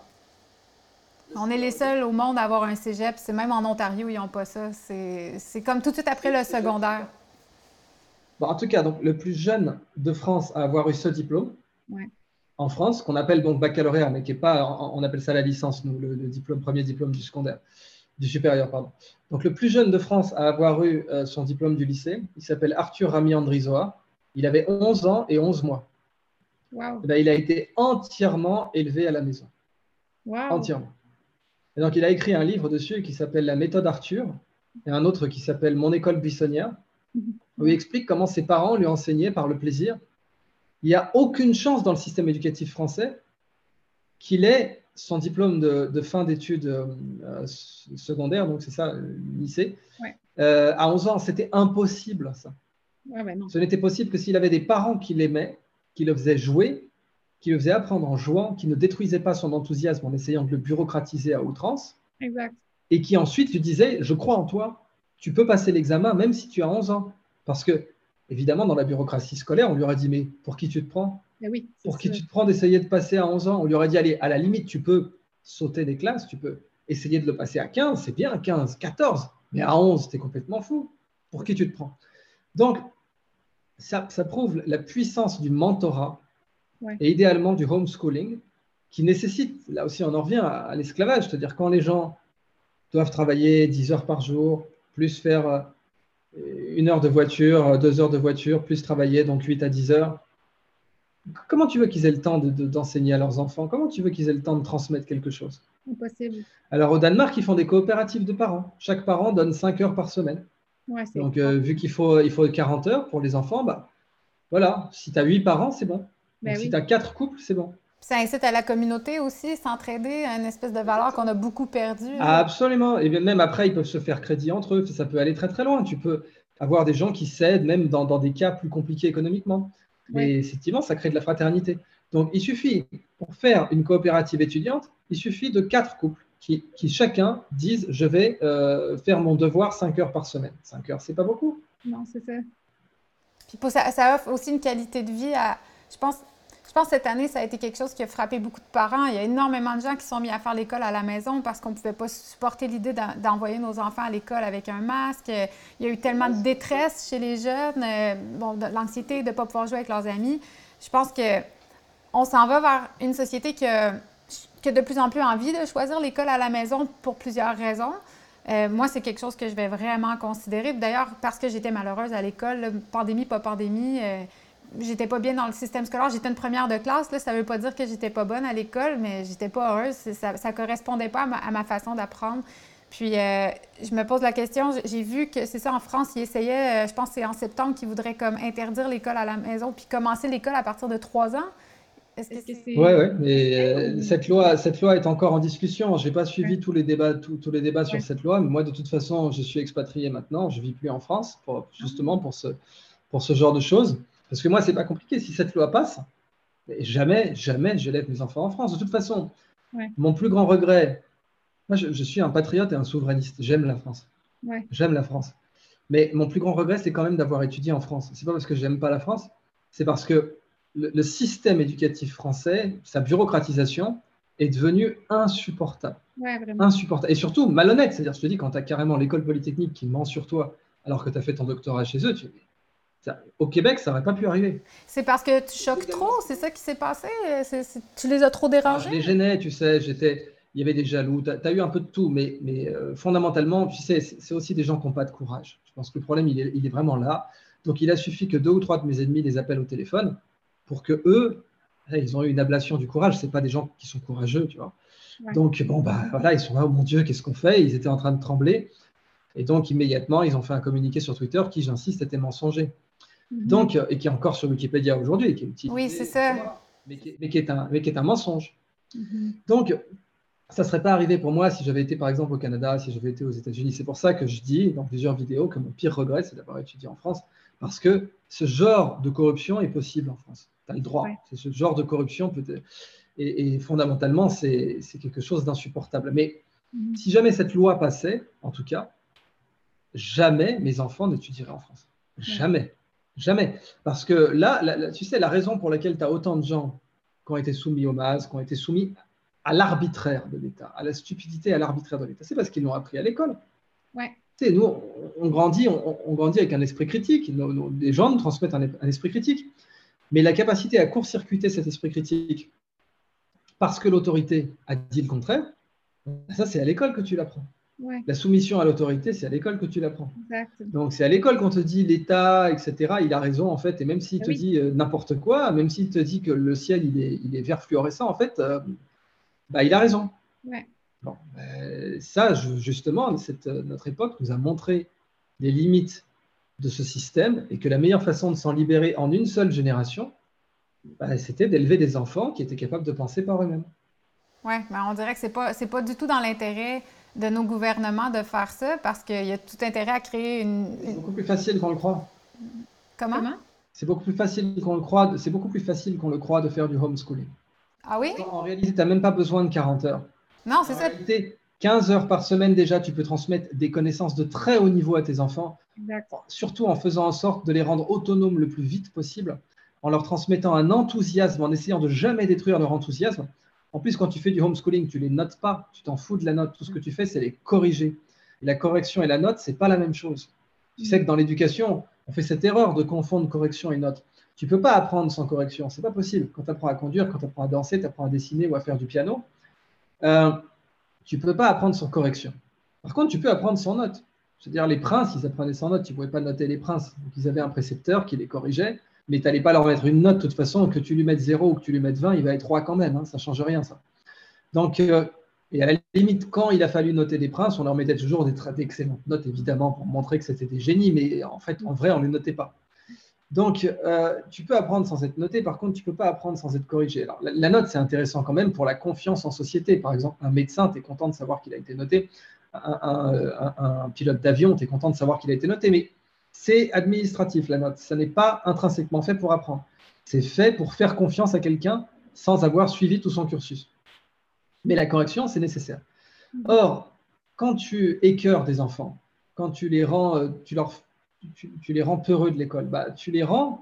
On est les seuls au monde à avoir un cégep. C'est même en Ontario, ils n'ont pas ça. C'est c'est comme tout de suite après le secondaire. Bon, en tout cas, donc, le plus jeune de France à avoir eu ce diplôme, Ouais. en France, qu'on appelle donc baccalauréat, mais qui est pas, on appelle ça la licence, nous, le, le diplôme, premier diplôme du secondaire, du supérieur, pardon. Donc, le plus jeune de France à avoir eu euh, son diplôme du lycée, il s'appelle Arthur Ramy Andrizoa. Il avait onze ans et onze mois. Wow. Eh ben, il a été entièrement élevé à la maison. Wow. Entièrement. Et donc, il a écrit un livre dessus qui s'appelle La méthode Arthur et un autre qui s'appelle Mon école buissonnière, où il explique comment ses parents lui enseignaient par le plaisir. Il n'y a aucune chance dans le système éducatif français qu'il ait son diplôme de, de fin d'études euh, secondaires, donc c'est ça, euh, lycée, Ouais. euh, à onze ans. C'était impossible, ça. Ouais, ben non. Ce n'était possible que s'il avait des parents qui l'aimaient, qui le faisaient jouer, qui le faisaient apprendre en jouant, qui ne détruisaient pas son enthousiasme en essayant de le bureaucratiser à outrance, Exact. et qui ensuite lui disaient « Je crois en toi, tu peux passer l'examen même si tu as onze ans. » Parce que, évidemment, dans la bureaucratie scolaire, on lui aurait dit « Mais pour qui tu te prends ? Ben oui, c'est Pour qui ça. tu te prends d'essayer de passer à onze ans ?» On lui aurait dit « Allez, à la limite, tu peux sauter des classes, tu peux essayer de le passer à quinze, c'est bien, quinze, quatorze, mais à onze, tu es complètement fou. Pour qui tu te prends ?» Donc, ça, ça prouve la puissance du mentorat Ouais. et idéalement du homeschooling qui nécessite, là aussi on en revient à, à l'esclavage, c'est-à-dire quand les gens doivent travailler dix heures par jour, plus faire euh, une heure de voiture, deux heures de voiture, plus travailler, donc huit à dix heures, comment tu veux qu'ils aient le temps de, de, d'enseigner à leurs enfants? Comment tu veux qu'ils aient le temps de transmettre quelque chose? Impossible. Alors, au Danemark, ils font des coopératives de parents. Chaque parent donne cinq heures par semaine. Ouais, c'est Donc, euh, vu qu'il faut, il faut quarante heures pour les enfants, bah, voilà, si tu as huit parents, c'est bon. Ben Donc, si oui. tu as quatre couples, c'est bon. Ça incite à la communauté aussi, s'entraider, à une espèce de valeur qu'on a beaucoup perdue. Ah, absolument. Et bien, même après, ils peuvent se faire crédit entre eux. Ça peut aller très, très loin. Tu peux avoir des gens qui s'aident, même dans, dans des cas plus compliqués économiquement. Mais Ouais. effectivement, ça crée de la fraternité. Donc, il suffit, pour faire une coopérative étudiante, il suffit de quatre couples qui, qui chacun disent je vais euh, faire mon devoir cinq heures par semaine. cinq heures, c'est pas beaucoup. Non, c'est ça. Puis pour ça, ça offre aussi une qualité de vie à. Je pense, je pense que cette année, ça a été quelque chose qui a frappé beaucoup de parents. Il y a énormément de gens qui sont mis à faire l'école à la maison parce qu'on ne pouvait pas supporter l'idée d'en- d'envoyer nos enfants à l'école avec un masque. Il y a eu tellement de détresse chez les jeunes, euh, bon, de l'anxiété de ne pas pouvoir jouer avec leurs amis. Je pense que on s'en va vers une société qui a, qui a de plus en plus envie de choisir l'école à la maison pour plusieurs raisons. Euh, moi, c'est quelque chose que je vais vraiment considérer. D'ailleurs, parce que j'étais malheureuse à l'école, là, pandémie, pas pandémie, euh, j'étais pas bien dans le système scolaire. J'étais une première de classe. Là, ça veut pas dire que j'étais pas bonne à l'école, mais j'étais pas heureuse. Ça, ça correspondait pas à ma, à ma façon d'apprendre. Puis, euh, je me pose la question, j'ai vu que c'est ça, en France, ils essayaient, euh, je pense que c'est en septembre, qu'ils voudraient comme interdire l'école à la maison, puis commencer l'école à partir de trois ans. Est-ce que Est-ce que c'est... c'est. Oui, ouais, mais euh, Oui. cette loi, cette loi est encore en discussion. Je n'ai pas suivi Ouais. tous les débats, tous, tous les débats sur Ouais. cette loi, mais moi, de toute façon, je suis expatrié maintenant. Je ne vis plus en France, pour, justement pour ce, pour ce genre de choses. Parce que moi, ce n'est pas compliqué. Si cette loi passe, jamais, jamais je lève mes enfants en France. De toute façon, Ouais. mon plus grand regret, moi, je, je suis un patriote et un souverainiste. J'aime la France. Ouais. J'aime la France. Mais mon plus grand regret, c'est quand même d'avoir étudié en France. Ce n'est pas parce que je n'aime pas la France, c'est parce que le, le système éducatif français, sa bureaucratisation, est devenu insupportable. Ouais, vraiment. Insupportable. Et surtout malhonnête. C'est-à-dire, je te dis, quand tu as carrément l'école polytechnique qui ment sur toi alors que tu as fait ton doctorat chez eux, tu, ça, au Québec, ça n'aurait pas pu arriver. C'est parce que tu choques trop, c'est ça qui s'est passé? C'est, c'est- tu les as trop Ah, dérangés? je les gênais, tu sais, j'étais, il y avait des jaloux, tu as eu un peu de tout, mais, mais euh, fondamentalement, tu sais, c'est c'est aussi des gens qui n'ont pas de courage. Je pense que le problème, il est, il est vraiment là. Donc, il a suffi que deux ou trois de mes ennemis les appellent au téléphone pour que eux, hey, ils ont eu une ablation du courage. C'est pas des gens qui sont courageux, tu vois. Ouais. Donc, bon, bah voilà, ils sont là, oh mon Dieu, qu'est-ce qu'on fait? Ils étaient en train de trembler. Et donc, immédiatement, ils ont fait un communiqué sur Twitter qui, j'insiste, était mensonger. Mhm. Donc, euh, et qui est encore sur Wikipédia aujourd'hui, qui est utilisé, Oui, c'est ça. mais qui, est- mais qui est un, mais qui est un mensonge. Mhm. Donc, ça ne serait pas arrivé pour moi si j'avais été, par exemple, au Canada, si j'avais été aux États-Unis. C'est pour ça que je dis dans plusieurs vidéos que mon pire regret, c'est d'avoir étudié en France, parce que ce genre de corruption est possible en France. Tu as le droit. Ouais. C'est ce genre de corruption peut être. Et, et fondamentalement, c'est c'est quelque chose d'insupportable. Mais Mhm. si jamais cette loi passait, en tout cas, jamais mes enfants n'étudieraient en France. Jamais. Jamais. Parce que là, la- la- tu sais, la raison pour laquelle tu as autant de gens qui ont été soumis au masque, qui ont été soumis à l'arbitraire de l'État, à la stupidité, à l'arbitraire de l'État, c'est parce qu'ils l'ont appris à l'école. Ouais. Tu sais, nous, on, on grandit, on, on grandit avec un esprit critique. Nos- nos- les gens nous transmettent un, un esprit critique. Mais la capacité à court-circuiter cet esprit critique parce que l'autorité a dit le contraire, ça, c'est à l'école que tu l'apprends. Ouais. La soumission à l'autorité, c'est à l'école que tu l'apprends. Exact. Donc, c'est à l'école qu'on te dit l'État, et cetera. Il a raison, en fait. Et même s'il Ah te oui. dit euh, n'importe quoi, même s'il te dit que le ciel, il est, il est vert fluorescent, en fait, euh, bah, il a raison. Ouais. Bon, euh, ça, je- justement, cette, euh, notre époque nous a montré les limites de ce système et que la meilleure façon de s'en libérer en une seule génération, bah, c'était d'élever des enfants qui étaient capables de penser par eux-mêmes. Oui, mais on dirait que c'est pas, c'est pas du tout dans l'intérêt de nos gouvernements de faire ça parce qu'il y a tout intérêt à créer une. C'est une- beaucoup plus facile qu'on le croit. Comment? Comment? C'est beaucoup plus facile qu'on le croit. C'est beaucoup plus facile qu'on le croit de faire du homeschooling. Ah oui? En réalité, tu n'as même pas besoin de quarante heures. Non, c'est En ça. réalité, quinze heures par semaine déjà, tu peux transmettre des connaissances de très haut niveau à tes enfants, Exact. surtout en faisant en sorte de les rendre autonomes le plus vite possible, en leur transmettant un enthousiasme, en essayant de jamais détruire leur enthousiasme. En plus, quand tu fais du homeschooling, tu les notes pas, tu t'en fous de la note. Tout ce que tu fais, c'est les corriger. Et la correction et la note, c'est pas la même chose. Tu sais que dans l'éducation, on fait cette erreur de confondre correction et note. Tu peux pas apprendre sans correction, c'est pas possible. Quand tu apprends à conduire, quand tu apprends à danser, tu apprends à dessiner ou à faire du piano, euh, tu peux pas apprendre sans correction. Par contre, tu peux apprendre sans note. C'est-à-dire les princes, ils apprenaient sans note. Tu ne pouvais pas noter les princes. Donc, ils avaient un précepteur qui les corrigeait Mais tu n'allais pas leur mettre une note, de toute façon, que tu lui mettes zéro ou que tu lui mettes vingt, il va être trois quand même, hein, ça ne change rien, ça. Donc, euh, et à la limite, quand il a fallu noter des princes, on leur mettait toujours des très d'excellentes notes, évidemment, pour montrer que c'était des génies, mais en fait, en vrai, on ne les notait pas. Donc, euh, tu peux apprendre sans être noté, par contre, tu ne peux pas apprendre sans être corrigé. Alors, la, la note, c'est intéressant quand même pour la confiance en société. Par exemple, un médecin, tu es content de savoir qu'il a été noté. Un, un, un, un pilote d'avion, tu es content de savoir qu'il a été noté. Mais c'est administratif, la note. Ça n'est pas intrinsèquement fait pour apprendre. C'est fait pour faire confiance à quelqu'un sans avoir suivi tout son cursus. Mais la correction, c'est nécessaire. Or, quand tu écœures des enfants, quand tu les rends, tu leur, tu, tu les rends peureux de l'école, bah, tu les rends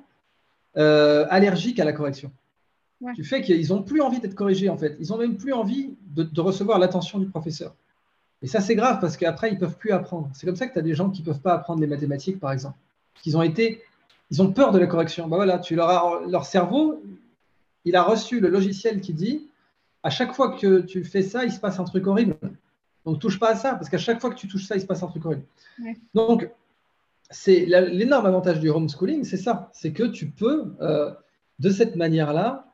euh, allergiques à la correction. Ouais. Tu fais qu'ils n'ont plus envie d'être corrigés, en fait. Ils n'ont même plus envie de, de recevoir l'attention du professeur. Et ça, c'est grave parce qu'après, ils ne peuvent plus apprendre. C'est comme ça que tu as des gens qui ne peuvent pas apprendre les mathématiques, par exemple. Ils ont, été, ils ont peur de la correction. Bah voilà, tu leur, as, leur cerveau, il a reçu le logiciel qui dit à chaque fois que tu fais ça, il se passe un truc horrible. Donc, touche pas à ça, parce qu'à chaque fois que tu touches ça, il se passe un truc horrible. Ouais. Donc, c'est l'énorme avantage du homeschooling, c'est ça. C'est que tu peux, euh, de cette manière-là,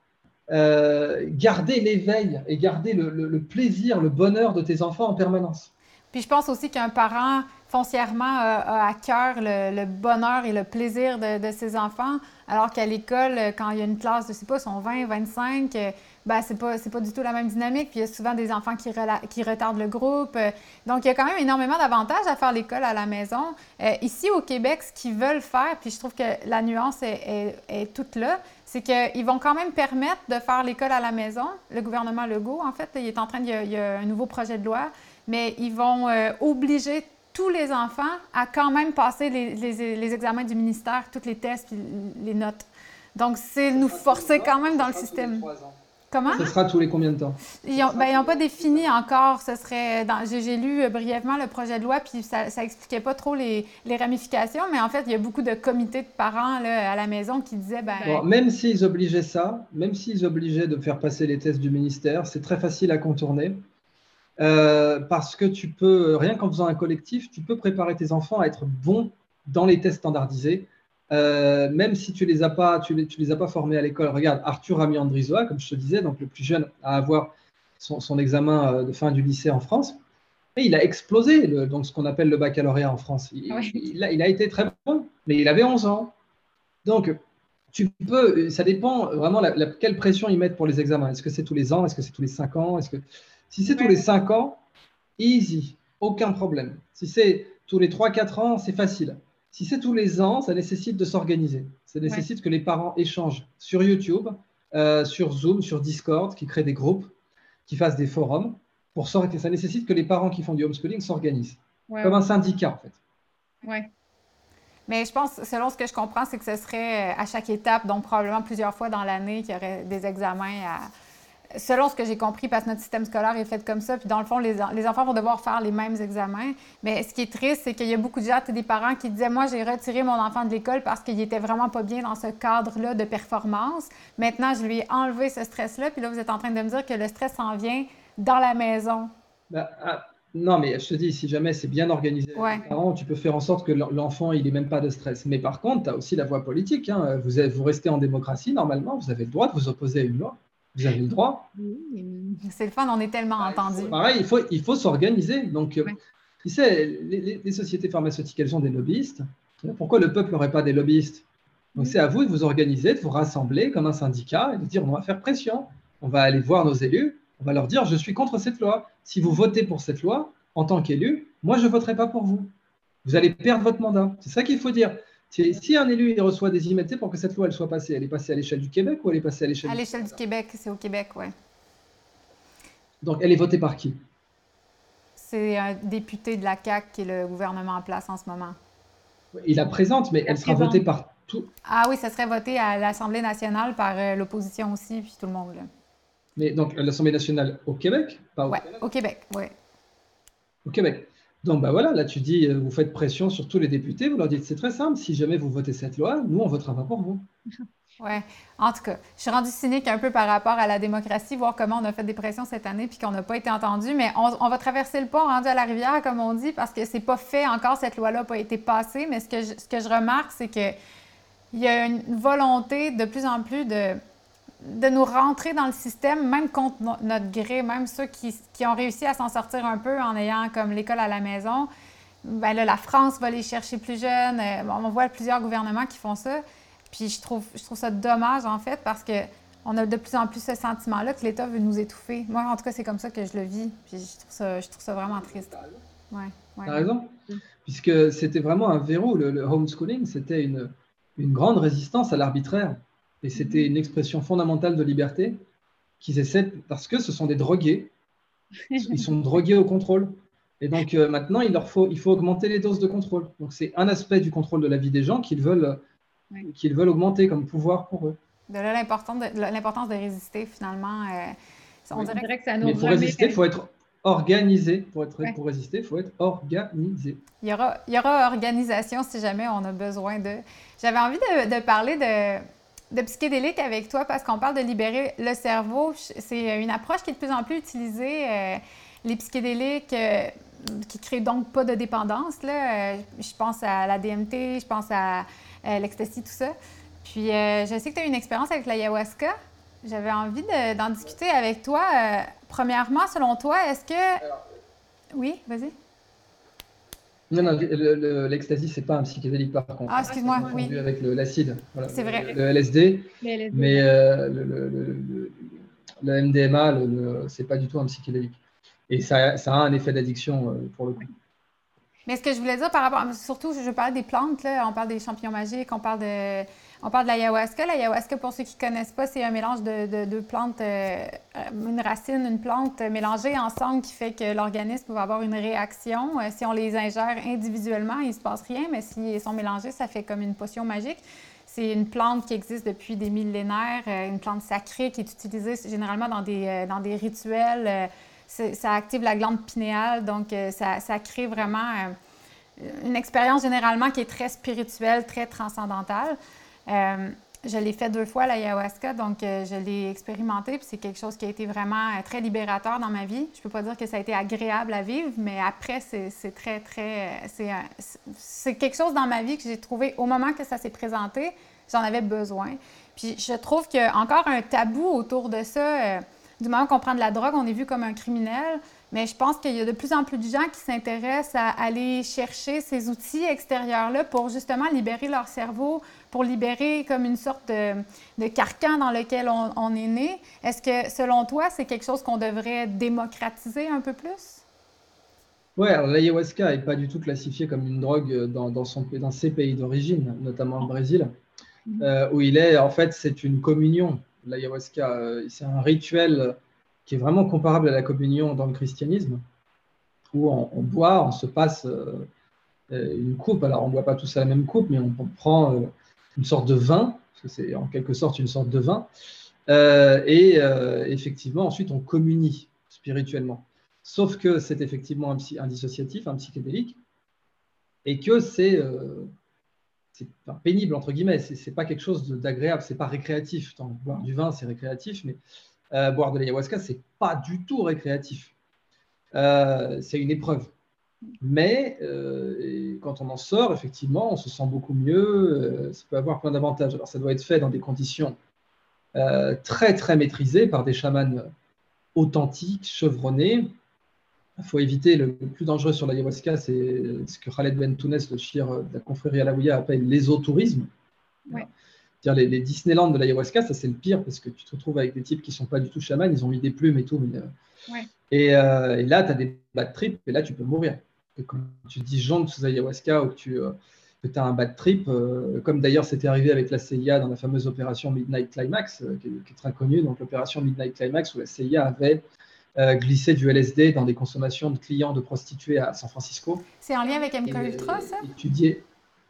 euh, garder l'éveil et garder le, le, le plaisir, le bonheur de tes enfants en permanence. Puis je pense aussi qu'un parent foncièrement a, a à cœur le, le bonheur et le plaisir de, de ses enfants, alors qu'à l'école, quand il y a une classe, je ne sais pas, sont vingt, vingt-cinq, ben c'est pas, c'est pas du tout la même dynamique. Puis il y a souvent des enfants qui, rela- qui retardent le groupe. Donc il y a quand même énormément d'avantages à faire l'école à la maison. Euh, ici au Québec, ce qu'ils veulent faire, puis je trouve que la nuance est, est, est toute là, c'est qu'ils vont quand même permettre de faire l'école à la maison. Le gouvernement Legault, en fait, il est en train de, il y a, il y a un nouveau projet de loi, mais ils vont euh, obliger tous les enfants à quand même passer les, les, les examens du ministère, tous les tests puis les notes. Donc, c'est nous forcer quand même dans le système. Comment? Ce sera tous les combien de temps? Ils n'ont ben, pas défini encore. Ce serait dans, j'ai, j'ai lu brièvement le projet de loi, puis ça n'expliquait pas trop les, les ramifications, mais en fait, il y a beaucoup de comités de parents là, à la maison qui disaient... Ben, bon, même s'ils obligeaient ça, même s'ils obligeaient de faire passer les tests du ministère, c'est très facile à contourner. Euh, parce que tu peux, rien qu'en faisant un collectif, tu peux préparer tes enfants à être bons dans les tests standardisés, euh, même si tu ne les as pas, tu les, tu les as pas formés à l'école. Regarde, Arthur Rami-Andrizoa, comme je te disais, donc le plus jeune à avoir son, son examen de fin du lycée en France, et il a explosé, le, donc ce qu'on appelle le baccalauréat en France. Il, oui. il, a, il a été très bon, mais il avait onze ans. Donc, tu peux, ça dépend vraiment la, la, quelle pression ils mettent pour les examens. Est-ce que c'est tous les ans? Est-ce que c'est tous les cinq ans? Est-ce que... Si c'est ouais. tous les cinq ans, easy, aucun problème. Si c'est tous les trois quatre ans, c'est facile. Si c'est tous les ans, ça nécessite de s'organiser. Ça nécessite ouais. que les parents échangent sur YouTube, euh, sur Zoom, sur Discord, qui créent des groupes, qui fassent des forums. Pour ça nécessite que les parents qui font du homeschooling s'organisent. Ouais. Comme un syndicat, en fait. Oui. Mais je pense, selon ce que je comprends, c'est que ce serait à chaque étape, donc probablement plusieurs fois dans l'année, qu'il y aurait des examens à... Selon ce que j'ai compris, parce que notre système scolaire est fait comme ça, puis dans le fond, les, les enfants vont devoir faire les mêmes examens. Mais ce qui est triste, c'est qu'il y a beaucoup de gens, des parents qui disaient « Moi, j'ai retiré mon enfant de l'école parce qu'il était vraiment pas bien dans ce cadre-là de performance. Maintenant, je lui ai enlevé ce stress-là. » Puis là, vous êtes en train de me dire que le stress s'en vient dans la maison. Ben, ah, non, mais je te dis, si jamais c'est bien organisé, ouais. les parents, tu peux faire en sorte que l'enfant, il n'ait même pas de stress. Mais par contre, tu as aussi la voie politique. Hein. Vous, avez, vous restez en démocratie, normalement, vous avez le droit de vous opposer à une loi. Vous avez le droit. C'est le fun, on est tellement pareil, entendus. Pareil, il faut, il faut s'organiser. Donc, ouais. tu sais, les, les sociétés pharmaceutiques, elles ont des lobbyistes. Pourquoi le peuple n'aurait pas des lobbyistes? Donc, c'est à vous de vous organiser, de vous rassembler comme un syndicat et de dire on va faire pression. On va aller voir nos élus, on va leur dire je suis contre cette loi. Si vous votez pour cette loi, en tant qu'élu, moi, je ne voterai pas pour vous. Vous allez perdre votre mandat. C'est ça qu'il faut dire. Si un élu il reçoit des emails pour que cette loi elle soit passée, elle est passée à l'échelle du Québec ou elle est passée à l'échelle À l'échelle du, du Québec, c'est au Québec, oui. Donc, elle est votée par qui? C'est un député de la C A Q qui est le gouvernement en place en ce moment. Il la présente, mais elle, elle sera présente. votée par tout. Ah oui, ça serait voté à l'Assemblée nationale par euh, l'opposition aussi, puis tout le monde. Là. Mais donc, l'Assemblée nationale au Québec, pas au ouais, Québec? au Québec, oui. Au Québec. Donc, ben voilà, là, tu dis, vous faites pression sur tous les députés, vous leur dites, c'est très simple, si jamais vous votez cette loi, nous, on ne votera pas pour vous. Oui, en tout cas, je suis rendue cynique un peu par rapport à la démocratie, voir comment on a fait des pressions cette année puis qu'on n'a pas été entendu, mais on, on va traverser le pont rendu à la rivière, comme on dit, parce que c'est pas fait encore, cette loi-là n'a pas été passée, mais ce que je, ce que je remarque, c'est que il y a une volonté de plus en plus de, de nous rentrer dans le système, même contre no- notre gré, même ceux qui, qui ont réussi à s'en sortir un peu en ayant comme l'école à la maison. Ben là, la France va les chercher plus jeunes. Euh, bon, on voit plusieurs gouvernements qui font ça. Puis je trouve, je trouve ça dommage, en fait, parce que on a de plus en plus ce sentiment-là que l'État veut nous étouffer. Moi, en tout cas, c'est comme ça que je le vis. Puis je trouve ça, je trouve ça vraiment triste. Ouais, ouais, Tu as ouais. raison, puisque c'était vraiment un verrou. Le, le homeschooling, c'était une, une grande résistance à l'arbitraire. Et c'était une expression fondamentale de liberté qu'ils essaient, parce que ce sont des drogués. Ils sont drogués au contrôle. Et donc euh, maintenant, il leur faut, il faut augmenter les doses de contrôle. Donc c'est un aspect du contrôle de la vie des gens qu'ils veulent, Ouais. qu'ils veulent augmenter comme pouvoir pour eux. De là, l'importance de, l'importance de résister, finalement. Euh, on Oui. On dirait que dirait que ça nous Mais pour remet. résister, il faut être organisé. Pour, être, Ouais. pour résister, il faut être organisé. il y aura, il y aura organisation si jamais on a besoin de... J'avais envie de, de parler de, de psychédélique avec toi parce qu'on parle de libérer le cerveau. C'est une approche qui est de plus en plus utilisée. Euh, les psychédéliques euh, qui créent donc pas de dépendance. Là. Euh, je pense à la D M T, je pense à euh, l'ecstasy, tout ça. Puis euh, je sais que tu as eu une expérience avec l'ayahuasca. J'avais envie de- d'en discuter avec toi. Euh, premièrement, selon toi, est-ce que... Oui, vas-y. Non, non, le- le- l'ecstasy, c'est pas un psychédélique par contre. Ah, C'est excuse-moi, confondu oui. avec le- l'acide. Voilà, C'est vrai. le, le L S D. Le L S D, Mais ouais. euh, le, le- le- le- le M D M A, le, le- c'est pas du tout un psychédélique. Et ça, ça a un effet d'addiction euh, pour le coup. Mais ce que je voulais dire par rapport, surtout, je parlais des plantes, là, on parle des champignons magiques, on parle de, on parle de l'ayahuasca. L'ayahuasca, pour ceux qui ne connaissent pas, c'est un mélange de, de, de plantes, euh, une racine, une plante mélangées ensemble qui fait que l'organisme va avoir une réaction. Euh, si on les ingère individuellement, il ne se passe rien, mais s'ils sont mélangés, ça fait comme une potion magique. C'est une plante qui existe depuis des millénaires, euh, une plante sacrée qui est utilisée généralement dans des, euh, dans des rituels. Euh, ça active la glande pinéale, donc euh, ça, ça crée vraiment euh, une expérience généralement qui est très spirituelle, très transcendantale. Euh, je l'ai fait deux fois, l'ayahuasca, donc euh, je l'ai expérimenté, puis c'est quelque chose qui a été vraiment euh, très libérateur dans ma vie. Je ne peux pas dire que ça a été agréable à vivre, mais après, c'est très, très... C'est quelque chose dans ma vie que j'ai trouvé, au moment que ça s'est présenté, j'en avais besoin. Puis je trouve qu'il y a encore un tabou autour de ça. Euh, Du moment qu'on prend de la drogue, on est vu comme un criminel. Mais je pense qu'il y a de plus en plus de gens qui s'intéressent à aller chercher ces outils extérieurs-là pour justement libérer leur cerveau, pour libérer comme une sorte de, de carcan dans lequel on, on est né. Est-ce que, selon toi, c'est quelque chose qu'on devrait démocratiser un peu plus? Ouais, alors l'ayahuasca n'est pas du tout classifié comme une drogue dans, dans, son, dans ses pays d'origine, notamment le Brésil, euh, où il est, en fait, c'est une communion. L'ayahuasca, euh, c'est un rituel qui est vraiment comparable à la communion dans le christianisme, où on, on boit, on se passe euh, une coupe. Alors, on ne boit pas tous à la même coupe, mais on, on prend euh, une sorte de vin, parce que c'est en quelque sorte une sorte de vin, euh, et euh, effectivement, ensuite, on communie spirituellement. Sauf que c'est effectivement un, psy, un dissociatif, un psychédélique, et que c'est... Euh, c'est enfin, pénible entre guillemets, c'est pas quelque chose d'agréable, c'est pas récréatif. Tant, boire du vin c'est récréatif, mais euh, boire de l'ayahuasca c'est pas du tout récréatif. Euh, c'est une épreuve. Mais euh, quand on en sort, effectivement, on se sent beaucoup mieux. Euh, ça peut avoir plein d'avantages. Alors ça doit être fait dans des conditions euh, très très maîtrisées par des chamans authentiques, chevronnés. Il faut éviter le, le plus dangereux sur l'ayahuasca, c'est ce que Khaled Bentounes, le shir de la confrérie alaouia, appelle l'ésotourisme. Ouais. Les, les Disneyland de l'ayahuasca, ça c'est le pire parce que tu te retrouves avec des types qui ne sont pas du tout chamans, ils ont mis des plumes et tout. Mais, ouais. et, euh, et là, tu as des bad trips et là, tu peux mourir. Et quand tu disjonctes sous ayahuasca ou que tu euh, as un bad trip, euh, comme d'ailleurs c'était arrivé avec la C I A dans la fameuse opération Midnight Climax, euh, qui, est, qui est très connue, donc l'opération Midnight Climax où la C I A avait Euh, glisser du L S D dans des consommations de clients de prostituées à San Francisco. C'est en lien avec M K Ultra, ça? Étudié.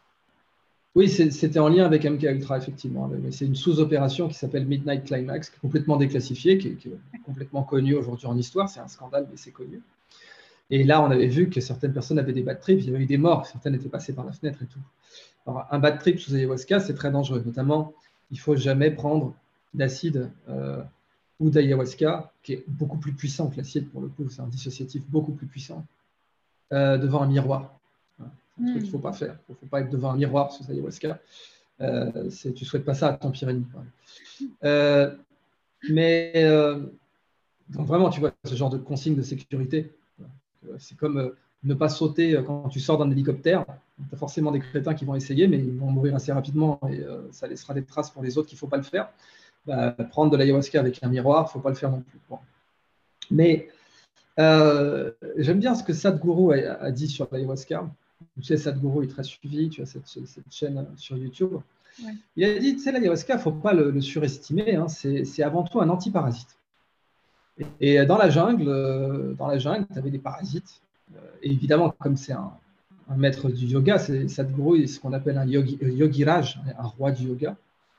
Oui, c'était en lien avec M K Ultra, effectivement. Mais c'est une sous-opération qui s'appelle Midnight Climax, qui est complètement déclassifiée, qui est, qui est complètement connue aujourd'hui en histoire. C'est un scandale, mais c'est connu. Et là, on avait vu que certaines personnes avaient des bad trips, il y avait eu des morts, certaines étaient passées par la fenêtre et tout. Alors, un bad trip sous ayahuasca, c'est très dangereux. Notamment, il ne faut jamais prendre d'acide euh, ou d'ayahuasca, qui est beaucoup plus puissant que l'acide pour le coup, c'est un dissociatif beaucoup plus puissant, euh, devant un miroir. C'est un truc qu'il ne faut pas faire. Il ne faut pas être devant un miroir sous ayahuasca. Euh, c'est, tu ne souhaites pas ça à ton pire ennemi. Euh, mais euh, donc vraiment, tu vois, ce genre de consigne de sécurité, c'est comme euh, ne pas sauter quand tu sors d'un hélicoptère. Tu as forcément des crétins qui vont essayer, mais ils vont mourir assez rapidement et euh, ça laissera des traces pour les autres qu'il ne faut pas le faire. Bah, prendre de l'ayahuasca avec un miroir, il ne faut pas le faire non plus. Bon. Mais euh, j'aime bien ce que Sadhguru a, a dit sur l'ayahuasca. Tu sais, Sadhguru est très suivi, tu as cette, cette chaîne sur YouTube. Ouais. Il a dit, tu sais, l'ayahuasca, il ne faut pas le, le surestimer, hein, c'est avant tout un antiparasite. Et, et dans la jungle, euh, dans la jungle, tu avais des parasites. Euh, et évidemment, comme c'est un, un maître du yoga, Sadhguru est ce qu'on appelle un yogi, yogiraj, un roi du yoga.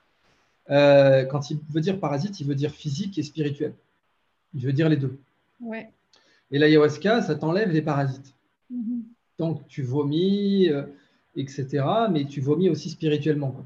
Euh, quand il veut dire parasite, il veut dire physique et spirituel. Il veut dire les deux. Ouais. Et l'ayahuasca, ça t'enlève les parasites. Mm-hmm. Donc, tu vomis, euh, et cetera, mais tu vomis aussi spirituellement, quoi.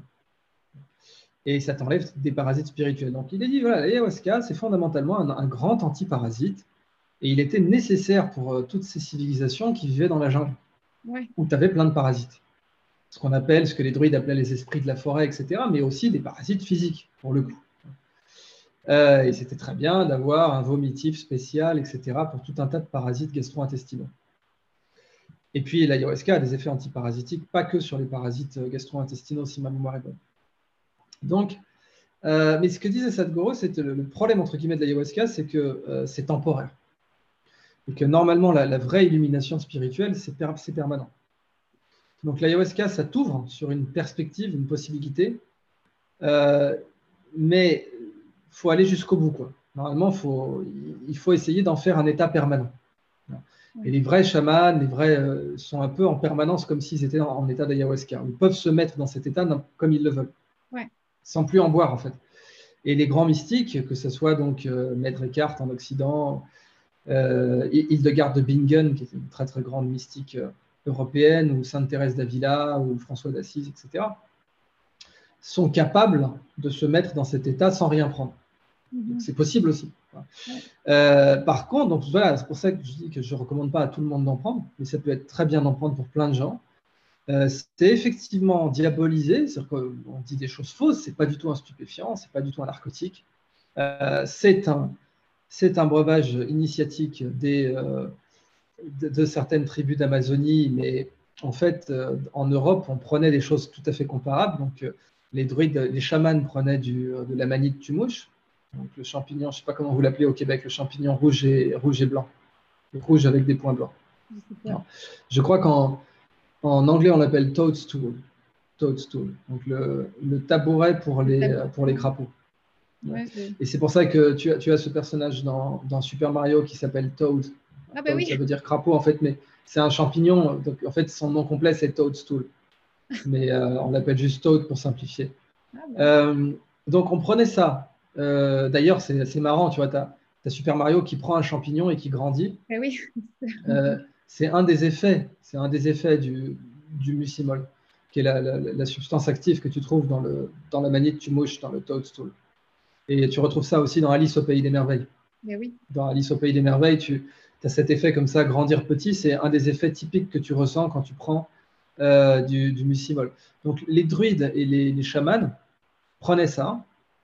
Et ça t'enlève des parasites spirituels. Donc, il a dit, voilà, l'ayahuasca, c'est fondamentalement un, un grand antiparasite. Et il était nécessaire pour euh, toutes ces civilisations qui vivaient dans la jungle, ouais. où tu avais plein de parasites. Ce qu'on appelle, ce que les druides appelaient les esprits de la forêt, et cetera, mais aussi des parasites physiques, pour le coup. Euh, et c'était très bien d'avoir un vomitif spécial, et cetera, pour tout un tas de parasites gastro-intestinaux. Et puis, l'ayahuasca a des effets antiparasitiques, pas que sur les parasites gastro-intestinaux, si ma mémoire est bonne. Donc, euh, mais ce que disait Sadhguru, c'était le, le problème, entre guillemets, de l'ayahuasca, c'est que euh, c'est temporaire. Et que normalement, la, la vraie illumination spirituelle, c'est per, permanent. Donc, l'ayahuasca, ça t'ouvre sur une perspective, une possibilité, euh, mais il faut aller jusqu'au bout, quoi. Normalement, faut, il faut essayer d'en faire un état permanent. Et les vrais chamans, les vrais euh, sont un peu en permanence comme s'ils étaient en, en état d'ayahuasca. Ils peuvent se mettre dans cet état comme ils le veulent, ouais. sans plus en boire en fait. Et les grands mystiques, que ce soit donc euh, Maître Eckhart en Occident, euh, Hildegarde de Bingen, qui est une très très grande mystique euh, européenne, ou Sainte Thérèse d'Avila, ou François d'Assise, et cetera, sont capables de se mettre dans cet état sans rien prendre. Mm-hmm. C'est possible aussi. Ouais. Euh, par contre, donc voilà, c'est pour ça que je dis que je ne recommande pas à tout le monde d'en prendre, mais ça peut être très bien d'en prendre pour plein de gens. Euh, c'est effectivement diabolisé, c'est-à-dire qu'on dit des choses fausses, c'est pas du tout un stupéfiant, c'est pas du tout un narcotique. Euh, c'est un, c'est un breuvage initiatique des, euh, de, de certaines tribus d'Amazonie, mais en fait, euh, en Europe, on prenait des choses tout à fait comparables. Donc, euh, les druides, les chamans prenaient du, de la manite tumouche. Donc le champignon, je ne sais pas comment vous l'appelez au Québec, le champignon rouge et, rouge et blanc. Rouge avec des points blancs. Alors, je crois qu'en en anglais, on l'appelle toadstool. Toadstool. Donc le, le tabouret pour les, pour les crapauds. Ouais, et c'est pour ça que tu as, tu as ce personnage dans, dans Super Mario qui s'appelle Toad. Ah bah Toad, oui. Ça veut dire crapaud en fait, mais c'est un champignon. Donc en fait, son nom complet, c'est Toadstool. Mais euh, on l'appelle juste Toad pour simplifier. Ah bah. euh, donc on prenait ça. Euh, D'ailleurs, c'est marrant, tu vois, tu as, as Super Mario qui prend un champignon et qui grandit. Eh oui. euh, c'est un des effets, c'est un des effets du, du mucimol, qui est la, la, la substance active que tu trouves dans, le, dans la manite tumouche, dans le toadstool. Et tu retrouves ça aussi dans Alice au Pays des Merveilles. Eh oui. Dans Alice au Pays des Merveilles, tu as cet effet comme ça, grandir petit, c'est un des effets typiques que tu ressens quand tu prends euh, du, du mucimol. Donc les druides et les, les chamans prenaient ça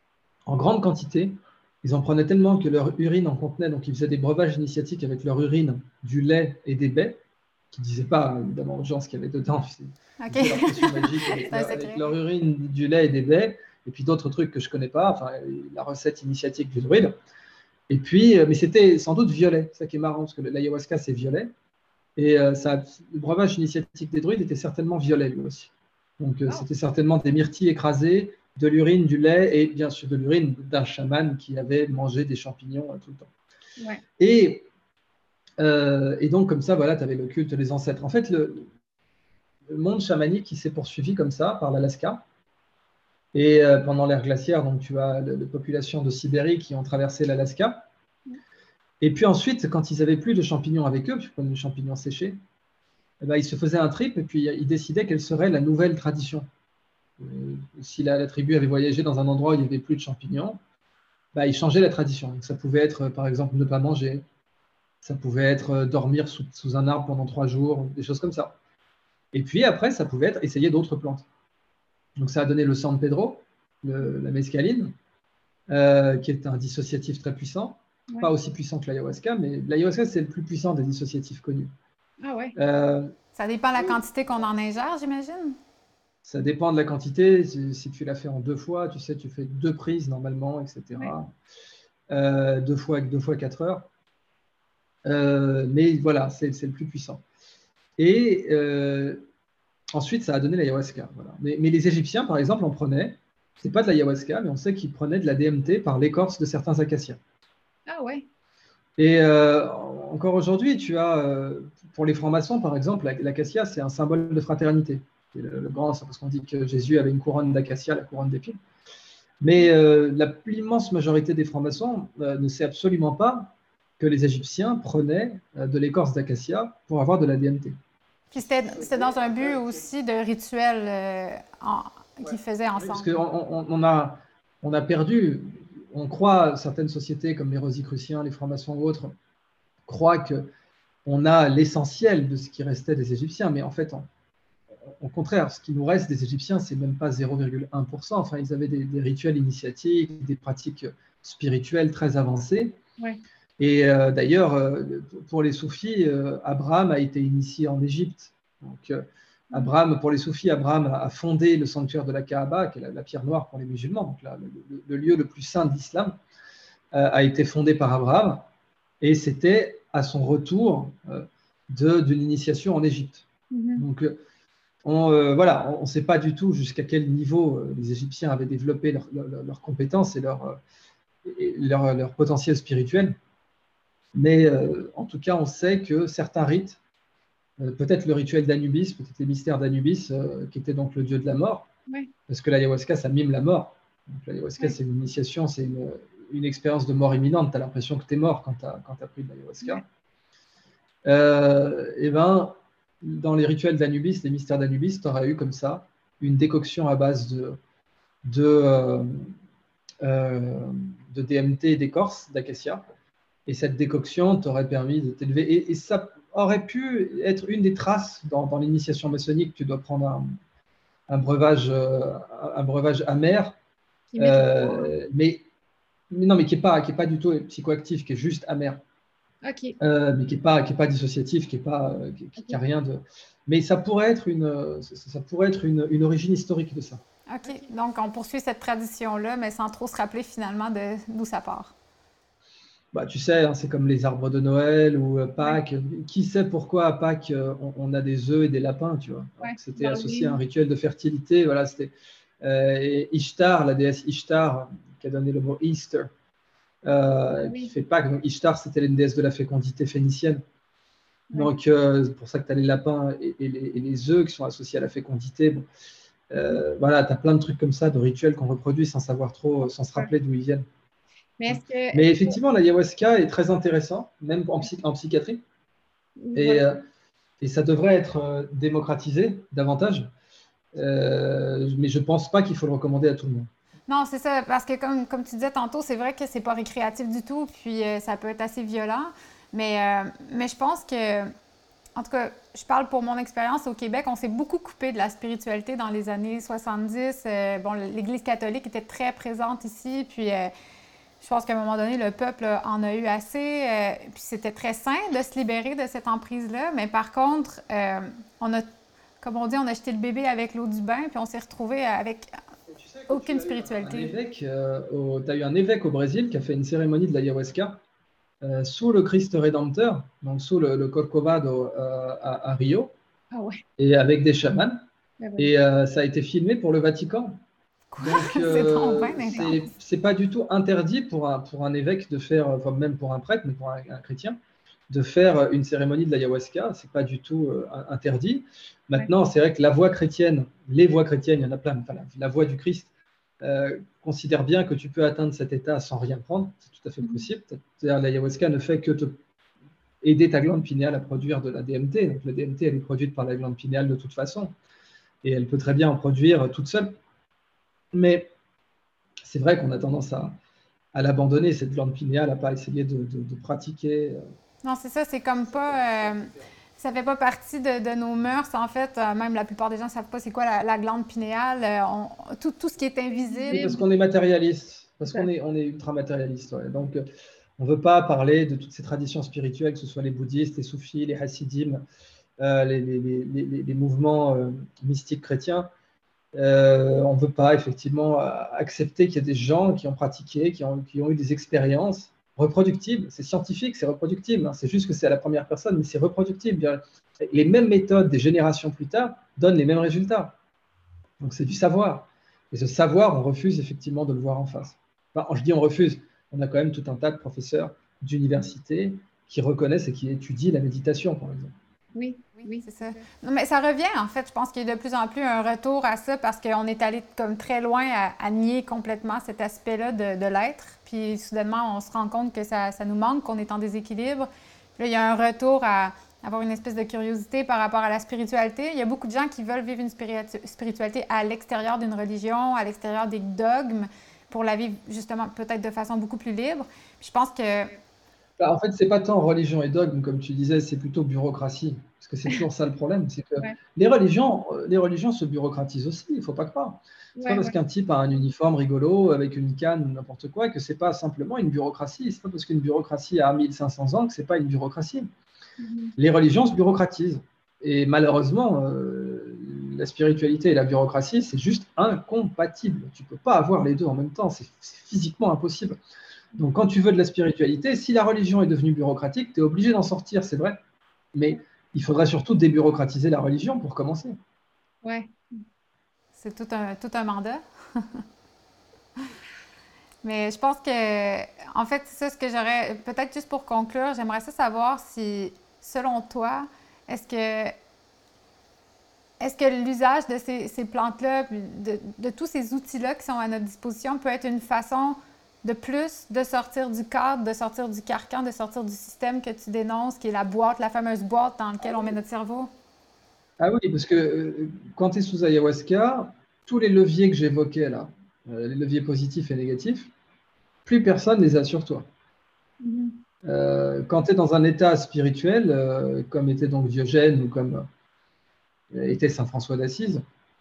en grande quantité. Ils en prenaient tellement que leur urine en contenait, donc ils faisaient des breuvages initiatiques avec leur urine, du lait et des baies, qui ne disaient pas évidemment aux gens ce qu'il y avait dedans. Okay. Leur potion magique avec, leur, avec leur urine, du lait et des baies, et puis d'autres trucs que je ne connais pas, enfin la recette initiatique du druide. Et puis, mais c'était sans doute violet, c'est ça qui est marrant, parce que l'ayahuasca c'est violet, et euh, ça, le breuvage initiatique des druides était certainement violet lui aussi. Donc euh, oh. C'était certainement des myrtilles écrasées, de l'urine, du lait et bien sûr de l'urine d'un chaman qui avait mangé des champignons tout le temps. Ouais. Et, euh, et donc, comme ça, voilà, tu avais le culte des ancêtres. En fait, le, le monde chamanique qui s'est poursuivi comme ça par l'Alaska. Et euh, pendant l'ère glaciaire, donc tu as les populations de Sibérie qui ont traversé l'Alaska. Ouais. Et puis ensuite, quand ils n'avaient plus de champignons avec eux, puisqu'on a des champignons séchés, eh ben, ils se faisaient un trip et puis ils décidaient quelle serait la nouvelle tradition. Euh, si la, la tribu avait voyagé dans un endroit où il n'y avait plus de champignons, bah, ils changeaient la tradition. Donc, ça pouvait être, par exemple, ne pas manger, ça pouvait être euh, dormir sous, sous un arbre pendant trois jours, des choses comme ça. Et puis après, ça pouvait être essayer d'autres plantes. Donc ça a donné le San Pedro, le, la mescaline, euh, qui est un dissociatif très puissant. Ouais. Pas aussi puissant que l'ayahuasca, mais l'ayahuasca, c'est le plus puissant des dissociatifs connus. Ah ouais. Euh, ça dépend de la quantité qu'on en ingère, j'imagine? Ça dépend de la quantité. Si, si tu l'as fait en deux fois, tu sais, tu fais deux prises normalement, et cetera. Ouais. Euh, deux fois deux fois quatre heures. Euh, mais voilà, c'est le plus puissant. Et euh, ensuite, ça a donné l'ayahuasca. Voilà. Mais, mais les Égyptiens, par exemple, en prenaient. C'est pas de l'ayahuasca, mais on sait qu'ils prenaient de la D M T par l'écorce de certains acacias. Ah ouais. Et euh, encore aujourd'hui, tu as, euh, pour les francs-maçons, par exemple, l'acacia, c'est un symbole de fraternité. Le, le grand, c'est parce qu'on dit que Jésus avait une couronne d'acacia, la couronne d'épines. Mais euh, l'immense majorité des francs-maçons euh, ne sait absolument pas que les Égyptiens prenaient euh, de l'écorce d'acacia pour avoir de la D M T. Puis c'était dans un but aussi de rituel euh, en, qu'ils faisaient ensemble. Parce qu'on on, on a, on a perdu, on croit, certaines sociétés comme les Rosicruciens, les francs-maçons ou autres, croient qu'on a l'essentiel de ce qui restait des Égyptiens, mais en fait, on, au contraire, ce qui nous reste des Égyptiens, c'est même pas zéro virgule un pour cent. Enfin, ils avaient des, des rituels initiatiques, des pratiques spirituelles très avancées. Ouais. Et euh, d'ailleurs, euh, pour les soufis, euh, Abraham a été initié en Égypte. Donc, euh, Abraham, pour les soufis, Abraham a fondé le sanctuaire de la Kaaba, qui est la, la pierre noire pour les musulmans, donc là, le, le, le lieu le plus saint de l'islam, euh, a été fondé par Abraham. Et c'était à son retour euh, d'une initiation en Égypte. Mm-hmm. Donc, on euh, voilà, on ne sait pas du tout jusqu'à quel niveau euh, les Égyptiens avaient développé leurs leur, leur compétences et leur, euh, et leur, leur potentiel spirituel. Mais euh, en tout cas, on sait que certains rites, euh, peut-être le rituel d'Anubis, peut-être les mystères d'Anubis, euh, qui était donc le dieu de la mort, oui. Parce que l'ayahuasca, ça mime la mort. L'ayahuasca, oui. c'est une initiation, c'est une, une expérience de mort imminente. Tu as l'impression que tu es mort quand tu as, as pris de l'ayahuasca. Oui. Euh, et ben, dans les rituels d'Anubis, les mystères d'Anubis, tu aurais eu comme ça une décoction à base de, de, euh, euh, de D M T et d'écorce d'acacia. Et cette décoction t'aurait permis de t'élever. Et, et ça aurait pu être une des traces dans, dans l'initiation maçonnique. Tu dois prendre un, un, breuvage, euh, un breuvage amer, euh, mais, mais non, mais qui n'est pas, qui est pas du tout psychoactif, qui est juste amer. Okay. Euh, mais qui n'est pas, qui est pas dissociatif, qui n'a pas, qui, qui okay. rien de. Mais ça pourrait être une, ça, ça pourrait être une, une origine historique de ça. OK. Donc, on poursuit cette tradition-là, mais sans trop se rappeler finalement d'où ça part. Bah, tu sais, hein, c'est comme les arbres de Noël ou euh, Pâques. Ouais. Qui sait pourquoi à Pâques, euh, on, on a des œufs et des lapins, tu vois. Ouais. C'était associé à un rituel de fertilité. Voilà, c'était euh, et Ishtar, la déesse Ishtar, qui a donné le mot Easter, euh, oui. qui fait Pâques. Donc, Ishtar, c'était une déesse de la fécondité phénicienne. Ouais. Donc, euh, c'est pour ça que tu as les lapins et, et, les, et les œufs qui sont associés à la fécondité. Bon. Euh, voilà, tu as plein de trucs comme ça, de rituels qu'on reproduit sans savoir trop, sans se rappeler ouais. d'où ils viennent. Mais, est-ce que, Mais effectivement, l'ayahuasca est très intéressant, même en, psy en psychiatrie. Et, euh, et ça devrait être euh, démocratisé davantage. Euh, mais je ne pense pas qu'il faut le recommander à tout le monde. Non, c'est ça, parce que comme, comme tu disais tantôt, c'est vrai que c'est pas récréatif du tout, puis euh, ça peut être assez violent. Mais, euh, mais je pense que, en tout cas, je parle pour mon expérience au Québec, on s'est beaucoup coupé de la spiritualité dans les années soixante-dix. Euh, bon, l'Église catholique était très présente ici, puis euh, je pense qu'à un moment donné, le peuple en a eu assez. Euh, puis c'était très sain de se libérer de cette emprise-là. Mais par contre, euh, on a, comme on dit, on a jeté le bébé avec l'eau du bain, puis on s'est retrouvé avec tu sais, aucune tu spiritualité. Tu euh, as eu un évêque au Brésil qui a fait une cérémonie de l'ayahuasca euh, sous le Christ Rédempteur, donc sous le, le Corcovado euh, à, à Rio, ah ouais. et avec des chamans. Ah ouais. Et euh, ça a été filmé pour le Vatican. Quoi? Donc, euh, c'est pas du tout interdit pour un, pour un évêque de faire, enfin même pour un prêtre, mais pour un, un chrétien, de faire une cérémonie de l'ayahuasca. C'est pas du tout euh, interdit. Maintenant, ouais. c'est vrai que la voie chrétienne, les voies chrétiennes, il y en a plein, enfin, la, la voie du Christ euh, considère bien que tu peux atteindre cet état sans rien prendre. C'est tout à fait possible. C'est-à-dire l'ayahuasca ne fait que te aider ta glande pinéale à produire de la D M T. Donc la D M T, elle est produite par la glande pinéale de toute façon. Et elle peut très bien en produire toute seule. Mais c'est vrai qu'on a tendance à, à l'abandonner, cette glande pinéale, à ne pas essayer de, de, de pratiquer. Non, c'est ça, c'est comme pas... Euh, Ça fait pas partie de, de nos mœurs, en fait. Euh, même la plupart des gens ne savent pas c'est quoi la, la glande pinéale. Euh, on- tout, tout ce qui est Oui, invisible. parce qu'on est matérialiste, parce qu'on est, on est ultra matérialiste. Ouais. Donc, euh, on ne veut pas parler de toutes ces traditions spirituelles, que ce soit les bouddhistes, les soufis, les hassidim, euh, les, les, les, les, les mouvements euh, mystiques chrétiens. Euh, on ne veut pas effectivement accepter qu'il y a des gens qui ont pratiqué, qui ont, qui ont eu des expériences reproductibles. C'est scientifique, c'est reproductible. Hein. C'est juste que c'est à la première personne, mais c'est reproductible. Bien, les mêmes méthodes des générations plus tard donnent les mêmes résultats. Donc c'est du savoir. Et ce savoir, on refuse effectivement de le voir en face. Enfin, je dis on refuse. On a quand même tout un tas de professeurs d'université qui reconnaissent et qui étudient la méditation, par exemple. Oui, Oui, oui. c'est ça. Non, mais ça revient, en fait. Je pense qu'il y a de plus en plus un retour à ça parce qu'on est allé comme très loin à, à nier complètement cet aspect-là de, de l'être. Puis soudainement, on se rend compte que ça, ça nous manque, qu'on est en déséquilibre. Puis là, il y a un retour à avoir une espèce de curiosité par rapport à la spiritualité. Il y a beaucoup de gens qui veulent vivre une spiritu- spiritualité à l'extérieur d'une religion, à l'extérieur des dogmes, pour la vivre justement peut-être de façon beaucoup plus libre. Puis je pense que Bah, en fait, c'est pas tant religion et dogme, comme tu disais, c'est plutôt bureaucratie. Parce que c'est toujours ça le problème, c'est que Ouais, les religions, euh, les religions se bureaucratisent aussi, il ne faut pas croire. C'est pas ouais, parce ouais. qu'un type a un uniforme rigolo avec une canne ou n'importe quoi que c'est pas simplement une bureaucratie. C'est pas parce qu'une bureaucratie a mille cinq cents ans que c'est pas une bureaucratie. Mhm. Les religions se bureaucratisent. Et malheureusement, euh, la spiritualité et la bureaucratie, c'est juste incompatible. Tu ne peux pas avoir les deux en même temps, c'est c'est physiquement impossible. Donc, quand tu veux de la spiritualité, si la religion est devenue bureaucratique, tu es obligé d'en sortir, c'est vrai. Mais il faudrait surtout débureaucratiser la religion pour commencer. Ouais. c'est tout un, tout un mandat. Mais je pense que, en fait, c'est ça ce que j'aurais, peut-être juste pour conclure, j'aimerais ça savoir si, selon toi, est-ce que, est-ce que l'usage de ces, ces plantes-là, puis de, de tous ces outils-là qui sont à notre disposition peut être une façon de plus de sortir du cadre, de sortir du carcan, de sortir du système que tu dénonces, qui est la boîte, la fameuse boîte dans laquelle on met notre cerveau? Ah oui, parce que euh, quand tu es sous ayahuasca, tous les leviers que j'évoquais là, euh, les leviers positifs et négatifs, plus personne les a sur toi. Mhm. Euh, quand tu es dans un état spirituel, euh, comme était donc Diogène ou comme euh, était Saint François d'Assise,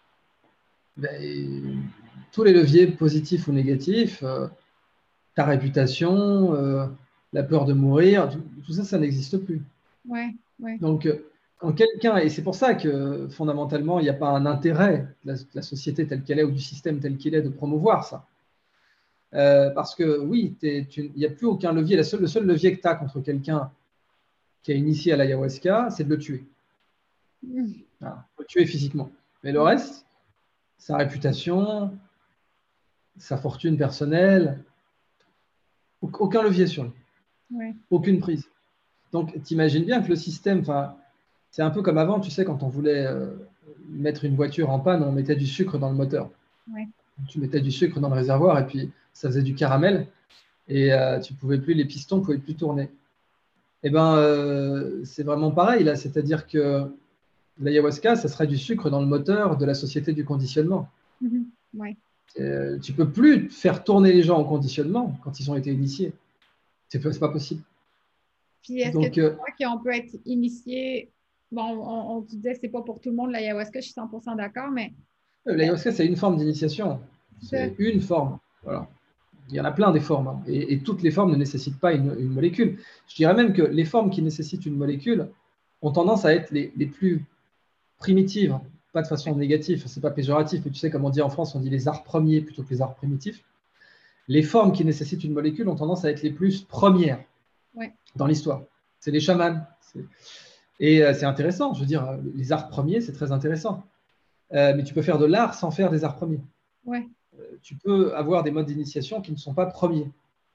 ben, tous les leviers positifs ou négatifs, euh, ta réputation, euh, la peur de mourir, tout, tout ça, ça n'existe plus. Ouais, ouais. Donc, euh, quand quelqu'un, et c'est pour ça que fondamentalement, il n'y a pas un intérêt de la, de la société telle qu'elle est ou du système tel qu'il est de promouvoir ça. Euh, parce que oui, t'es- tu- il n'y a plus aucun levier. La seule- le seul levier que tu as contre quelqu'un qui a initié à l'ayahuasca, c'est de le tuer. Mhm. Voilà, faut le tuer physiquement. Mais le reste, sa réputation, sa fortune personnelle, au- aucun levier sur lui, Ouais. aucune prise. Donc, tu imagines bien que le système, enfin, c'est un peu comme avant, tu sais, quand on voulait euh, mettre une voiture en panne, on mettait du sucre dans le moteur. Ouais. Tu mettais du sucre dans le réservoir et puis ça faisait du caramel et euh, tu pouvais plus, les pistons ne pouvaient plus tourner. Eh ben, euh, c'est vraiment pareil là, c'est-à-dire que l'ayahuasca, ça serait du sucre dans le moteur de la société du conditionnement. Mhm. Ouais. Euh, tu peux plus faire tourner les gens en conditionnement quand ils ont été initiés. C'est pas, c'est pas possible. Puis est-ce que Donc, tu euh, crois qu'on peut être initié? Bon, on, on tu disais que c'est pas pour tout le monde l'ayahuasca, je suis cent pour cent d'accord, mais l'ayahuasca, c'est une forme d'initiation. c'est ça. C'est une forme. Voilà. Il y en a plein des formes, hein. et, et toutes les formes ne nécessitent pas une, une molécule. Je dirais même que les formes qui nécessitent une molécule ont tendance à être les, les plus primitives, pas de façon négative, c'est pas péjoratif, mais tu sais, comme on dit en France, on dit les arts premiers plutôt que les arts primitifs. Les formes qui nécessitent une molécule ont tendance à être les plus premières Ouais. dans l'histoire. C'est les chamans. C'est- Et euh, c'est intéressant, je veux dire, les arts premiers, c'est très intéressant. Euh, mais tu peux faire de l'art sans faire des arts premiers. Ouais. Tu peux avoir des modes d'initiation qui ne sont pas premiers.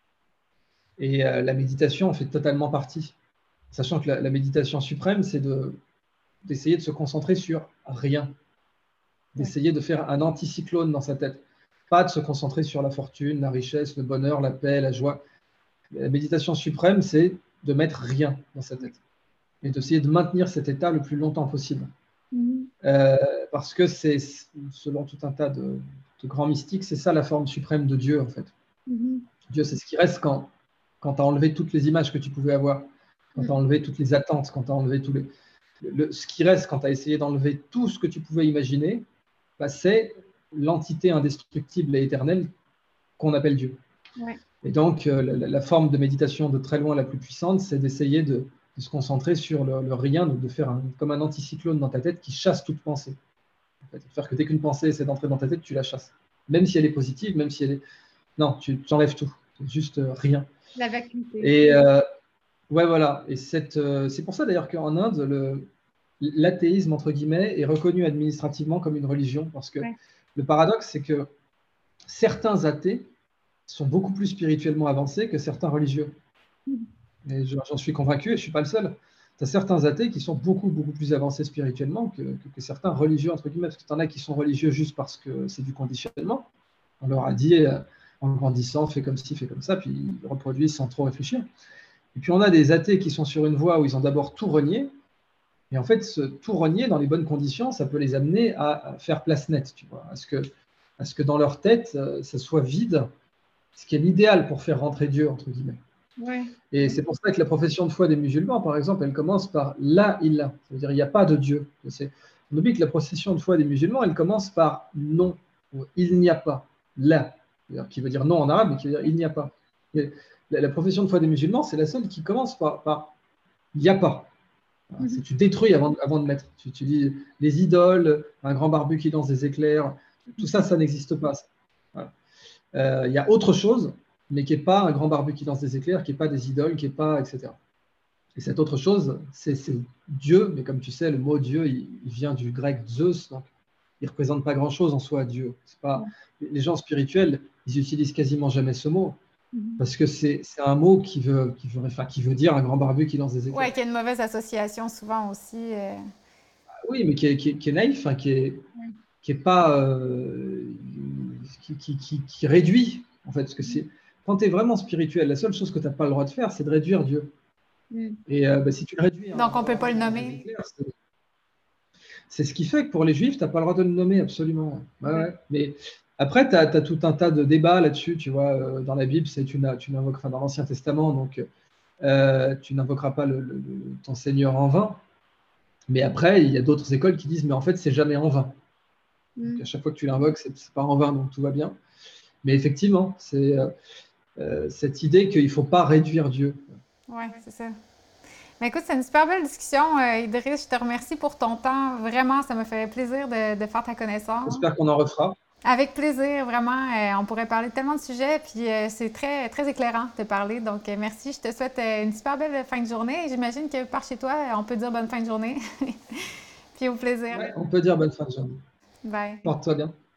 Et euh, la méditation en fait totalement partie. Sachant que la, la méditation suprême, c'est de, d'essayer de se concentrer sur rien, Ouais. d'essayer de faire un anticyclone dans sa tête. Pas de se concentrer sur la fortune, la richesse, le bonheur, la paix, la joie. La méditation suprême, c'est de mettre rien dans sa tête et d'essayer de maintenir cet état le plus longtemps possible. Mhm. Euh, parce que c'est, selon tout un tas de, de grands mystiques, c'est ça la forme suprême de Dieu, en fait. Mhm. Dieu, c'est ce qui reste quand, quand tu as enlevé toutes les images que tu pouvais avoir, quand tu as Mhm. enlevé toutes les attentes, quand tu as enlevé tous les... le, ce qui reste quand tu as essayé d'enlever tout ce que tu pouvais imaginer, bah, c'est l'entité indestructible et éternelle qu'on appelle Dieu. Ouais. Et donc, euh, la, la, forme de méditation de très loin la plus puissante, c'est d'essayer de, de se concentrer sur le, le rien, de, de faire un, comme un anticyclone dans ta tête qui chasse toute pensée. En fait, de faire que dès qu'une pensée essaie d'entrer dans ta tête, tu la chasses. Même si elle est positive, même si elle est... Non, tu enlèves tout. C'est juste euh, rien. La vacuité. Et euh, ouais, voilà. Et cette, euh, c'est pour ça d'ailleurs qu'en Inde, le, l'athéisme, entre guillemets, est reconnu administrativement comme une religion. Parce que ouais. le paradoxe, c'est que certains athées sont beaucoup plus spirituellement avancés que certains religieux. Et j'en suis convaincu et je ne suis pas le seul. Tu as certains athées qui sont beaucoup, beaucoup plus avancés spirituellement que, que, que certains religieux, entre guillemets, parce que tu en as qui sont religieux juste parce que c'est du conditionnement. On leur a dit, euh, en grandissant, fais comme ci, fais comme ça, puis ils reproduisent sans trop réfléchir. Et puis on a des athées qui sont sur une voie où ils ont d'abord tout renié, et en fait, ce tout renier dans les bonnes conditions, ça peut les amener à, à faire place nette, tu vois, à ce que, à ce que dans leur tête, euh, ça soit vide, ce qui est l'idéal pour faire rentrer Dieu, entre guillemets. Ouais. Et c'est pour ça que la profession de foi des musulmans, par exemple, elle commence par la ilah, c'est-à-dire il n'y a pas de Dieu. C'est, on oublie que la profession de foi des musulmans, elle commence par non, ou il n'y a pas, la, qui veut dire non en arabe, mais qui veut dire il n'y a pas. Et la, la profession de foi des musulmans, c'est la seule qui commence par, par il n'y a pas. Mm-hmm. C'est, tu détruis avant, avant de mettre. Tu, tu dis les idoles, un grand barbu qui danse des éclairs, tout ça, ça n'existe pas. Voilà. Euh, il y a autre chose, mais qui n'est pas un grand barbu qui lance des éclairs, qui n'est pas des idoles, qui n'est pas, et cetera. Et cette autre chose, c'est, c'est Dieu, mais comme tu sais, le mot Dieu, il, il vient du grec Zeus, donc il ne représente pas grand-chose en soi, Dieu. C'est pas, les gens spirituels, ils utilisent quasiment jamais ce mot, parce que c'est, c'est un mot qui veut, qui, veut, enfin, qui veut dire un grand barbu qui lance des éclairs. Oui, qui a une mauvaise association souvent aussi. Euh... Oui, mais qui est, qui est, qui est naïf, hein, qui n'est qui est pas... Euh, qui, qui, qui, qui réduit, en fait, parce que c'est... Quand tu es vraiment spirituel, la seule chose que tu n'as pas le droit de faire, c'est de réduire Dieu. Mm. Et euh, bah, si tu le réduis... Donc, on ne peut pas le nommer. C'est, c'est ce qui fait que pour les Juifs, tu n'as pas le droit de le nommer, absolument. Ouais, ouais. Mais après, tu as tout un tas de débats là-dessus. Tu vois, euh, dans la Bible, c'est tu, tu n'invoques, enfin, dans l'Ancien Testament, donc euh, tu n'invoqueras pas le, le, le, ton Seigneur en vain. Mais après, il y a d'autres écoles qui disent, mais en fait, c'est jamais en vain. Mm. Donc, à chaque fois que tu l'invoques, c'est, c'est pas en vain, donc tout va bien. Mais effectivement, c'est... Euh, Euh, cette idée qu'il ne faut pas réduire Dieu. Oui, c'est ça. Mais écoute, c'est une super belle discussion, euh, Idriss. Je te remercie pour ton temps. Vraiment, ça me fait plaisir de, de faire ta connaissance. J'espère qu'on en refera. Avec plaisir, vraiment. Euh, on pourrait parler de tellement de sujets, puis euh, c'est très, très éclairant de te parler. Donc, euh, merci. Je te souhaite euh, une super belle fin de journée. Et j'imagine que par chez toi, on peut dire bonne fin de journée. Puis au plaisir. Ouais, on peut dire bonne fin de journée. Bye. Porte-toi bien.